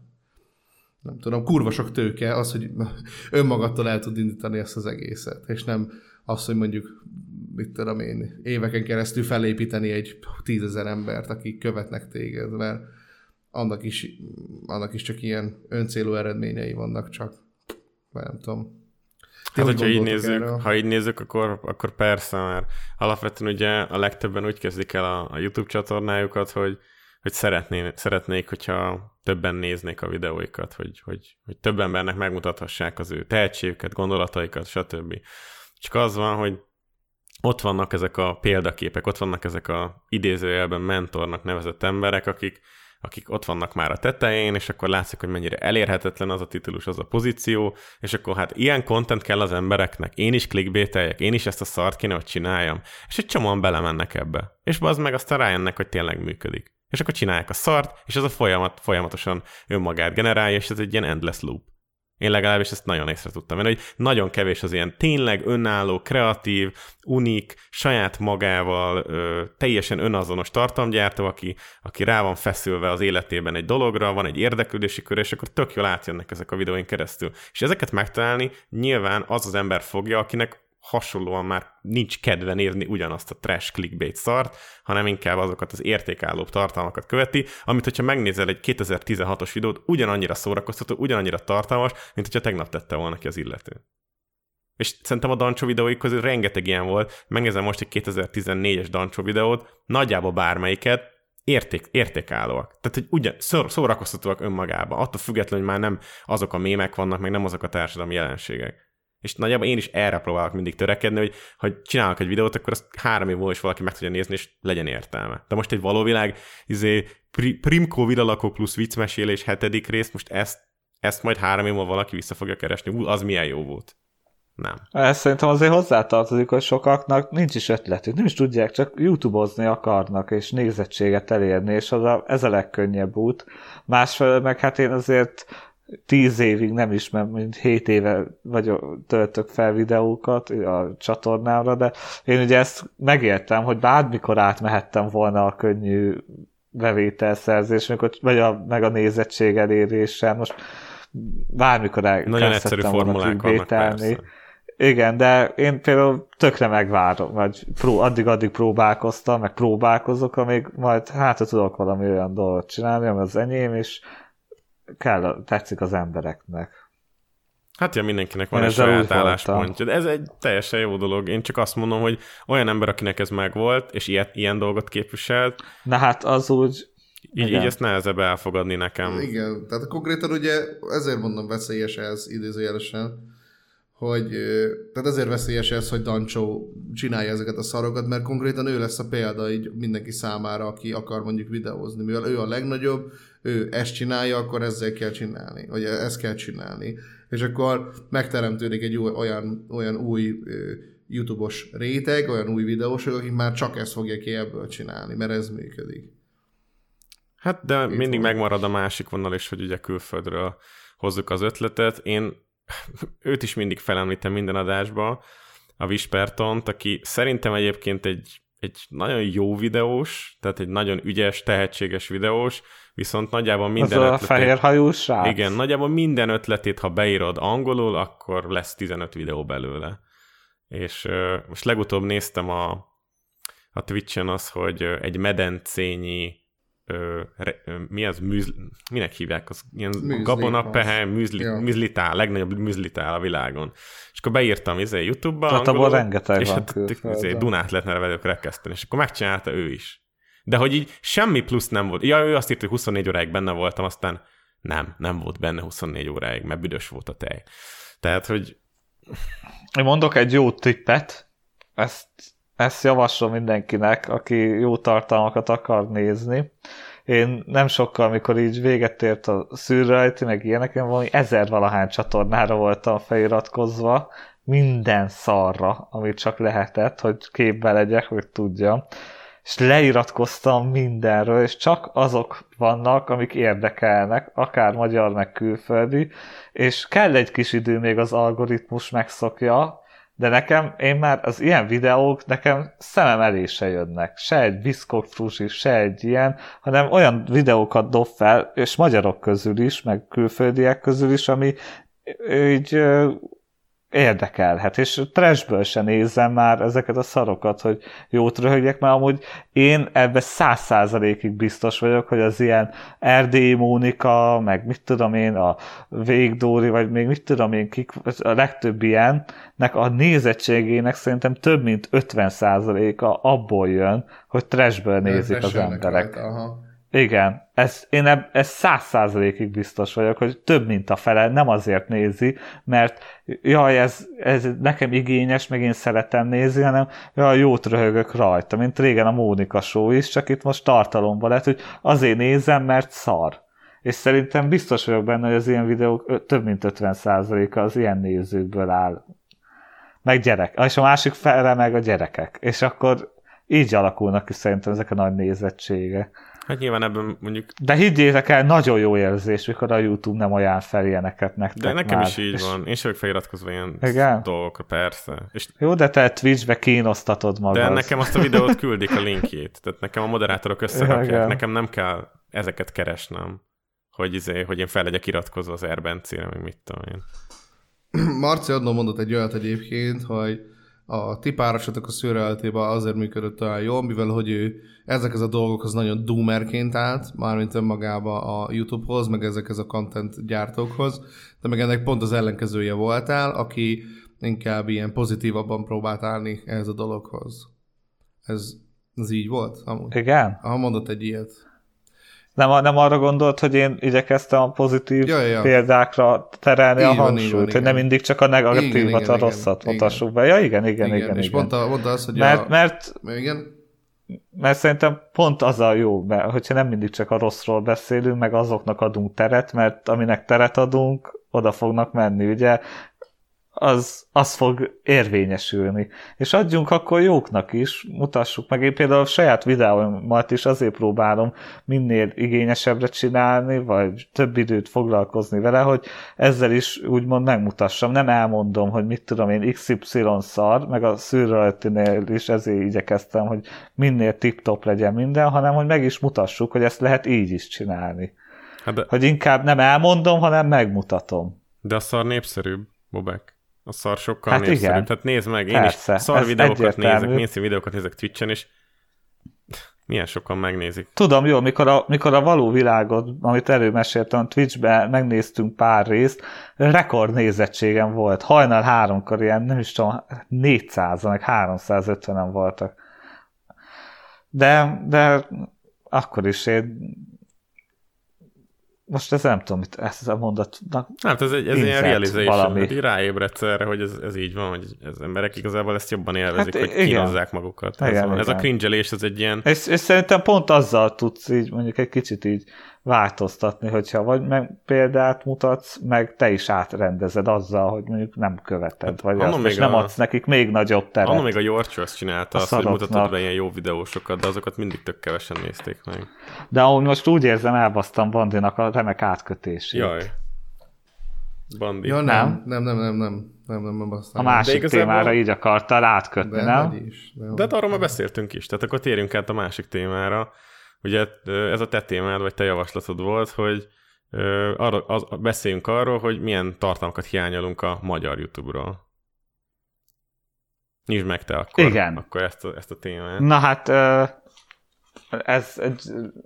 Nem tudom, kurva sok tőke az, hogy önmagadtól el tud indítani ezt az egészet, és nem az, hogy mondjuk, mit tudom én, éveken keresztül felépíteni egy tízezer embert, akik követnek téged, mert annak is, annak is csak ilyen öncélú eredményei vannak, csak nem tudom. Hát, hogyha így nézzük, ha így nézzük, akkor, akkor persze, mert alapvetően ugye a legtöbben úgy kezdik el a, a YouTube csatornájukat, hogy, hogy szeretnék, szeretnék, hogyha többen néznék a videóikat, hogy, hogy, hogy több embernek megmutathassák az ő tehetségüket, gondolataikat, stb. Csak az van, hogy ott vannak ezek a példaképek, ott vannak ezek a idézőjelben mentornak nevezett emberek, akik akik ott vannak már a tetején, és akkor látszik, hogy mennyire elérhetetlen az a titulus, az a pozíció, és akkor hát ilyen content kell az embereknek, én is clickbaiteljek, én is ezt a szart kéne, hogy csináljam, és egy csomóan belemennek ebbe. És az meg aztán rájönnek, hogy tényleg működik. És akkor csinálják a szart, és ez a folyamat folyamatosan önmagát generálja, és ez egy ilyen endless loop. Én legalábbis ezt nagyon észre tudtam venni, hogy nagyon kevés az ilyen tényleg önálló, kreatív, unik, saját magával, ö, teljesen önazonos tartalomgyártó, aki, aki rá van feszülve az életében egy dologra, van egy érdeklődési kör, és akkor tök jól átjönnek ezek a videóin keresztül. És ezeket megtalálni nyilván az az ember fogja, akinek hasonlóan már nincs kedve nézni ugyanazt a trash clickbait szart, hanem inkább azokat az értékállóbb tartalmakat követi, amit, hogyha megnézel egy kétezer-tizenhatos videót, ugyanannyira szórakoztató, ugyanannyira tartalmas, mint hogyha tegnap tette volna ki az illető. És szerintem a Dancsó videóik közül rengeteg ilyen volt, megnézem most egy kétezer-tizennégyes Dancsó videót, nagyjából bármelyiket, Érték, értékállóak. Tehát, hogy ugyan, szó, szórakoztatóak önmagában. Attól függetlenül, hogy már nem azok a mémek vannak, meg nem azok a társadalmi jelenségek. És nagyjából én is erre próbálok mindig törekedni, hogy, hogy csinálok egy videót, akkor azt három év múlva is valaki meg tudja nézni, és legyen értelme. De most egy való világ, izé, pri, Primkó vidalakó plusz viccmesélés hetedik rész, most ezt, ezt majd három év múlva valaki vissza fogja keresni. Ú, az milyen jó volt. Nem. Ez szerintem azért hozzátartozik, hogy sokaknak nincs is ötletük, nem is tudják, csak YouTube-ozni akarnak, és nézettséget elérni, és az a, ez a legkönnyebb út. Másfelől meg hát én azért tíz évig nem is, mert mint hét éve vagyok, töltök fel videókat a csatornámra, de én ugye ezt megértem, hogy bármikor átmehettem volna a könnyű bevételszerzés, vagy a, meg a nézettség eléréssel, most bármikor elkezdhettem volna clickbaitelni. Igen, de én például tökre megvárom, vagy pró, addig-addig próbálkoztam, meg próbálkozok, amíg majd hát tudok valami olyan dolgot csinálni, ami az enyém, és kell, tetszik az embereknek. Hát ja, mindenkinek van Én egy ezzel saját úgy voltam. álláspontja, de ez egy teljesen jó dolog. Én csak azt mondom, hogy olyan ember, akinek ez megvolt, és ilyet, ilyen dolgot képviselt, Na hát az úgy... így, így ezt nehezebb elfogadni nekem. Igen, tehát konkrétan ugye ezért mondom veszélyes ez idézőjelesen, hogy ö, tehát ezért veszélyes ez, hogy Dancsó csinálja ezeket a szarokat, mert konkrétan ő lesz a példa így mindenki számára, aki akar mondjuk videózni. Mivel ő a legnagyobb, ő ezt csinálja, akkor ezzel kell csinálni, vagy ezt kell csinálni. És akkor megteremtődik egy új, olyan, olyan új ö, YouTube-os réteg, olyan új videósok, akik már csak ezt fogják ki ebből csinálni, mert ez működik. Hát de Itt mindig van. megmarad a másik vonal is, hogy ugye külföldről hozzuk az ötletet. Én őt is mindig felemlítem minden adásba, a Vispertont, aki szerintem egyébként egy, egy nagyon jó videós, tehát egy nagyon ügyes, tehetséges videós, viszont nagyjából minden az ötletét... a fehérhajú srác? Igen, nagyjából minden ötletét, ha beírod angolul, akkor lesz tizenöt videó belőle. És uh, most legutóbb néztem a, a Twitch-en az, hogy uh, egy medencényi Ö, re, ö, mi az? Műzli, minek hívják? Az ilyen Műzli, gabonapehe, műzli, ja. műzlitál, legnagyobb műzlitál a világon. És akkor beírtam izé, YouTube-ba, Tehát angolul, abban rengeteg és van hát külföldön. izé, Dunát lehetne velük rekeszteni, és akkor megcsinálta ő is. De hogy így semmi plusz nem volt. Ja, ő azt írta, hogy huszonnégy óráig benne voltam, aztán nem, nem volt benne huszonnégy óráig, mert büdös volt a tej. Tehát, hogy... Én mondok egy jó tippet, ezt, ezt javaslom mindenkinek, aki jó tartalmakat akar nézni. Én nem sokkal, amikor így véget ért a szűrrajti, meg ilyenek, én valami ezer valahány csatornára voltam feliratkozva, minden szarra, amit csak lehetett, hogy képbe legyek, hogy tudjam. És leiratkoztam mindenről, és csak azok vannak, amik érdekelnek, akár magyar, meg külföldi, és kell egy kis idő, még az algoritmus megszokja, de nekem, én már az ilyen videók nekem szemem elé se jönnek. Se egy Biszkok Frusi, se egy ilyen, hanem olyan videókat dob fel, és magyarok közül is, meg külföldiek közül is, ami így ö, érdekelhet. És trashből se nézem már ezeket a szarokat, hogy jót röhögjek, mert amúgy én ebben száz százalékig biztos vagyok, hogy az ilyen Erdélyi Mónika, meg mit tudom én, a Végdóri, vagy még mit tudom én, kik, a legtöbb ilyennek a nézettségének szerintem több mint ötven százaléka abból jön, hogy trashből nézik az emberek. Rajta, aha. Igen, ez, én eb, ez száz százalékig biztos vagyok, hogy több mint a fele nem azért nézi, mert jaj, ez, ez nekem igényes, meg én szeretem nézni, hanem jaj, jót röhögök rajta, mint régen a Mónika Show is, csak itt most tartalomban lett, hogy azért nézem, mert szar. És szerintem biztos vagyok benne, hogy az ilyen videók több mint ötven százaléka az ilyen nézőkből áll. Meg gyerek. És a másik fele meg a gyerekek. És akkor így alakulnak ki szerintem ezek a nagy nézettségek. Hát nyilván ebben mondjuk... De higgyétek el, nagyon jó érzés, mikor a YouTube nem ajánl fel ilyeneket nektek. De nekem már. is így és... van. Én sem vagyok feliratkozva ilyen Igen? dolgokra, persze. És... Jó, de te Twitchbe kínosztatod magad. De nekem azt a videót küldik a linkjét. Tehát nekem a moderátorok összerakják. Igen. Nekem nem kell ezeket keresnem, hogy, izé, hogy én fel legyek iratkozva az Erbencére, meg mit tudom én. Marci Adnó mondott egy olyat egyébként, hogy a ti párosatok a Szürrealityban azért működött olyan jól, mivel hogy ő ezekhez a dolgokhoz nagyon doomerként állt, mármint önmagába a YouTube-hoz, meg ezekhez a content gyártókhoz, de meg ennek pont az ellenkezője voltál, aki inkább ilyen pozitívabban próbált állni ehhez a dologhoz. Ez, ez így volt? Amúgy. Igen? Aha, mondott egy ilyet. Nem, nem arra gondolt, hogy én igyekeztem a pozitív ja, ja. példákra terelni Így a van, hangsúlyt, így van, hogy nem igen. mindig csak a negatívat, Igen, igen, a rosszat igen, mutassuk igen. be. Ja, igen, igen, igen. Igen, igen és igen. mondta, mondta azt, hogy Mert, a... mert, Igen? mert szerintem pont az a jó, mert hogyha nem mindig csak a rosszról beszélünk, meg azoknak adunk teret, mert aminek teret adunk, oda fognak menni, ugye? Az, az fog érvényesülni. És adjunk akkor jóknak is, mutassuk meg. Én például a saját videómat is azért próbálom minél igényesebbre csinálni, vagy több időt foglalkozni vele, hogy ezzel is úgymond megmutassam. Nem elmondom, hogy mit tudom én, iksz ipszilon szar, meg a Szürrealitynél is ezért igyekeztem, hogy minél tip-top legyen minden, hanem hogy meg is mutassuk, hogy ezt lehet így is csinálni. Hát de, Hogy inkább nem elmondom, hanem megmutatom. de a szar népszerűbb, Bobek. A szar sokkal Hát népszerűbb. igen. Tehát nézd meg, én Persze, is szar ez videókat egyértelmű. nézek, mainstream videókat nézek Twitchen, és milyen sokan megnézik. Tudom, jó, mikor a, mikor a való világot, amit előmeséltem, Twitchben megnéztünk pár részt, rekord nézettségem volt. Hajnal háromkor ilyen, nem is tudom, négyszáz, meg háromszázötvenen voltak. De, de akkor is én most ez nem tudom, mit ezt a mondatnak. Nem, ez egy, ez ilyen realization, hogy ráébredsz erre, hogy ez, ez így van, hogy az emberek igazából ezt jobban élvezik, hát, hogy igen. kínozzák magukat. Igen, ez, igen. ez a cringe-elés, ez egy ilyen... És, és szerintem pont azzal tudsz így mondjuk egy kicsit így változtatni, hogyha vagy meg példát mutatsz, meg te is átrendezed azzal, hogy mondjuk nem követed, hát, vagy azt, és a... nem adsz nekik még nagyobb teret. Anno még a York azt csinálta, azt, hogy mutatod be ilyen jó videósokat, de azokat mindig tök kevesen nézték meg. De ahogy most úgy érzem, elbasztam Bandinak a remek átkötését. Jaj. Bandi. Ja, nem, nem, nem, nem, nem, nem, nem, nem aztán. A másik igazából... témára így akartál átkötni, de, nem? Is, nem? De hát arról már beszéltünk is, tehát akkor térjünk át a másik témára. Ugye ez a te témád, vagy te javaslatod volt, hogy arra, az, beszéljünk arról, hogy milyen tartalmakat hiányolunk a magyar YouTube-ról. Nyisd meg te akkor, Igen. akkor ezt, a, ezt a témát. Na hát ez egy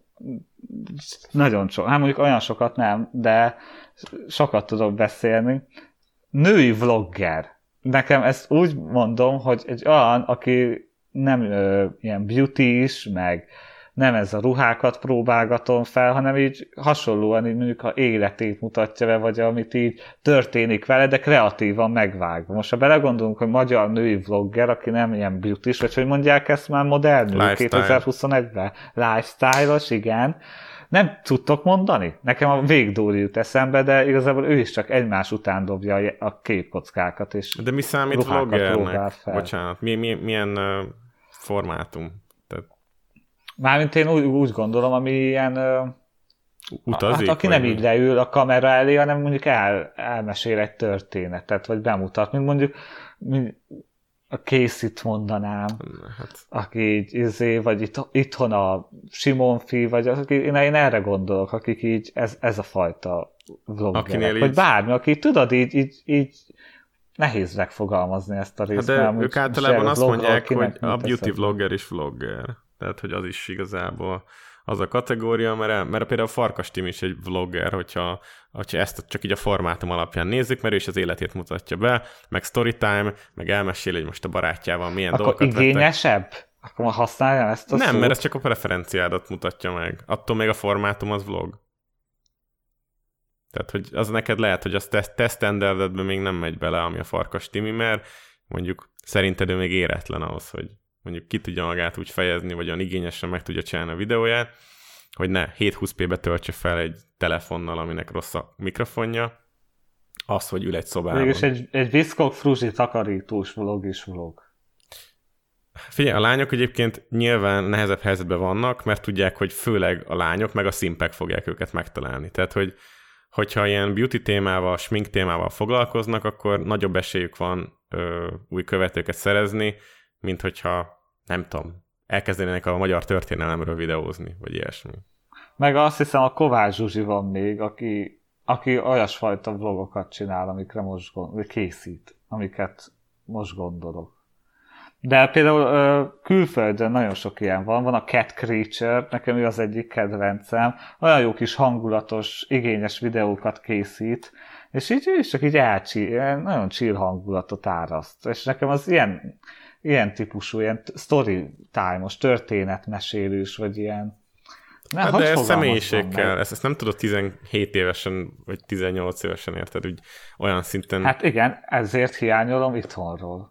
nagyon sok, hát mondjuk olyan sokat nem, de sokat tudok beszélni. Női vlogger. Nekem ezt úgy mondom, hogy egy olyan, aki nem ö, ilyen beauty is, meg nem ez a ruhákat próbálgatom fel, hanem így hasonlóan így mondjuk a életét mutatja be, vagy amit így történik vele, de kreatívan megvágva. Most ha belegondolunk, hogy magyar női vlogger, aki nem ilyen beauty-s, vagy hogy mondják ezt már modern nő kétezer-huszonegyben? Lifestyle-os, igen. Nem tudtok mondani? Nekem a Végdóri jut eszembe, de igazából ő is csak egymás után dobja a képkockákat, és de mi számít vloggernek? Bocsánat, mi, mi, milyen uh, formátum? Mármint én úgy, úgy gondolom, ami ilyen... Utazik? Hát aki nem így leül a kamera elé, hanem mondjuk el, elmesél egy történetet, vagy bemutat, mint mondjuk mint a Készit mondanám, hát. Aki így izé, vagy itt, itthon a Simonfi, vagy aki, én, én erre gondolok, akik így, ez, ez a fajta vloggerek, vagy így... bármi, aki tudod, így, így, így nehéz megfogalmazni ezt a részt. Hát de ők általában azt vlog, mondják, hogy a beauty vlogger is vlogger. Tehát, hogy az is igazából az a kategória, mert, mert például a Farkas Tim is egy vlogger, hogyha, hogyha ezt csak így a formátum alapján nézzük, mert ő is az életét mutatja be, meg storytime, meg elmesél, hogy most a barátjával milyen akkor dolgokat vettek. Akkor igényesebb? Akkor használjam ezt a Nem, szót? mert ez csak a preferenciádat mutatja meg. Attól még a formátum az vlog. Tehát, hogy az neked lehet, hogy az te, te standardedben még nem megy bele, ami a Farkas Timi, mert mondjuk szerinted ő még éretlen ahhoz, hogy mondjuk ki tudja magát úgy fejezni, vagy olyan igényesen meg tudja csinálni a videóját, hogy ne hétszázhúsz pé-be töltse fel egy telefonnal, aminek rossz a mikrofonja, az, hogy ül egy szobában. Mégis egy, egy viszkok fruzsi takarítós vlog is vlog. Figyelj, a lányok egyébként nyilván nehezebb helyzetben vannak, mert tudják, hogy főleg a lányok meg a szimpek fogják őket megtalálni. Tehát, hogy hogyha ilyen beauty témával, smink témával foglalkoznak, akkor nagyobb esélyük van ö, új követőket szerezni, mint hogyha, nem tudom, elkezdenének a magyar történelemről videózni, vagy ilyesmi. Meg azt hiszem, a Kovács Zsuzsi van még, aki, aki olyasfajta vlogokat csinál, amikre most gondol, készít, amiket most gondolok. De például külföldön nagyon sok ilyen van, van a Cat Creature, nekem ő az egyik kedvencem, olyan jó kis hangulatos, igényes videókat készít, és így ő is csak így elcsír, nagyon chill hangulatot áraszt, és nekem az ilyen, ilyen típusú, ilyen story time-os, történetmesélős, vagy ilyen... Nem, hát de ez személyiség kell, ezt, ezt nem tudod tizenhét évesen, vagy tizennyolc évesen érted, úgy olyan szinten... Hát igen, ezért hiányolom itthonról.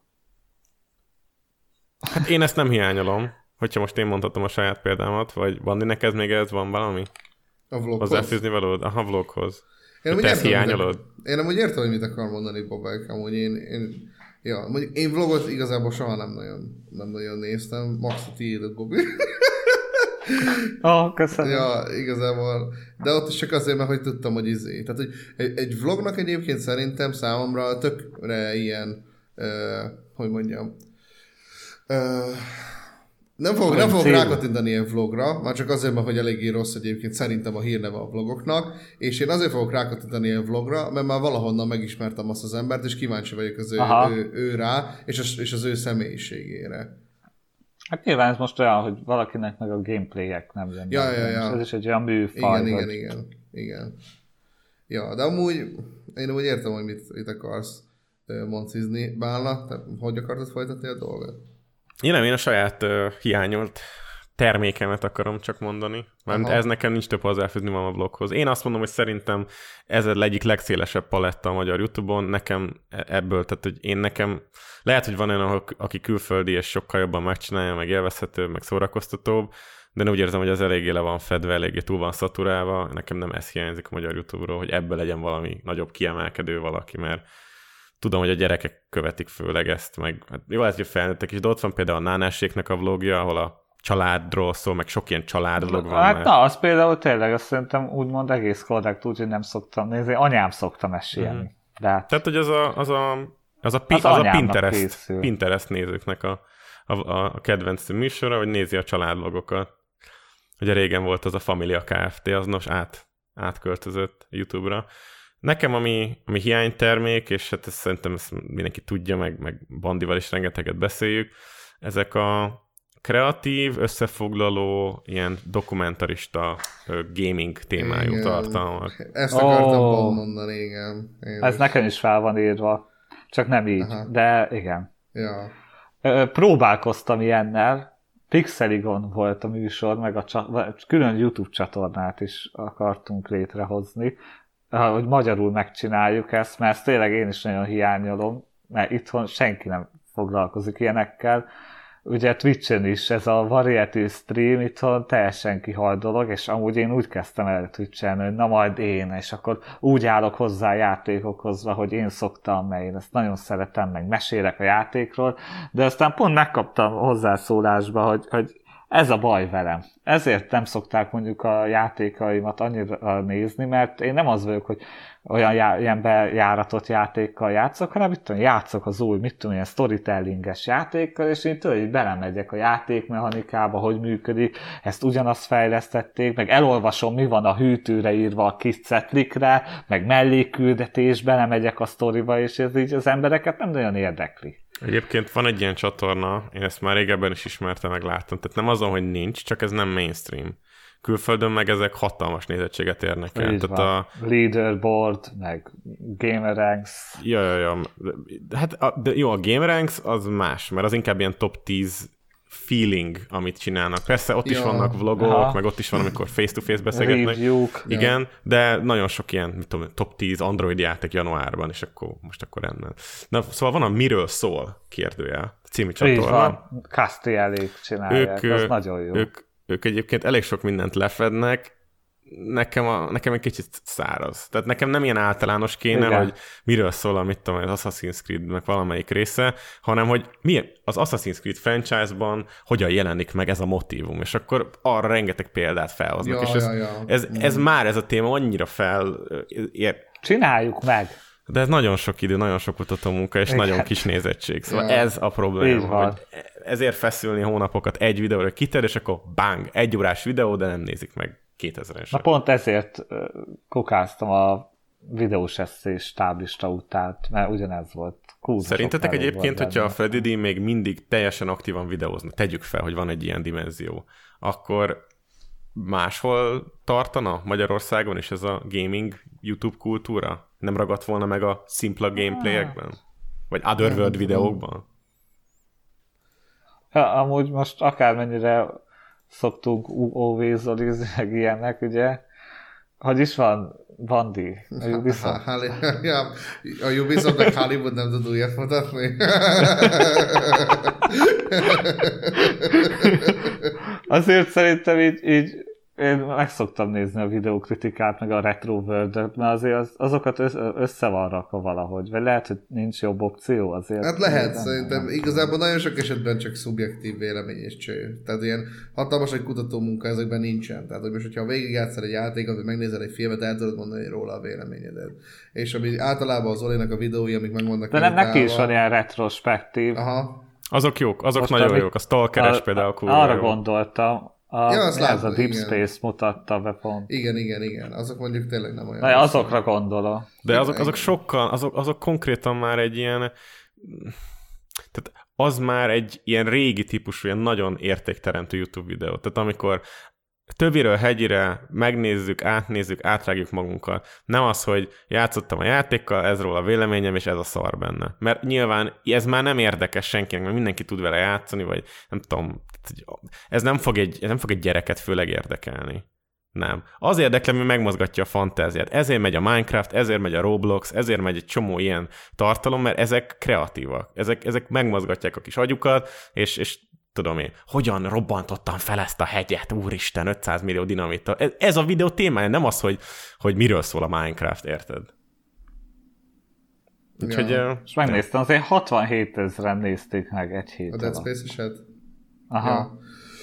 Hát én ezt nem hiányolom, hogyha most én mondhatom a saját példámat, vagy Bandi, neked még ez van valami? A vloghoz? Hozzáfűzni valód? Aha, vloghoz. Én te ezt hiányolod? Mit, én nem úgy értem, hogy mit akar mondani Babák, amúgy én, én, ja, mondjuk én vlogot igazából soha nem nagyon, nem nagyon néztem, max a tiédet, Bobi. Oh, köszönöm. Ja, igazából, de ott is csak azért, mert hogy tudtam, hogy izé. Tehát, hogy egy, egy vlognak egyébként szerintem számomra tökre ilyen, uh, hogy mondjam, Uh, nem fogok, nem fogok rákattintani ilyen vlogra, már csak azért, mert hogy eléggé rossz egyébként szerintem a hírneve a vlogoknak, és én azért fogok rákattintani ilyen vlogra, mert már valahonnan megismertem azt az embert, és kíváncsi vagyok az ő, ő, ő rá, és az, és az ő személyiségére. Hát nyilván ez most olyan, hogy valakinek meg a gameplayek nem jön. Ja, ja, ja. Ez is egy olyan műfaj. Igen, hogy... igen, igen, igen. Ja, de amúgy én úgy értem, hogy mit, mit akarsz moncizni, Bálna. Te hogy akartad folytatni a dolgot? Én nem, én a saját uh, hiányolt termékemet akarom csak mondani. Mert ez nekem nincs több hozzáfűzni van a bloghoz. Én azt mondom, hogy szerintem ez az egyik legszélesebb paletta a magyar YouTube-on. Nekem ebből, tehát hogy én nekem, lehet, hogy van olyan, aki külföldi és sokkal jobban megcsinálja, meg élvezhetőbb, meg szórakoztatóbb, de én úgy érzem, hogy az eléggé le van fedve, eléggé túl van szaturálva. Nekem nem ez hiányzik a magyar YouTube-ról, hogy ebből legyen valami nagyobb kiemelkedő valaki, mert tudom, hogy a gyerekek követik főleg ezt, meg hát jó lehet, hogy felnőttek is, de ott van például a Nánáséknek a vlogja, ahol a családról szól, meg sok ilyen családvlog van. Hát mert... na, az például tényleg, azt szerintem úgymond egész korrekt, úgyhogy nem szoktam nézni. Anyám szokta mesélni. Mm. De... Tehát, hogy az a, az a, az a, pi, az az a Pinterest, Pinterest nézőknek a, a, a kedvenc műsora, hogy nézi a családvlogokat. Ugye régen volt az a Familia Kft. Az nos át, átköltözött YouTube-ra. Nekem, ami, ami hiánytermék, és hát ezt szerintem ezt mindenki tudja, meg, meg Bandival is rengeteget beszéljük, ezek a kreatív, összefoglaló, ilyen dokumentarista gaming témájú igen. tartalmak. Ezt akartam oh. pont mondani, igen. Én Ez is. Nekem is fel van írva, csak nem így, aha. de igen. Ja. Próbálkoztam ilyennel, Pixeligon volt a műsor, meg a csa- külön YouTube csatornát is akartunk létrehozni, hogy magyarul megcsináljuk ezt, mert ezt tényleg én is nagyon hiányolom, mert itthon senki nem foglalkozik ilyenekkel. Ugye Twitchen is ez a variety stream itthon teljesen kihalt dolog, és amúgy én úgy kezdtem el Twitchen, hogy na majd én, és akkor úgy állok hozzá a játékokhoz, hogy én szoktam, mert én ezt nagyon szeretem, meg mesélek a játékról, de aztán pont megkaptam hozzászólásba, hogy, hogy ez a baj velem. Ezért nem szokták mondjuk a játékaimat annyira nézni, mert én nem az vagyok, hogy olyan já- ilyen bejáratott játékkal játszok, hanem mit tudom, játszok az új, mit tudom, ilyen storytellinges játékkal, és én tőle így belemegyek a játékmechanikába, hogy működik, ezt ugyanazt fejlesztették, meg elolvasom, mi van a hűtőre írva a kis cetlikre, meg mellékküldetés, belemegyek a sztoriba, és ez így az embereket nem nagyon érdekli. Egyébként van egy ilyen csatorna, én ezt már régebben is ismertem, meg láttam, tehát nem azon, hogy nincs, csak ez nem mainstream. Külföldön meg ezek hatalmas nézettséget érnek el. Így tehát van. A... Leaderboard, meg GamerRanks. Ja, ja, ja. Hát a, de jó, a GamerRanks az más, mert az inkább ilyen top tíz feeling, amit csinálnak. Persze ott ja. is vannak vlogok, aha. meg ott is van, amikor face-to-face beszélgetnek. Review-k. Igen, ja. de nagyon sok ilyen, mit tudom, top tíz Android játék januárban, és akkor most akkor ennél. Na, szóval van a Miről szól kérdője, a című csatorna. Így van, Castiellék csinálják, ők, az nagyon jó. Ők, ők egyébként elég sok mindent lefednek, nekem, a, nekem egy kicsit száraz. Tehát nekem nem ilyen általános kéne, igen. hogy miről szól a, mit tudom, az Assassin's Creed-nek valamelyik része, hanem hogy mi az Assassin's Creed franchise-ban hogyan jelenik meg ez a motívum, és akkor arra rengeteg példát felhoznak. Ja, és ez, ja, ja. Ez, ez már ez a téma annyira fel... Ér... Csináljuk meg! De ez nagyon sok idő, nagyon sok kutatómunka, és igen. nagyon kis nézettség. Szóval ja. ez a probléma, hogy ezért feszülni hónapokat egy videóra kiter, és akkor bang, egy órás videó, de nem nézik meg kétezren sem. Na pont ezért kokáztam a videós esszés táblista után, mert ugyanez volt. Kúzusok. Szerintetek egyébként, hogyha a Freddy D még mindig teljesen aktívan videózna, tegyük fel, hogy van egy ilyen dimenzió, akkor máshol tartana Magyarországon is ez a gaming YouTube kultúra? Nem ragadt volna meg a szimpla gameplayekben? Vagy Otherworld videókban? Ja, amúgy most akármennyire szoktunk óvézolizni, meg ilyenek, ugye? Hogy is van, Bandi? A Ubisoft? Ja, a Ubisoftnak Hollywood nem tud újat mutatni. Azért szerintem így, így én meg szoktam nézni a videókritikát, meg a Retro World-öt, mert azért az, azokat össze van rakva valahogy, vagy lehet, hogy nincs jobb opció azért. Hát lehet, szerintem nem. Igazából nagyon sok esetben csak szubjektív vélemény és cső. Tehát ilyen hatalmas egy kutatómunka ezekben nincsen. Tehát, hogy most, hogyha végigjátszol egy játékot, vagy megnézel egy filmet, el tudod mondani róla a véleményedet. És ami általában az Olinak a videói, amik megvannak. De nem neki is van ilyen retrospektív. Aha. Azok jók, azok most nagyon jók. A Stalkeres például kurva Arra jó. gondoltam. A, ja, ez látom, a Deep igen. Space mutatta be pont. Igen, igen, igen. Azok mondjuk tényleg nem olyan. Na, azokra gondolom. De azok, azok sokkal, azok, azok konkrétan már egy ilyen... Tehát az már egy ilyen régi típusú, ilyen nagyon értékteremtő YouTube videó. Tehát amikor töviről hegyire megnézzük, átnézzük, átrágjuk magunkat. Nem az, hogy játszottam a játékkal, ez róla a véleményem, és ez a szar benne. Mert nyilván ez már nem érdekes senkinek, mert mindenki tud vele játszani, vagy nem tudom, ez nem fog egy, ez nem fog egy gyereket főleg érdekelni. Nem. Az érdekel, hogy megmozgatja a fantáziát. Ezért megy a Minecraft, ezért megy a Roblox, ezért megy egy csomó ilyen tartalom, mert ezek kreatívak. Ezek, ezek megmozgatják a kis agyukat, és, és tudom én, hogyan robbantottam fel ezt a hegyet, úristen, ötszáz millió dinamittal. Ez, ez a videó témája, nem az, hogy, hogy miről szól a Minecraft, érted? Úgyhogy... Ja. Uh, és megnéztem, azért hatvanhét ezeren nézték meg egy hét A Dead Space-eset? Aha. Ja.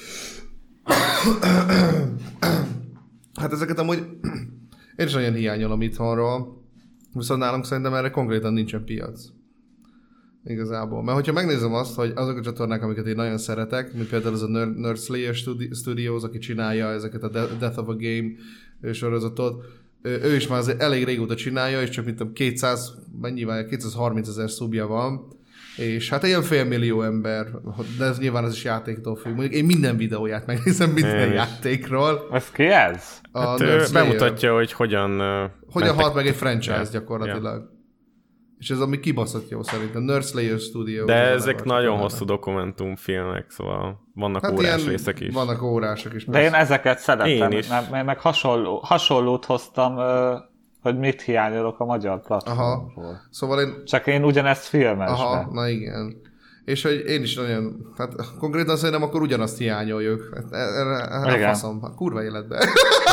Hát ezeket amúgy én is nagyon hiányolom itthonról, viszont nálunk szerintem erre konkrétan nincsen piac. Igazából. Mert hogyha megnézem azt, hogy azok a csatornák, amiket én nagyon szeretek, mint például ez a Nerd, Nerd Slayer Studios, aki csinálja ezeket a Death of a Game sorozatot, ő is már azért elég régóta csinálja, és csak mint a kétszáz, mennyivel, kétszázharminc ezer szubja van, és hát ilyen félmillió ember, de ez nyilván ez is játéktól függ. Mondjuk én minden videóját megnézem minden én játékról. Ez ki ez? A hát Nerd bemutatja, hogy hogyan... Uh, hogyan halt meg egy franchise ja. gyakorlatilag. Ja. És ez ami kibaszott jó szerintem. Nerd Slayer Studio. De ezek nagyon hosszú dokumentumfilmek, szóval vannak hát órás részek is. Vannak órások is. De persze. Én ezeket szeretem. Én is. Meg, meg hasonló, hasonlót hoztam, hogy mit hiányolok a magyar platformról. Aha. Szóval én... Csak én ugyanezt filmesbe. Aha, na igen. És hogy én is nagyon, hát konkrétan szerintem akkor ugyanazt hiányoljuk. Erre, erre faszom, a kurva életben.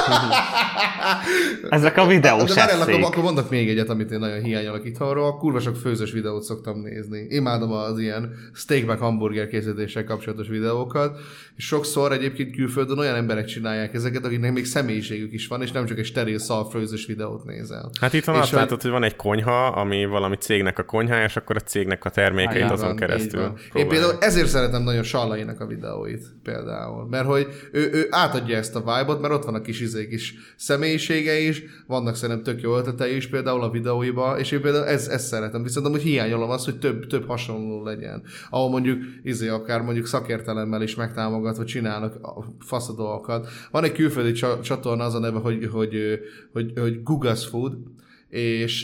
Ezek a videós de várjál, akkor, akkor mondok még egyet, amit én nagyon hiányolok itthonról. Kurva sok főzős videót szoktam nézni. Imádom az ilyen steak meg hamburger készítéssel kapcsolatos videókat. És sokszor egyébként külföldön olyan emberek csinálják ezeket, akiknek még személyiségük is van, és nem csak egy steril szalfőzős videót nézel. Hát itt van azt látod, hogy van egy konyha, ami valami cégnek a konyhája, és akkor a cégnek a termékeit ah, azon van, keresztül. Én például ezért szeretem nagyon Sallainak a videóit például, mert hogy ő, ő átadja ezt a vibe-ot, mert ott van a kis izék is személyisége is, vannak szerintem tök jó ötletei is például a videóiba, és én például ez, ezt szeretem, viszont amúgy hiányolom azt, hogy több, több hasonló legyen. Ahol mondjuk izé akár mondjuk szakértelemmel is megtámogatva csinálnak fasz dolgokat. Van egy külföldi csatorna, az a neve, hogy, hogy, hogy, hogy Guga's Food, és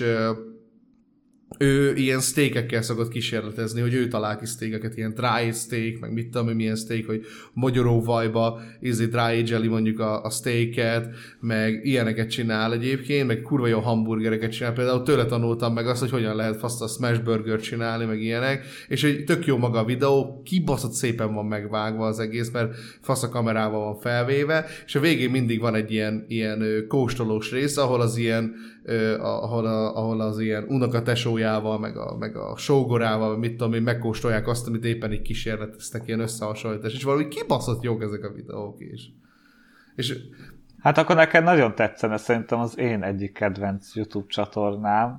ő ilyen steakekkel szokott kísérletezni, hogy ő talál ki steakeket, ilyen dry steak, meg mit tudom, milyen steak, hogy magyaróvajba ízi dry age-eli mondjuk a, a steaket, meg ilyeneket csinál egyébként, meg kurva jó hamburgereket csinál. Például tőle tanultam meg azt, hogy hogyan lehet faszt a smash burger csinálni, meg ilyenek, és hogy tök jó maga a videó, kibaszott szépen van megvágva az egész, mert fasz a kamerával van felvéve, és a végén mindig van egy ilyen, ilyen kóstolós rész, ahol az ilyen Uh, ahol, a, ahol az ilyen unokatesójával, meg a, meg a sógorával, mit tudom én, megkóstolják azt, amit éppen így kísérleteztek, ilyen összehasonlítás, és valahogy kibaszott jók ezek a videók is. És... Hát akkor neked nagyon tetszene szerintem az én egyik kedvenc YouTube csatornám,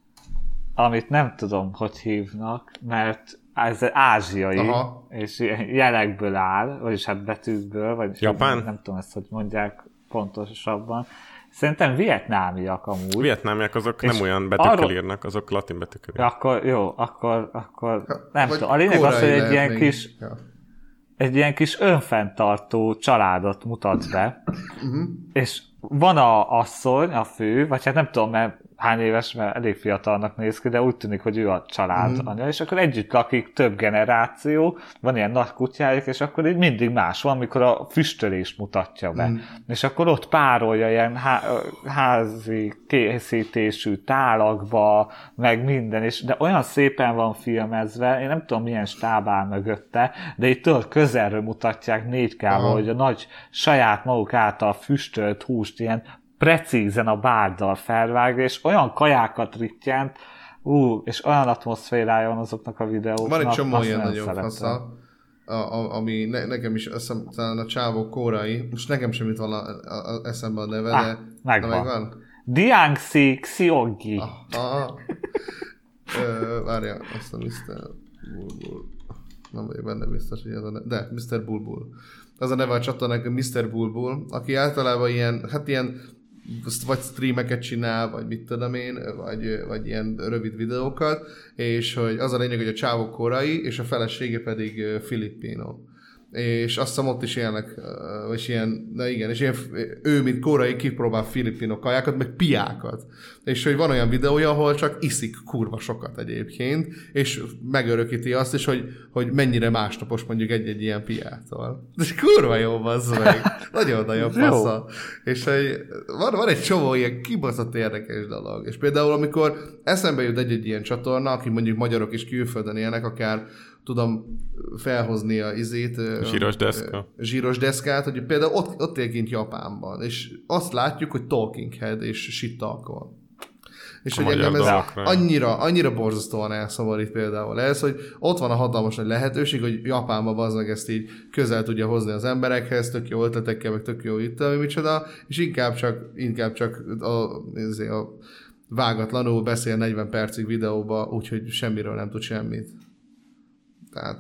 amit nem tudom, hogy hívnak, mert ez ázsiai, aha, és jelekből áll, vagyis hát betűkből, vagy Japán? Nem, nem tudom ezt, hogy mondják pontosabban. Szerintem vietnámiak amúgy. Vietnámiak azok és nem olyan betűkkel arról... írnak, azok latin betűkkel írnak. Akkor jó, akkor, akkor nem tudom. A lényeg az, hogy egy ilyen még... kis ja. egy ilyen kis önfenntartó családot mutat be, uh-huh. és van a asszony, a fő, vagy hát nem tudom, mert hány éves, mert elég fiatalnak néz ki, de úgy tűnik, hogy ő a család mm. anya, és akkor együtt lakik több generáció, van ilyen nagy kutyájuk, és akkor így mindig más van, amikor a füstölést mutatja be. Mm. És akkor ott párolja ilyen há- házi készítésű tálakba, meg minden, és de olyan szépen van filmezve, én nem tudom, milyen stáb áll mögötte, de itt tőle közelről mutatják négy ká-val, hogy a nagy saját maguk által füstölt húst ilyen precízen a bárddal felvágja, és olyan kajákat rittyent, ú, és olyan atmoszférája van azoknak a videóknak. Van egy csomó ilyen nagyon fasza, ami ne, nekem is eszem, talán a csávó kórai, most nekem sem jut van a, a, a eszembe a neve, ah, de megvan. megvan. Diangxi Xionggi. Ah, ah. Várjál, azt a miszter Bulbul. Nem vagyok benne biztos, hogy ez a neve. De, miszter Bulbul. Az a neve a csatornának, miszter Bulbul, aki általában ilyen, hát ilyen vagy streameket csinál, vagy mit tudom én, vagy, vagy ilyen rövid videókat, és hogy az a lényeg, hogy a csávok korai, és a felesége pedig filippino. És azt hiszem ott is élnek, és ilyen, na igen, és ilyen, ő, mint korai, kipróbál filippino kajákat, meg piákat. És hogy van olyan videója, ahol csak iszik kurva sokat egyébként, és megörökíti azt is, hogy, hogy mennyire másnapos mondjuk egy-egy ilyen piától. És kurva jó, bazd meg. Nagyon-nagyon fasza. És hogy van, van egy csomó ilyen kibaszott érdekes dolog. És például, amikor eszembe jut egy-egy ilyen csatorna, aki mondjuk magyarok is külföldön élnek, akár tudom felhozni a izét, zsíros deszka. Zsíros deszkát, hogy például ott, ott él kint Japánban, és azt látjuk, hogy Talking Head és shit talkol. És a hogy engem ez annyira, annyira borzasztóan elszomorít például ez, hogy ott van a hatalmas nagy lehetőség, hogy Japánban az meg ezt így közel tudja hozni az emberekhez, tök jó ötletekkel, meg tök jó itt, ami micsoda, és inkább csak, inkább csak a, a, a vágatlanul beszél negyven percig videóba, úgyhogy semmiről nem tud semmit. Tehát,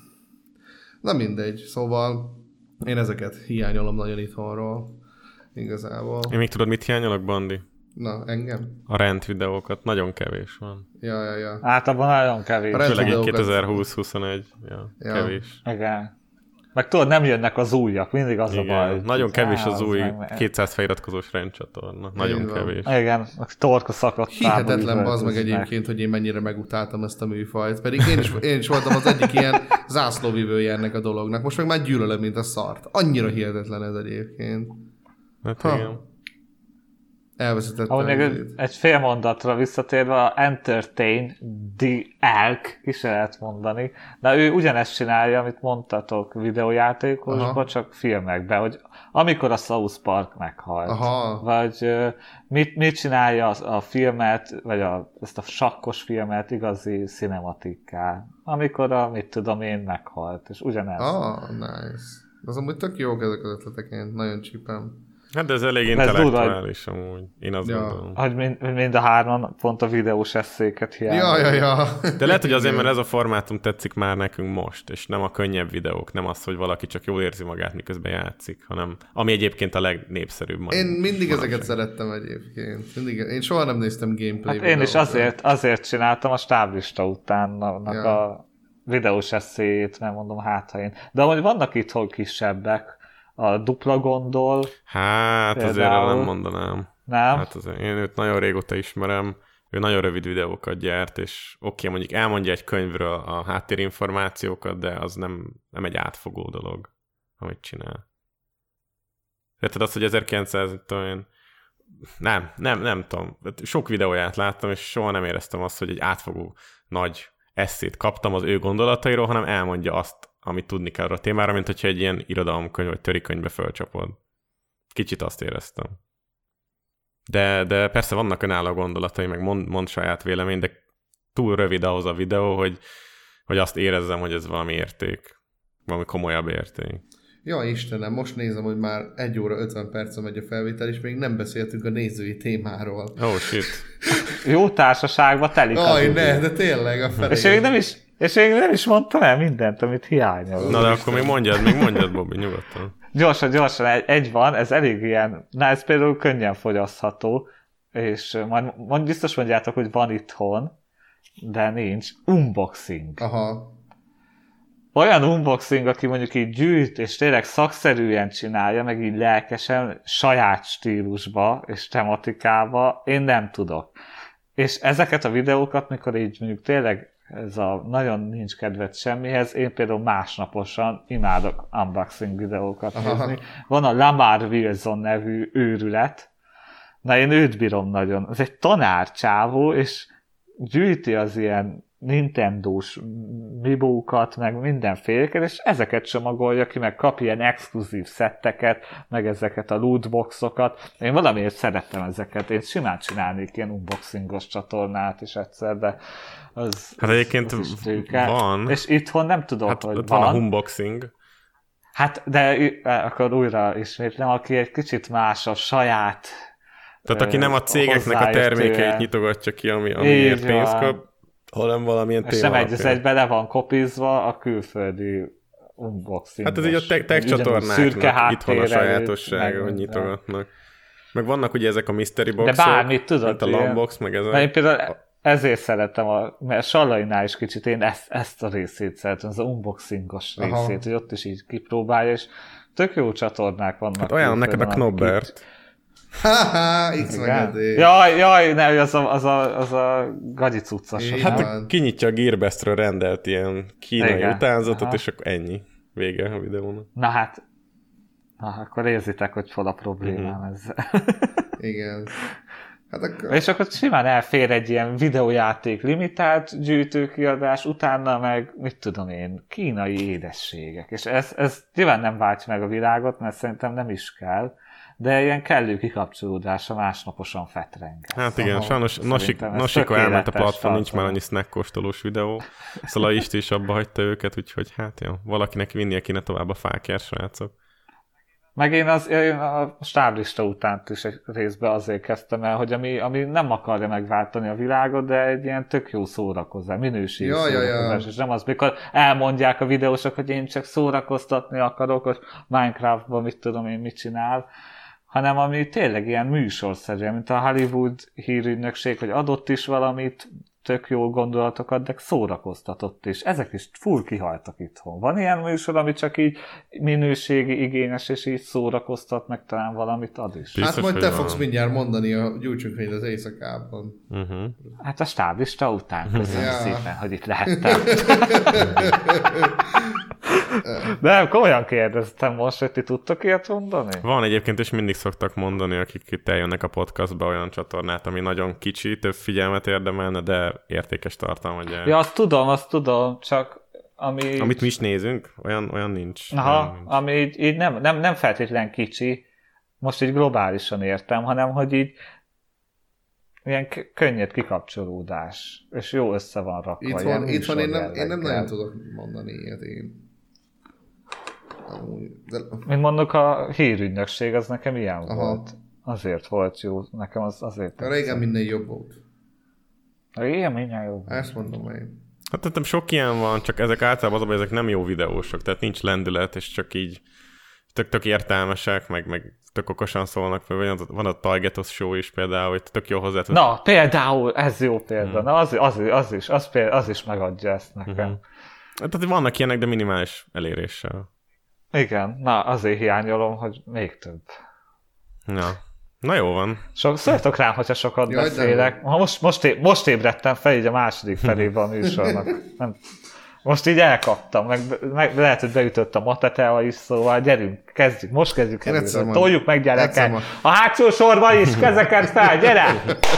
na mindegy, szóval én ezeket hiányolom nagyon itthonról, igazából. Én még tudod, mit hiányolok, Bandi? Na, engem? A rent videókat, nagyon kevés van. Ja, ja, ja. Általában nagyon kevés. A Főleg kétezer-húsz-huszonegy, ja, ja. kevés. Igen. Meg tudod, nem jönnek az újak, mindig az igen. a baj. Nagyon kevés az, az új meg... kétszáz feliratkozós rendcsatorna. Nagyon igen. kevés. Igen, a torka szakadt. Hihetetlen az meg egyébként, hogy én mennyire megutáltam ezt a műfajt. Pedig én is, én is voltam az egyik ilyen zászlóvivője ennek a dolognak. Most meg már gyűlölöm, mint a szart. Annyira hihetetlen ez egyébként. Hát ha. igen. Elveszítettem. Ahogy még egy, egy fél mondatra visszatérve, a Entertain the Elk ki se lehet mondani, de ő ugyanezt csinálja, amit mondtatok videójátékosban, csak filmekben, hogy amikor a South Park meghalt, aha. vagy uh, mit, mit csinálja a, a filmet, vagy a, ezt a sakkos filmet igazi cinematikká, amikor a, mit tudom én, meghalt, és ugyanez. Ah, nice. Az amúgy tök jók ezek az ötletek, én nagyon csípem. Hát de ez elég intellektuális amúgy, én azt ja. gondolom. Hogy mind, mind a hárman pont a videós eszéket hiányolnak. Ja, ja, ja. De lehet, hogy azért, mert ez a formátum tetszik már nekünk most, és nem a könnyebb videók, nem az, hogy valaki csak jól érzi magát, miközben játszik, hanem ami egyébként a legnépszerűbb. Én mindig ezeket szerettem egyébként. Mindig, én soha nem néztem gameplay hát én is azért, azért csináltam a stáblista utánnak ja. a videós eszéjét, mert mondom, hát ha én. De amúgy vannak itt kisebbek, a Dupla Gondol. Hát például. Azért nem mondanám. Nem? Hát azért én őt nagyon régóta ismerem, ő nagyon rövid videókat gyárt, és oké, okay, mondjuk elmondja egy könyvről a háttérinformációkat, de az nem, nem egy átfogó dolog, amit csinál. Érted azt, hogy ezerkilencszáz, tudom, nem, nem, nem tudom. Sok videóját láttam, és soha nem éreztem azt, hogy egy átfogó nagy esszét kaptam az ő gondolatairól, hanem elmondja azt, amit tudni kell arra a témára, mint hogyha egy ilyen irodalomkönyv vagy törikönyvbe fölcsapod. Kicsit azt éreztem. De, de persze vannak önálló gondolatai, meg mond, mond saját vélemény, de túl rövid ahhoz a videó, hogy, hogy azt érezzem, hogy ez valami érték. Valami komolyabb érték. Ja, Istenem, most nézem, hogy már egy óra ötven percen megy a felvétel, és még nem beszéltünk a nézői témáról. Oh, shit. Jó társaságba telik az Aj, ne, de tényleg a felé. És még nem is, és még nem is mondtam el mindent, amit hiányol. Na, de akkor még mondjad, még mondjad, Bobby, nyugodtan. Gyorsan, gyorsan, egy, egy van, ez elég ilyen, na ez például könnyen fogyasztható, és majd, majd biztos mondjátok, hogy van itthon, de nincs. Unboxing. Aha. Olyan unboxing, aki mondjuk így gyűjt, és tényleg szakszerűen csinálja, meg így lelkesen, saját stílusba és tematikába, én nem tudok. És ezeket a videókat, mikor így mondjuk tényleg ez a nagyon nincs kedved semmihez, én például másnaposan imádok unboxing videókat aha. nézni. Van a Lamar Wilson nevű őrület, na én őt bírom nagyon. Ez egy tanárcsávó, és gyűjti az ilyen Nintendo-s mibókat, meg mindenféleket, és ezeket csomagolja ki, meg kap ilyen exkluzív szetteket, meg ezeket a lootboxokat. Én valamiért szerettem ezeket. Én simán csinálnék ilyen unboxingos csatornát is egyszer, de az... Hát egyébként az van. És itthon nem tudom, hát, hogy van. van. van a unboxing. Hát, de akkor újra ismétlem, aki egy kicsit más a saját... Tehát aki nem a cégeknek a termékeit nyitogatja ki, ami, amiért pénzt kap, hanem valamilyen téma. És nem egy, ez egyben le van kopizva a külföldi unboxing. Hát ez így a tech, tech csatornáknak itthon a sajátossága, hogy nyitogatnak. Meg vannak ugye ezek a mystery boxok, de bármit tudod, mint a Lambox, meg ezek. Na, én például ezért szeretem, a, mert Sallainál is kicsit én ezt, ezt a részét szeretem, az unboxingos részét, Aha. hogy ott is így kipróbálja, és tök jó csatornák vannak. Hát olyan neked a Knobbert. Haha, X megadé. Jaj, jaj, ne, az a, az a, az a gagyi cuccos. Hát kinyitja a Gearbestről rendelt ilyen kínai Igen. utánzatot, Aha. és akkor ennyi. Vége a videónak. Na hát, na, akkor érzitek, hogy hol a problémám Mhm. ezzel. Igen. Hát akkor... És akkor simán elfér egy ilyen videójáték limitált gyűjtőkiadás, utána meg, mit tudom én, kínai édességek. És ez, ez nyilván nem váltja meg a világot, mert szerintem nem is kell, de ilyen kellő kikapcsolódása másnaposan fetreng. Hát igen, Aha, sajnos Nosiko elment a platform, nincs már annyi snack kóstolós videó. Szóval a Isti is abba hagyta őket, úgyhogy hát jó, valakinek vinnie kéne tovább a fákját, srácok. Meg én, az, én a stáblista utánt is egy részben azért kezdtem el, hogy ami, ami nem akarja megváltani a világot, de egy ilyen tök jó szórakozás, minőségi ja, szórakozás, ja, ja. és nem az, mikor elmondják a videósok, hogy én csak szórakoztatni akarok, hogy Minecraftban mit tudom én mit csinál, hanem ami tényleg ilyen műsorszerű, mint a Hollywood hírügynökség, hogy adott is valamit, tök jó gondolatokat, de szórakoztatott is. Ezek is full kihaltak itthon. Van ilyen műsor, ami csak így minőségi, igényes, és így szórakoztat, meg talán valamit ad is. Hát Biztos, majd te hogy fogsz van. mindjárt mondani a gyújtsunk az éjszakában. Uh-huh. Hát a stáblista után köszönöm Ja. szépen, hogy itt lehettem. De komolyan kérdeztem most, hogy ti tudtok ilyet mondani? Van egyébként, és mindig szoktak mondani, akik itt eljönnek a podcastba olyan csatornát, ami nagyon kicsi, több figyelmet érdemelne, de értékes tartalmat gyárt. Ja, azt tudom, azt tudom, csak ami... Amit mi is nézünk, olyan, olyan nincs. Aha, olyan nincs. ami így, így nem, nem, nem feltétlen kicsi, most így globálisan értem, hanem hogy így ilyen k- könnyed kikapcsolódás, és jó össze van rakva. Itt ilyen van, itt van én, nem, én nem műsorjelleggel. nagyon tudok mondani ilyet én. Amúgy, de... Mint mondok, a hírügynökség az nekem ilyen Aha. volt. Azért volt jó, nekem az azért. A régen minden jobb volt. Régen minden jó. Ezt mondom én. Hát tettem sok ilyen van, csak ezek általában az, hogy ezek nem jó videósok, tehát nincs lendület, és csak így tök-tök értelmesek, meg, meg tök okosan szólnak, van a, van a Tajgetos show is például, hogy tök jó hozzá tud. Na, például, ez jó példa. Hmm. Na, az, az, az, is, az, például, az is megadja ezt nekem. Uh-huh. Tehát vannak ilyenek, de minimális eléréssel. Igen, na, azért hiányolom, hogy még több. Ja. Na jó van. So, szóljatok rám, hogyha sokat Jaj, beszélek. Ha most, most, é, most ébredtem fel így a második felében a műsornak. Nem, most így elkaptam, meg, meg lehet, hogy beütött a matetea is, szóval gyerünk, kezdjük, most kezdjük Én egyszer előre. mond- Toljuk meg egyszer gyerekek. mond- A hátsó sorba is, kezeket fel, gyere!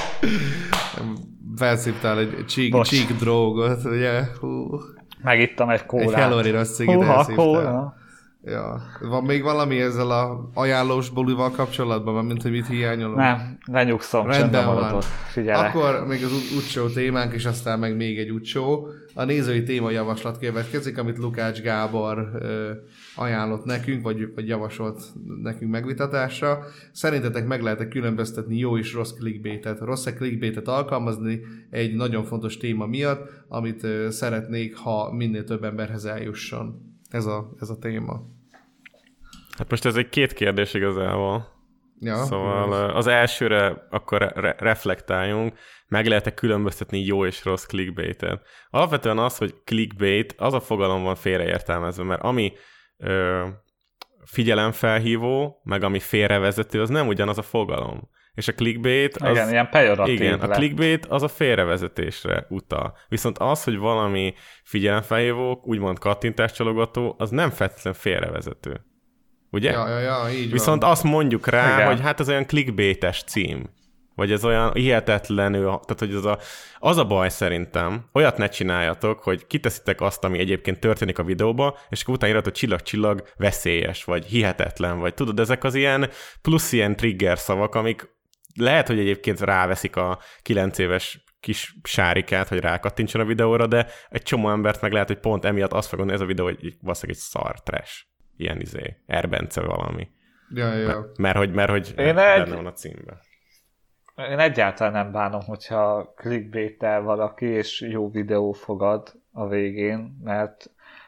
Felszívtál egy cheek, Bocs. cheek drogot, ugye? Hú. Megittam egy Egy kólát. Hellori rossz cigit Húha, elszívtál. kóla. Ja. Van még valami ezzel a ajánlós bulival kapcsolatban, mert mint hogy mit hiányolom? Nem, lenyugszom, Rendben csendben van. maradok. Figyelek. Akkor még az útsó témánk, és aztán meg még egy útsó. A nézői témajavaslat következik, amit Lukács Gábor ö, ajánlott nekünk, vagy, vagy javasolt nekünk megvitatásra. Szerintetek meg lehet-e különböztetni jó és rossz clickbaitet? Rossz-e clickbaitet alkalmazni egy nagyon fontos téma miatt, amit ö, szeretnék, ha minél több emberhez eljusson? Ez a, ez a téma. Hát most ez egy két kérdés igazából. Ja, Szóval az elsőre akkor re- reflektáljunk, meg lehet-e különböztetni jó és rossz clickbaitet. Alapvetően az, hogy clickbait, az a fogalom van félreértelmezve, mert ami ö, figyelemfelhívó, meg ami félrevezető, az nem ugyanaz a fogalom. És a clickbait az... Igen, ilyen pejoratív Igen, a lett. clickbait az a félrevezetésre utal. Viszont az, hogy valami figyelemfelhívó, úgymond kattintáscsalogató, az nem feltétlenül félrevezető. Ugye? Ja, ja, ja, így Viszont van. azt mondjuk rá, Igen. hogy hát ez olyan clickbaites cím. Vagy ez olyan hihetetlenül, tehát hogy az a, az a baj szerintem, olyat ne csináljatok, hogy kiteszitek azt, ami egyébként történik a videóba, és akkor utána írhatod, hogy csillag-csillag veszélyes, vagy hihetetlen, vagy tudod, ezek az ilyen plusz ilyen trigger szavak, amik lehet, hogy egyébként ráveszik a kilenc éves kis sárikát, hogy rákattintson a videóra, de egy csomó embert meg lehet, hogy pont emiatt azt fog gondolni, ez a videó, hogy valószínűleg egy szar trash. Ilyen izé, Erbence valami. Ja, ja. Mert, mert hogy, mert, hogy Én benne egy- van a címben. Én egyáltalán nem bánom, hogyha clickbait-tel valaki, és jó videó fogad a végén, mert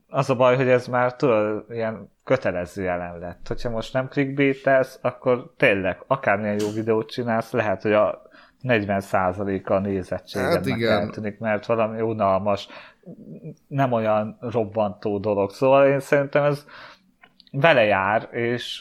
az a baj, hogy ez már tudod, ilyen kötelező jelen lett. Hogyha most nem clickbaitelsz, akkor tényleg akármilyen jó videót csinálsz, lehet, hogy a negyven százaléka a nézettségednek hát eltűnik, mert valami unalmas, nem olyan robbantó dolog. Szóval én szerintem ez vele jár, és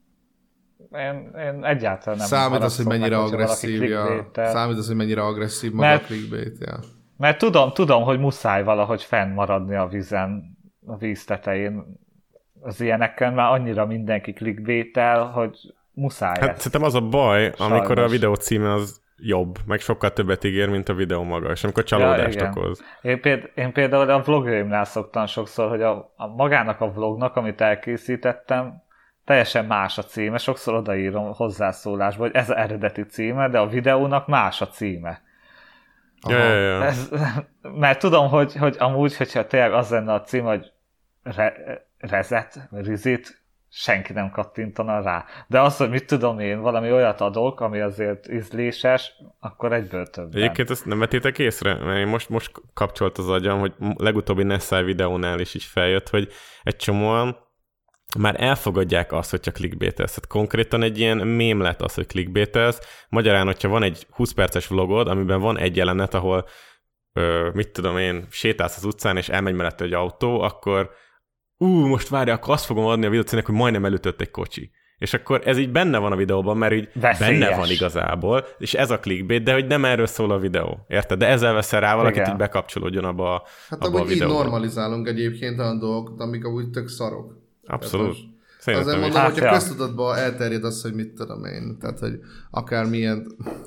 én, én egyáltalán nem számít az, hogy mennyire meg, agresszív, ja. Számít az, hogy mennyire agresszív maga mert, a clickbait, ja. Mert tudom, tudom, hogy muszáj valahogy fennmaradni a vízen, a víz tetején az ilyeneken, már annyira mindenki clickbaitel, hogy muszáj hát ezt. Szerintem az a baj, Sajnos. amikor a videó címe az jobb, meg sokkal többet ígér, mint a videó maga, és amikor csalódást ja, okoz. Én, péld, én például a vlogjaimnál szoktam sokszor, hogy a, a magának a vlognak, amit elkészítettem, teljesen más a címe, sokszor odaírom hozzászólásba, hogy ez az eredeti címe, de a videónak más a címe. Ja, ja, ja. Ez, mert tudom, hogy, hogy amúgy, hogyha tényleg az lenne a cím, hogy re, rezet, rizit, senki nem kattintana rá. De az, hogy mit tudom én, valami olyat adok, ami azért ízléses, akkor egyből többen. Egyébként ezt nem vettétek észre? Mert én most, most kapcsolt az agyam, hogy legutóbbi Nessai videónál is, is feljött, hogy egy csomóan már elfogadják azt, hogyha clickbaitelsz. Tehát konkrétan egy ilyen mém lett az, hogy clickbaitelsz. Magyarán, hogyha van egy húsz perces vlogod, amiben van egy jelenet, ahol ö, mit tudom én, sétálsz az utcán, és elmegy mellette egy autó, akkor ú, most várja, akkor azt fogom adni a videócímnek, hogy majdnem elütött egy kocsi. És akkor ez így benne van a videóban, mert így veszélyes. Benne van igazából, és ez a clickbait, de hogy nem erről szól a videó. Érted? De ezzel veszel rá valakit, így bekapcsolódjon abba, abba hát a videóba. Hát így normalizálunk egyébként olyan dolgokat, amik amúgy tök szarok. Abszolút. Azért mondom, hát, hogyha ja. köztudatban elterjed az, hogy mit tudom én. Tehát, hogy akármilyen...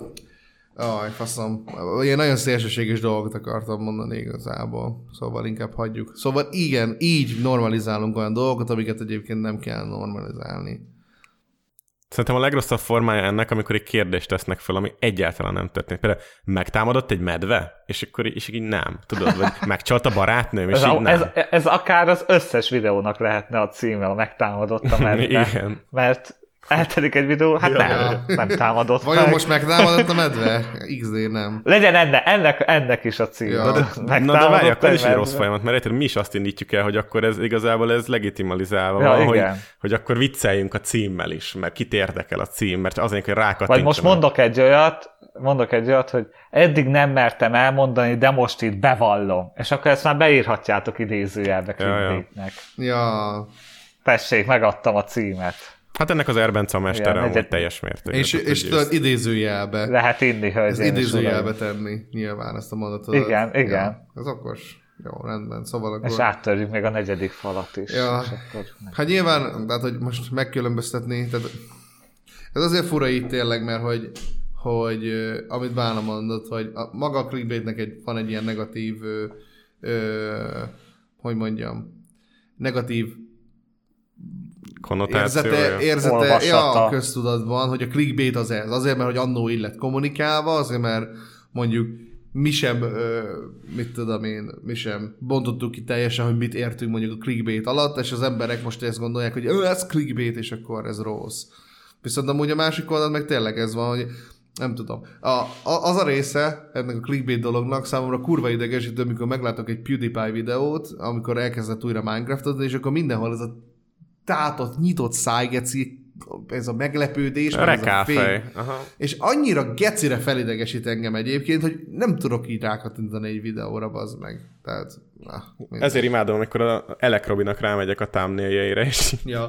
Aj, faszom. Ilyen nagyon szélsőséges dolgokat akartam mondani igazából. Szóval inkább hagyjuk. Szóval igen, így normalizálunk olyan dolgokat, amiket egyébként nem kell normalizálni. Szerintem a legrosszabb formája ennek, amikor egy kérdést tesznek fel, ami egyáltalán nem történik. Például megtámadott egy medve, és akkor és így nem. Tudod, vagy megcsalt a barátnőm, és ez, így a, nem. Ez, ez akár az összes videónak lehetne a címe, a megtámadott a medve. Igen. Mert eltelik egy videó, hát ja. nem, nem támadott Vajon meg. most megtámadott a medve? iksz dé nem. Legyen enne, ennek, ennek is a cím. Ja. Na de, na de várj, akkor is egy rossz folyamat, mert érted, mi is azt indítjuk el, hogy akkor ez igazából ez legitimalizálva ja, van, hogy, igen. hogy akkor vicceljünk a címmel is, mert kit érdekel a cím, mert azért, hogy rákattintsanak. Vagy most mondok egy olyat, mondok egy olyat, hogy eddig nem mertem elmondani, de most itt bevallom. És akkor ezt már beírhatjátok idézőjelbe clickbaitnek. Ja, ja. Tessék, megadtam a címet. Hát ennek az Erbence a mestere igen, volt teljes mértékben. És, és tudod, idézőjelbe. Lehet inni, hölgyeim. Idézőjelbe tenni, nyilván ezt a mondatot. Igen, igen. Ja, ez okos. Jó, rendben. Szóval akkor... És áttörjük még a negyedik falat is. Ja. Akkor... Hát nyilván, tehát, hogy most megkülönböztetni, tehát ez azért fura itt tényleg, mert hogy, hogy amit Bána mondott, hogy a, maga a clickbaitnek egy, van egy ilyen negatív, ö, ö, hogy mondjam, negatív érzete, érzete ja, a köztudatban, hogy a clickbait az ez. Azért, mert hogy annó így lett kommunikálva, azért, mert mondjuk mi sem, ö, mit tudom én, mi sem bontottuk ki teljesen, hogy mit értünk mondjuk a clickbait alatt, és az emberek most ezt gondolják, hogy ez clickbait, és akkor ez rossz. Viszont amúgy a másik oldal meg tényleg ez van, hogy nem tudom. A, a, az a része ennek a clickbait dolognak számomra kurva idegesítő, amikor meglátok egy PewDiePie videót, amikor elkezdett újra Minecraftot, és akkor mindenhol ez a tátott, nyitott szájgeci, ez a meglepődés, a ez a fény. És annyira gecire felidegesít engem egyébként, hogy nem tudok így rákattintani egy videóra, bazd meg. Tehát, na, ezért imádom, amikor a Elek Robinak rámegyek a thumbnailjeire, és... Ja.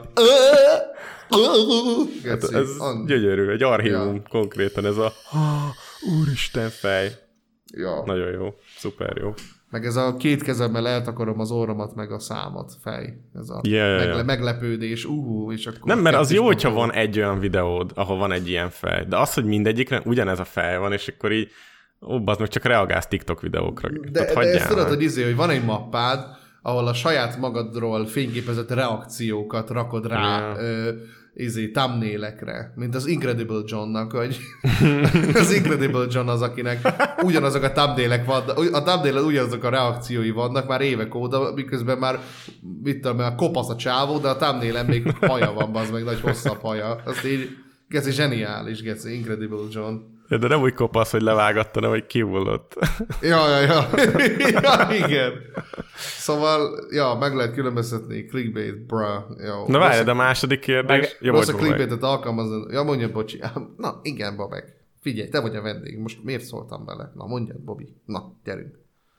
Hát ez an... gyönyörű, egy archívum ja. konkrétan, ez a úristen fej. Ja. Nagyon jó, szuper jó. Meg ez a két kezemmel eltakarom az orromat, meg a számat, fej. Ez a yeah, megle- yeah. meglepődés, ú, és akkor... Nem, mert az jó, hogyha van egy olyan videód, ahol van egy ilyen fej. De az, hogy mindegyikre ugyanez a fej van, és akkor így, ó, az meg csak reagálsz TikTok videókra. De, de ezt tudod, hogy izé, hogy van egy mappád, ahol a saját magadról fényképezett reakciókat rakod rá yeah. ö, izé, thumbnailekre, mint az Incredible Johnnak, hogy az Incredible John az, akinek ugyanazok a thumbnailek vannak, a thumbnailen ugyanazok a reakciói vannak már évek óta, miközben már, mit tudom, már kopasz a csávó, de a thumbnailen még haja van, az meg nagy hosszabb haja. Azt így, geci, zseniális, geci, Incredible John. Ja, de nem úgy kopasz, hogy levágatta, hanem hogy kihullott. Ja, ja, ja. Ja, igen. Szóval, ja, meg lehet különböztetni. Clickbait, bra. Jó. Na várj, de a második kérdés. Meg, Jó, rossz a vagy clickbaitet alkalmazni. Ja, mondja, bocsi. Na, igen, Babek. Figyelj, te vagy a vendég. Most miért szóltam bele? Na, mondjad, Bobby. Na, gyerünk.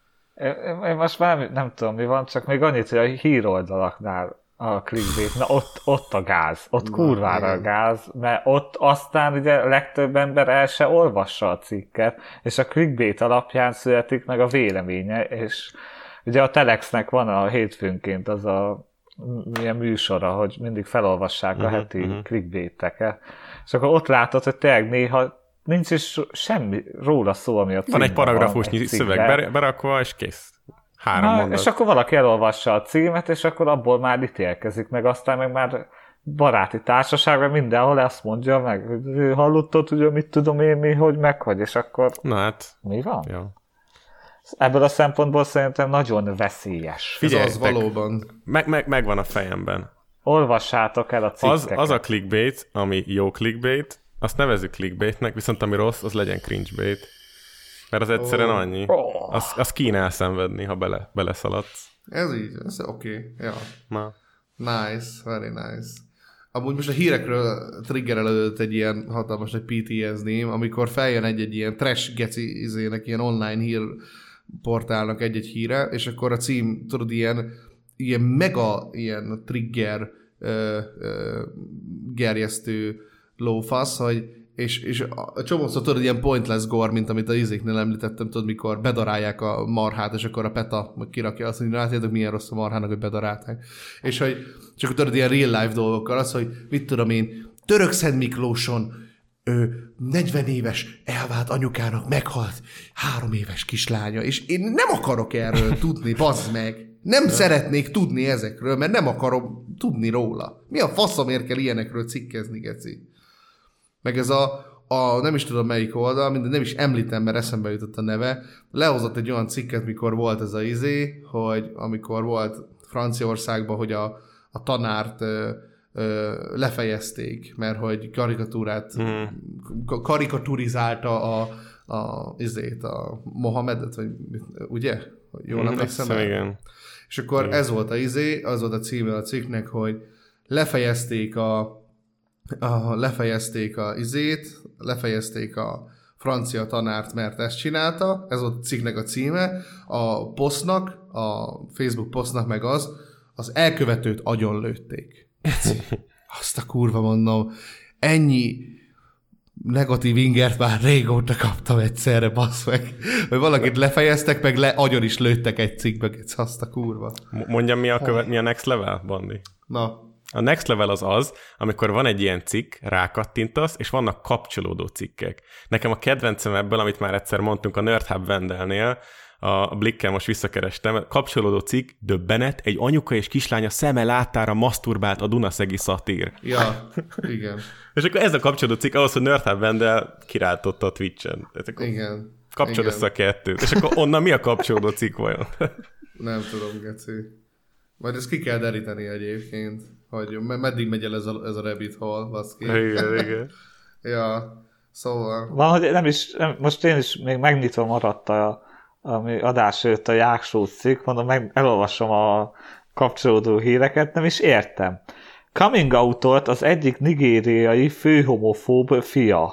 Én, én most már nem tudom, mi van, csak még annyit, hogy a híroldalaknál a clickbait, na ott, ott a gáz, ott na, kurvára igen. a gáz, mert ott aztán ugye legtöbb ember el se olvassa a cikket, és a clickbait alapján születik meg a véleménye, és ugye a Telexnek van a hétfőnként az a milyen műsora, hogy mindig felolvassák uh-huh, a heti uh-huh. clickbaiteket, és akkor ott látod, hogy tényleg néha nincs is semmi róla szó, ami a van egy paragrafusnyi szöveg berakva, és kész. Három Na, mondat. És akkor valaki elolvassa a címet, és akkor abból már ítélkezik, meg aztán meg már baráti társaságban mindenhol azt mondja meg, hogy hallottad, ugye, mit tudom én, mi, hogy meghagy, és akkor na hát, mi van? Ja. Ebből a szempontból szerintem nagyon veszélyes. Figyelj, az valóban. Meg, meg, megvan a fejemben. Olvassátok el a cikkeket. Az, az a clickbait, ami jó clickbait, azt nevezzük clickbaitnek, viszont ami rossz, az legyen cringebait. Mert az egyszerűen oh. annyi. Oh. Az, az kín elszenvedni, ha bele, beleszaladsz. Ez így, ez oké. Okay. Ja. Na. Nice, very nice. Amúgy most a hírekről triggerelődött egy ilyen hatalmas egy pé té es dém, amikor feljön egy-egy ilyen trash geci izének, ilyen online hírportálnak egy-egy híre, és akkor a cím, tudod, ilyen, ilyen mega ilyen trigger ö, ö, gerjesztő lófasz, hogy és, és a csomószor tudod, ilyen pointless gore, mint amit a izéknél említettem, tudod, mikor bedarálják a marhát, és akkor a PETA kirakja azt, hogy látjátok, milyen rossz a marhának, hogy bedarálták. És hogy csak tudod, ilyen real life dolgokkal, az, hogy mit tudom én, Törökszent Miklóson ő, negyven éves elvált anyukának meghalt három éves kislánya, és én nem akarok erről tudni, bazd meg. Nem szeretnék tudni ezekről, mert nem akarom tudni róla. Mi a faszomért kell ilyenekről cikkezni, geci? Meg ez a, a, nem is tudom melyik oldal, minden nem is említem, mert eszembe jutott a neve, lehozott egy olyan cikket, mikor volt ez a izé, hogy amikor volt Franciaországban, hogy a, a tanárt ö, ö, lefejezték, mert hogy karikatúrát, mm. karikaturizálta a, a izét, a Mohamedet, vagy ugye? Jól emlékszem el? Igen. És akkor igen. Ez volt a izé, az volt a címe a cikknek, hogy lefejezték a A, lefejezték a izét, lefejezték a francia tanárt, mert ezt csinálta, ez volt a cikknek a címe, a posztnak, a Facebook posztnak meg az, az elkövetőt agyonlőtték. Azt a kurva mondom, ennyi negatív ingert már régóta kaptam egyszerre, bassz meg, hogy valakit lefejeztek, meg le, agyon is lőttek egy cikkbe, azt a kurva. Mondjam, mi a, követ, mi a next level, Bandi? Na. A next level az az, amikor van egy ilyen cikk, rákattintasz, és vannak kapcsolódó cikkek. Nekem a kedvencem ebből, amit már egyszer mondtunk a Nerdhub Vendelnél, a Blickkel most visszakerestem, kapcsolódó cikk, döbbenet, egy anyuka és kislánya szeme láttára maszturbált a Dunaszegi szatír. Ja, igen. És akkor ez a kapcsolódó cikk ahhoz, hogy Nerdhub Vendel királtotta a Twitch-en. Igen. Kapcsolod össze a kettőt. És akkor onnan mi a kapcsolódó cikk vajon? Nem tudom, geci. Majd ezt ki kell deríteni egyébként, hogy meddig megy el ez a, ez a rabbit hole, baszki. Igen, igen. Ja, szóval... Van, hogy nem is, nem, most én is még megnyitva maradt a, ami adás előtt a Jáksó cikk, mondom, meg elolvasom a kapcsolódó híreket, nem is értem. Coming out-olt az egyik nigériai főhomofób fia.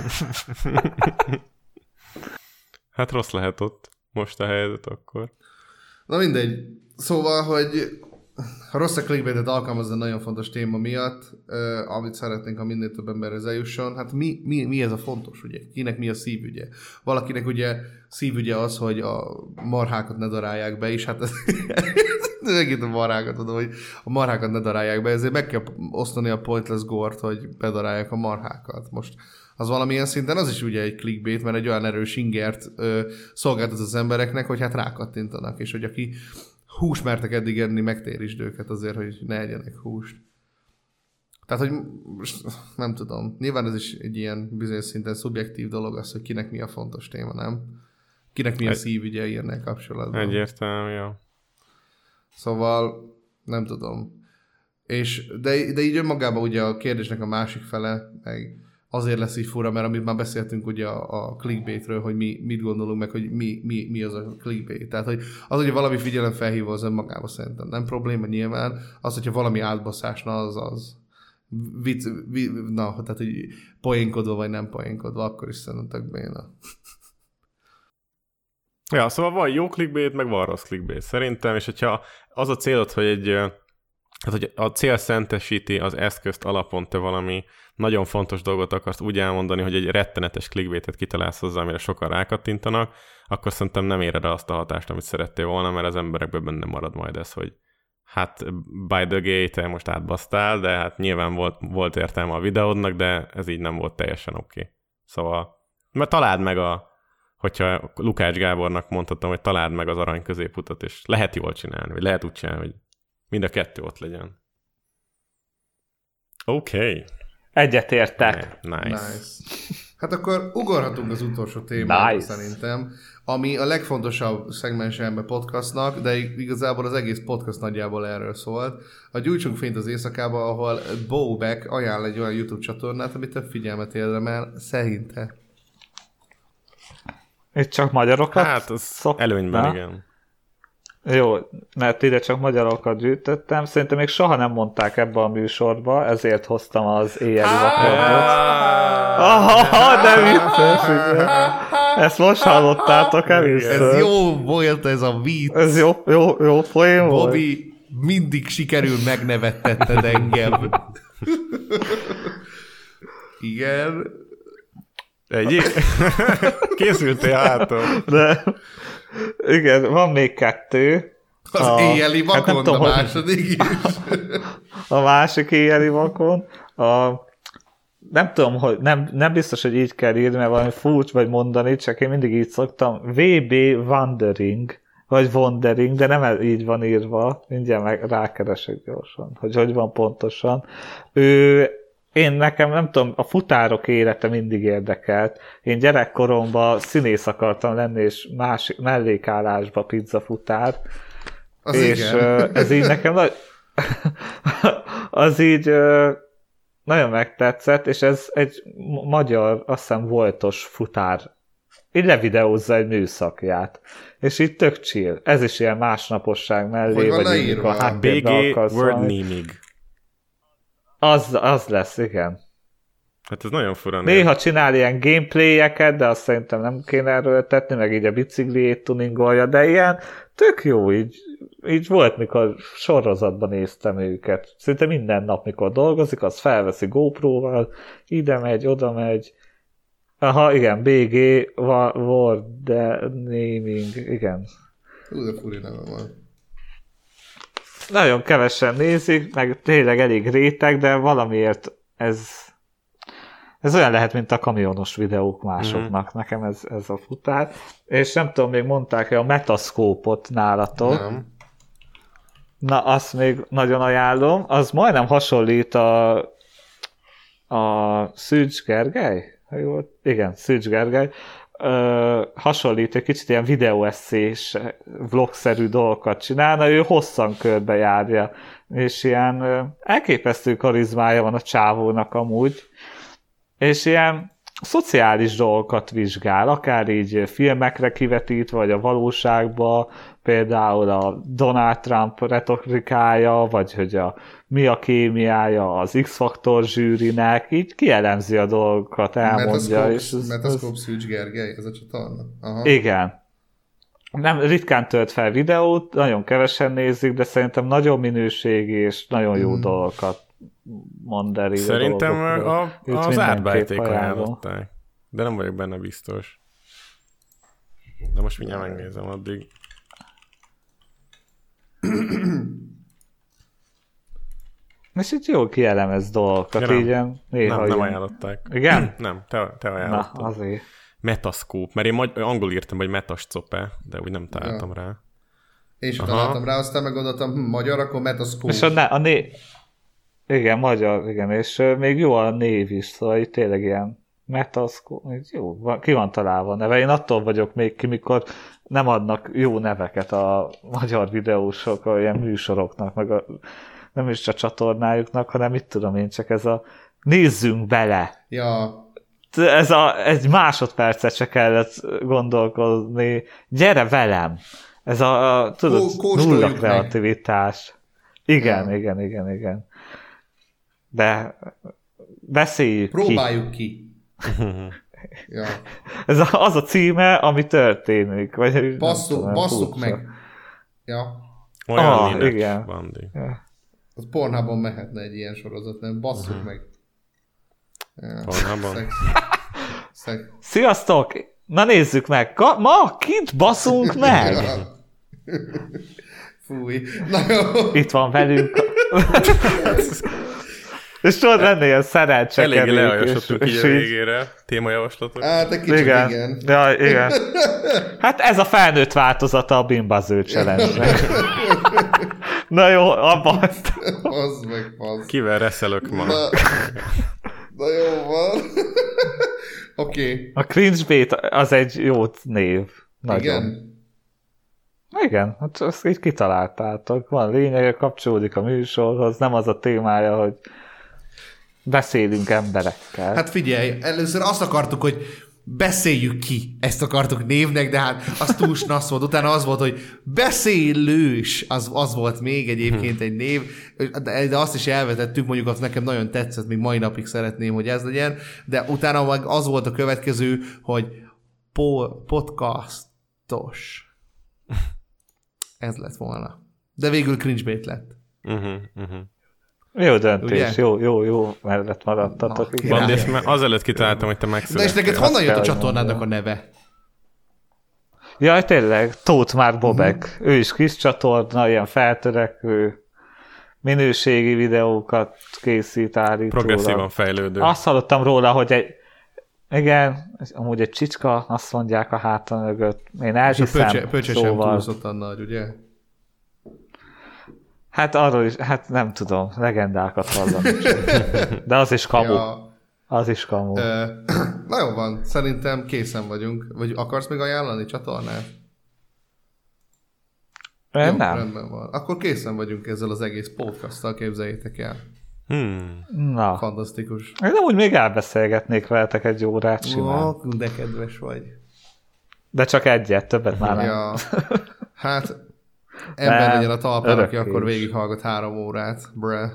Hát rossz lehet ott most a helyzet akkor. Na mindegy. Szóval, hogy ha rossz a clickbaitet alkalmazni nagyon fontos téma miatt, uh, amit szeretnénk, ha minél több emberhez eljusson, hát mi, mi, mi ez a fontos, ugye? Kinek mi a szívügye? Valakinek ugye szívügye az, hogy a marhákat ne darálják be, és hát ez, megint a marhákat tudom, hogy a marhákat ne darálják be, ezért meg kell osztani a pointless gore-t, hogy bedarálják a marhákat. Most az valamilyen szinten az is ugye egy clickbait, mert egy olyan erős ingert ö, szolgáltat az embereknek, hogy hát rákattintanak, és hogy aki húst mertek eddig enni, megtérítsd őket azért, hogy ne egyenek húst. Tehát, hogy most nem tudom, nyilván ez is egy ilyen bizonyos szinten szubjektív dolog az, hogy kinek mi a fontos téma, nem? Kinek mi a szívügye ilyennel kapcsolatban. Egyértelmű, jó. Szóval nem tudom. És, de, de így önmagában ugye a kérdésnek a másik fele, meg azért lesz így fura, mert amit már beszéltünk ugye a, a clickbaitről, hogy mi mit gondolunk meg, hogy mi, mi, mi az a clickbait. Tehát, hogy az, hogy valami figyelemfelhívó az önmagában szerintem nem probléma nyilván, az, hogyha valami átbaszásna, az az vicc, vicc, na, tehát, hogy poénkodva vagy nem poénkodva, akkor is szerintem tök béna. Ja, szóval van jó clickbait, meg van rossz clickbait szerintem, és hogyha az a célod, hogy egy, hát, hogy a cél szentesíti az eszközt alapon, te valami nagyon fontos dolgot akarsz úgy elmondani, hogy egy rettenetes clickbaitet kitalálsz hozzá, amire sokan rákattintanak, akkor szerintem nem éred el azt a hatást, amit szerettél volna, mert az emberekből benne marad majd ez, hogy hát by the gay, te most átbasztál, de hát nyilván volt, volt értelme a videódnak, de ez így nem volt teljesen oké. Okay. Szóval, mert találd meg a, hogyha Lukács Gábornak mondhatom, hogy találd meg az arany középutat, és lehet jól csinálni, vagy lehet úgy csinálni, hogy mind a kettő ott legyen. Oké. Okay. Egyetértek. Nice. Nice. Hát akkor ugorhatunk az utolsó témára Nice. szerintem, ami a legfontosabb szegmens ebben a podcastnak, de igazából az egész podcast nagyjából erről szólt. A Gyújtsunk fényt az éjszakába, ahol Bo Beck ajánl egy olyan YouTube csatornát, ami több figyelmet érdemel, szerinte. Itt csak magyarokat? Hát, az szok... előnyben, Na? igen. Jó, mert ide csak magyarokat gyűjtöttem. Szerintem még soha nem mondták ebbe a műsorba, ezért hoztam az éjjeli vakondot. Aha, de vicces, ugye? Ezt most hallottátok először. Ez jó volt ez a vicc. Ez jó, jó, jó poén volt. Bobby, mindig sikerül megnevettetted engem. Igen. Egy készültél hátul. De igen, van még kettő. Az a, éjjeli vakond, hát nem tudom, a második is. A másik éjjeli vakon. A, nem tudom, hogy nem, nem biztos, hogy így kell írni, mert valami furcs vagy mondani, csak én mindig így szoktam. vé bé Wandering, vagy Wandering, de nem így van írva. Mindjárt meg rákeresek gyorsan, hogy hogy van pontosan. Ő Én nekem, nem tudom, a futárok élete mindig érdekelt. Én gyerekkoromban színész akartam lenni, és másik, mellékállásba pizzafutár. Az és igen. ez így nekem nagy... az így nagyon megtetszett, és ez egy magyar, azt hiszem voltos futár. Így levideózza egy műszakját. És így tök chill. Ez is ilyen másnaposság mellé, Hogy van vagy így, leírva? mikor bé gé háttérbe akarsz Word valami. Naming. Az, az lesz, igen. Hát ez nagyon fura. név. Néha csinál ilyen gameplayeket, de azt szerintem nem kéne erőltetni, meg így a bicikliét tuningolja, de ilyen tök jó, így, így volt, mikor sorozatban néztem őket. Szinte minden nap, mikor dolgozik, az felveszi GoPro-val, ide megy, oda megy. Aha, igen, bé gé Word Naming, igen. Hú, de furi neve van. Nagyon kevesen nézik, meg tényleg elég réteg, de valamiért ez, ez olyan lehet, mint a kamionos videók másoknak. Mm. Nekem ez, ez a futár. És nem tudom, még mondták-e a Metascope-ot nálatok. Nem. Na, azt még nagyon ajánlom. Az majdnem hasonlít a, a Szűcs Gergely? Ha jól- Igen, Szűcs Gergely. Ö, hasonlít, egy kicsit ilyen videóesszés, vlogszerű dolgokat csinálna, ő hosszan körbe járja, és ilyen ö, elképesztő karizmája van a csávónak amúgy, és ilyen szociális dolgokat vizsgál, akár így filmekre kivetít, vagy a valóságba, például a Donald Trump retorikája, vagy hogy a, mi a kémiája az X-faktor zsűrinek, így kielemzi a dolgokat, elmondja. És ez, Metascope Szűcs Gergely, ez a csatorna? Aha. igen. Nem, ritkán tölt fel videót, nagyon kevesen nézik, de szerintem nagyon minőségi és nagyon jó Hmm. dolgokat mond el. így a Szerintem dolgokról. a, Őt az mindenképp átbájték ajánlom. ajánlották. De nem vagyok benne biztos. De most mindjárt megnézem addig. És itt jól kielemez dolgokat, Ja, nem. így ilyen néha Nem, nem ilyen- ajánlották. Igen? Nem, te, te Na, ajánlottad. azért. Metascope, mert én magy- angol írtam, hogy metascope, de úgy nem találtam rá. Én is Aha. találtam rá, aztán megoldottam, hm, magyar, akkor Metascope. És a, ne, a né... Igen, magyar, igen, és ö, még jó a név is, szóval itt tényleg ilyen metaszkó, jó, van- ki van találva a neve. Én attól vagyok még ki, mikor nem adnak jó neveket a magyar videósok, a ilyen műsoroknak, meg a, nem is a csatornájuknak, hanem mit tudom én, csak ez a nézzünk bele. Ja, ez a, egy másodpercet se kellett gondolkozni. Gyere velem! Ez a, a tudod, Kó- nulla meg. kreativitás. Igen, Ja. igen, igen, igen. De beszéljük Próbáljuk ki. ki. Ja. Ez a, az a címe, ami történik. Vagy nem Basszuk, tudom, basszuk furcsa. meg. Ja. Olyan Ah, linek, igen. Bandi. Ja. Az Pornhubon mehetne egy ilyen sorozat, nem? Basszuk Mhm. meg. Ja. Pornhubon? Szex. Szex. Sziasztok! Na nézzük meg! Ka- ma kit baszunk meg? Ja. Fúj. Na jó. Itt van velünk. És tudod, lenne ilyen szerencsekerék. Eléggé leajasodtunk így és a így- végére. Témajavaslatok. Hát egy kicsit Igen. igen. Ja, igen. Hát ez a felnőtt változata a bimbaző challenge-nek. Na jó, abba azt. Az meg az. Kivel reszelök ma? Na, na jó van. Oké. Okay. A cringebait az egy jó név. Nagyon. Igen. Igen, hát azt így kitaláltátok. Van lényege, kapcsolódik a műsorhoz, nem az a témája, hogy beszélünk emberekkel. Hát figyelj, először azt akartuk, hogy beszéljük ki, ezt akartuk névnek, de hát az túl snasz volt. Utána az volt, hogy beszélős, az, az volt még egyébként egy név, de, de azt is elvetettük, mondjuk az nekem nagyon tetszett, még mai napig szeretném, hogy ez legyen, de utána meg az volt a következő, hogy po- podcastos. Ez lett volna. De végül cringebait lett. Uh-huh, uh-huh. Jó döntés, Ugye? jó, jó, jó, mellett maradtatok. Na, igen. Bandi, ezt már azelőtt kitaláltam, hogy te De és megszülettél. neked honnan jött a kell, csatornádnak a mondom. neve? Jaj, tényleg, Tóth Már Bobek. Uh-huh. Ő is kis csatorna, ilyen feltörekvő, minőségi videókat készít állítólag. Progresszívan fejlődő. Azt hallottam róla, hogy egy igen, amúgy egy csicska, azt mondják a háta mögött. Én És a elhiszem, pöcse, pöcse sem szóval. túlzottan nagy, ugye? Hát arról is, hát nem tudom, legendákat hallani. De az is kamu. Ja. Az is kamu. Ö, na jó van, szerintem készen vagyunk. Vagy akarsz még ajánlani csatornát? Ö, Jó, nem. rendben van. Akkor készen vagyunk ezzel az egész podcasttal, képzeljétek el. Hmm. Na. Fantasztikus. Én nem úgy még elbeszélgetnék veletek egy órát simán. Ó, de kedves vagy. De csak egyet, többet már nem. Ja. Hát, ember Nem, legyen a talpán, aki örökké akkor is. végighallgat három órát. Bre.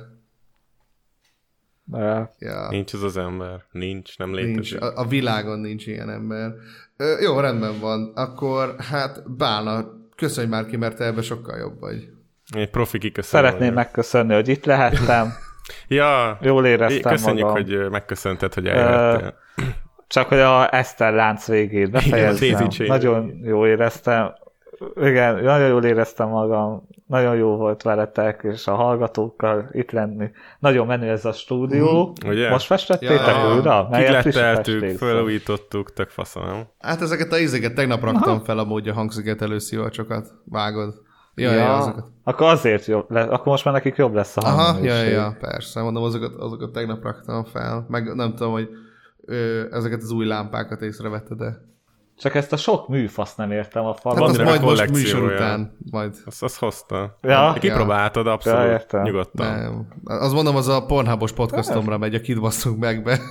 Ö, Ja. Nincs az az ember. Nincs, nem Nincs, létezik. a, a világon nincs ilyen ember. Ö, jó, rendben van. Akkor hát Bálna, köszönj már ki, mert te ebben sokkal jobb vagy. Egy profi kiköszönöm. Szeretném megköszönni, hogy itt lehettem. Ja, Jól éreztem köszönjük, magam. hogy megköszönted, hogy eljöttél. Csak hogy a Eszter lánc végét befejezzem. Igen, a daisy chain. Nagyon jól éreztem. Igen, nagyon jól éreztem magam. Nagyon jó volt veletek, és a hallgatókkal itt lenni. Nagyon menő ez a stúdió. Mm, ugye? Most festettétek Ja, ja. újra? Melyet is Kigletteltük, festék? felújítottuk, tök fasz, nem? Hát ezeket a izéket tegnap raktam Aha. fel amúgy a hangszigetelő szivacsokat. Vágod? Ja, ja, ja, azokat. Akkor azért jobb lesz. Akkor most már nekik jobb lesz a Aha, ja, hangminőség. ja, persze. Mondom, azokat, azokat tegnap raktam fel. Meg nem tudom, hogy ö, ezeket az új lámpákat észrevette, de... Csak ezt a sok műfaszt nem értem a Hát falon. az Bandira majd most kollekciója. műsor után. Majd. Azt, azt hozta. Ja. Kipróbáltad, abszolút. Ja, értem. Nyugodtan. Nem. Azt mondom, az a Pornhubos podcastomra megy, a Kit basszunk meg be.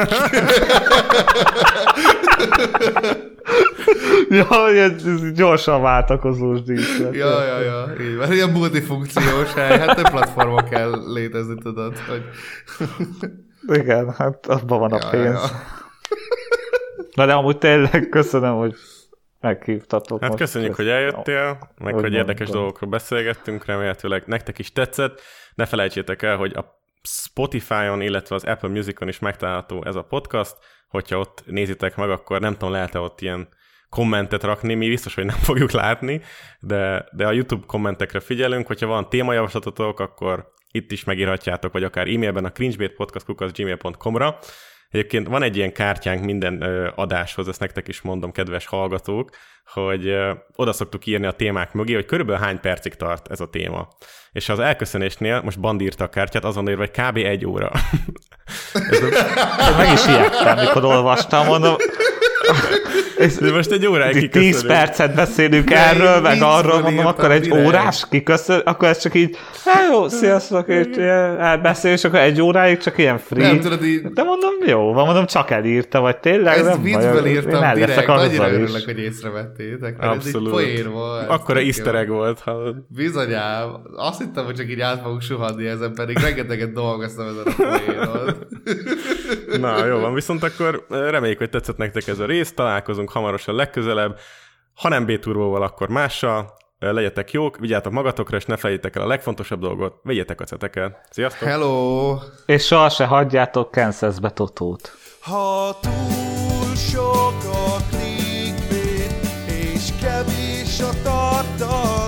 Ja, ilyen gyorsan váltakozós díszlet. Ja, ja, ja. Így van. Ilyen multifunkciós hely. Hát több platformon kell létezni, tudod, hogy... Igen, hát abban van a Ja, pénz. ja. Na de amúgy tényleg köszönöm, hogy meghívtatok. Hát most köszönjük, ezt. hogy eljöttél, meg Hogy hogy érdekes mondtam. dolgokról beszélgettünk, remélhetőleg nektek is tetszett. Ne felejtsétek el, hogy a Spotify-on, illetve az Apple Musicon is megtalálható ez a podcast. Hogyha ott nézitek meg, akkor nem tudom, lehet-e ott ilyen kommentet rakni, mi biztos, hogy nem fogjuk látni, de, de a YouTube kommentekre figyelünk, hogyha van témajavaslatotok, akkor itt is megírhatjátok, vagy akár e-mailben a cringebait kukac gmail pont com-ra. Egyébként van egy ilyen kártyánk minden ö, adáshoz, ezt nektek is mondom, kedves hallgatók, hogy ö, oda szoktuk írni a témák mögé, hogy körülbelül hány percig tart ez a téma. És az elköszönésnél, most Bandi írta a kártyát, azon írva, hogy kb. egy óra. Ez a... Meg is ijedtem, mikor olvastam, mondom. De most egy óráig kiköszönünk. tíz percet beszélünk De erről, meg viccből arról, mondom, írtam akkor egy direkt. órás kiköszön, akkor ez csak így, hát jó, sziasztok, és elbeszél, és akkor egy óráig csak ilyen free. Nem tudod, így... De mondom, jó, van, mondom, csak elírta, vagy tényleg Ezt nem viccből baj, írtam én direkt, azzal annyira is. örülök, hogy észrevettétek, mert Abszolút. ez egy poén volt. Akkora Tök easter jó. egg volt, hallod. Bizonyám, azt hittem, hogy csak így át fogunk suhadni ezen, pedig rengeteget dolgoztam ezen a poénon. Na, jó van, viszont akkor reméljük, hogy tetszett nektek ez a rész, találkozunk hamarosan legközelebb. Ha nem B-turbóval, akkor mással. Legyetek jók, vigyázzatok magatokra, és ne felejtjétek el a legfontosabb dolgot, vegyetek a ceteket. Sziasztok! Hello! És soha se hagyjátok Kansasbe Totót. Ha túl sok a clickbait, és kevés a tartalom,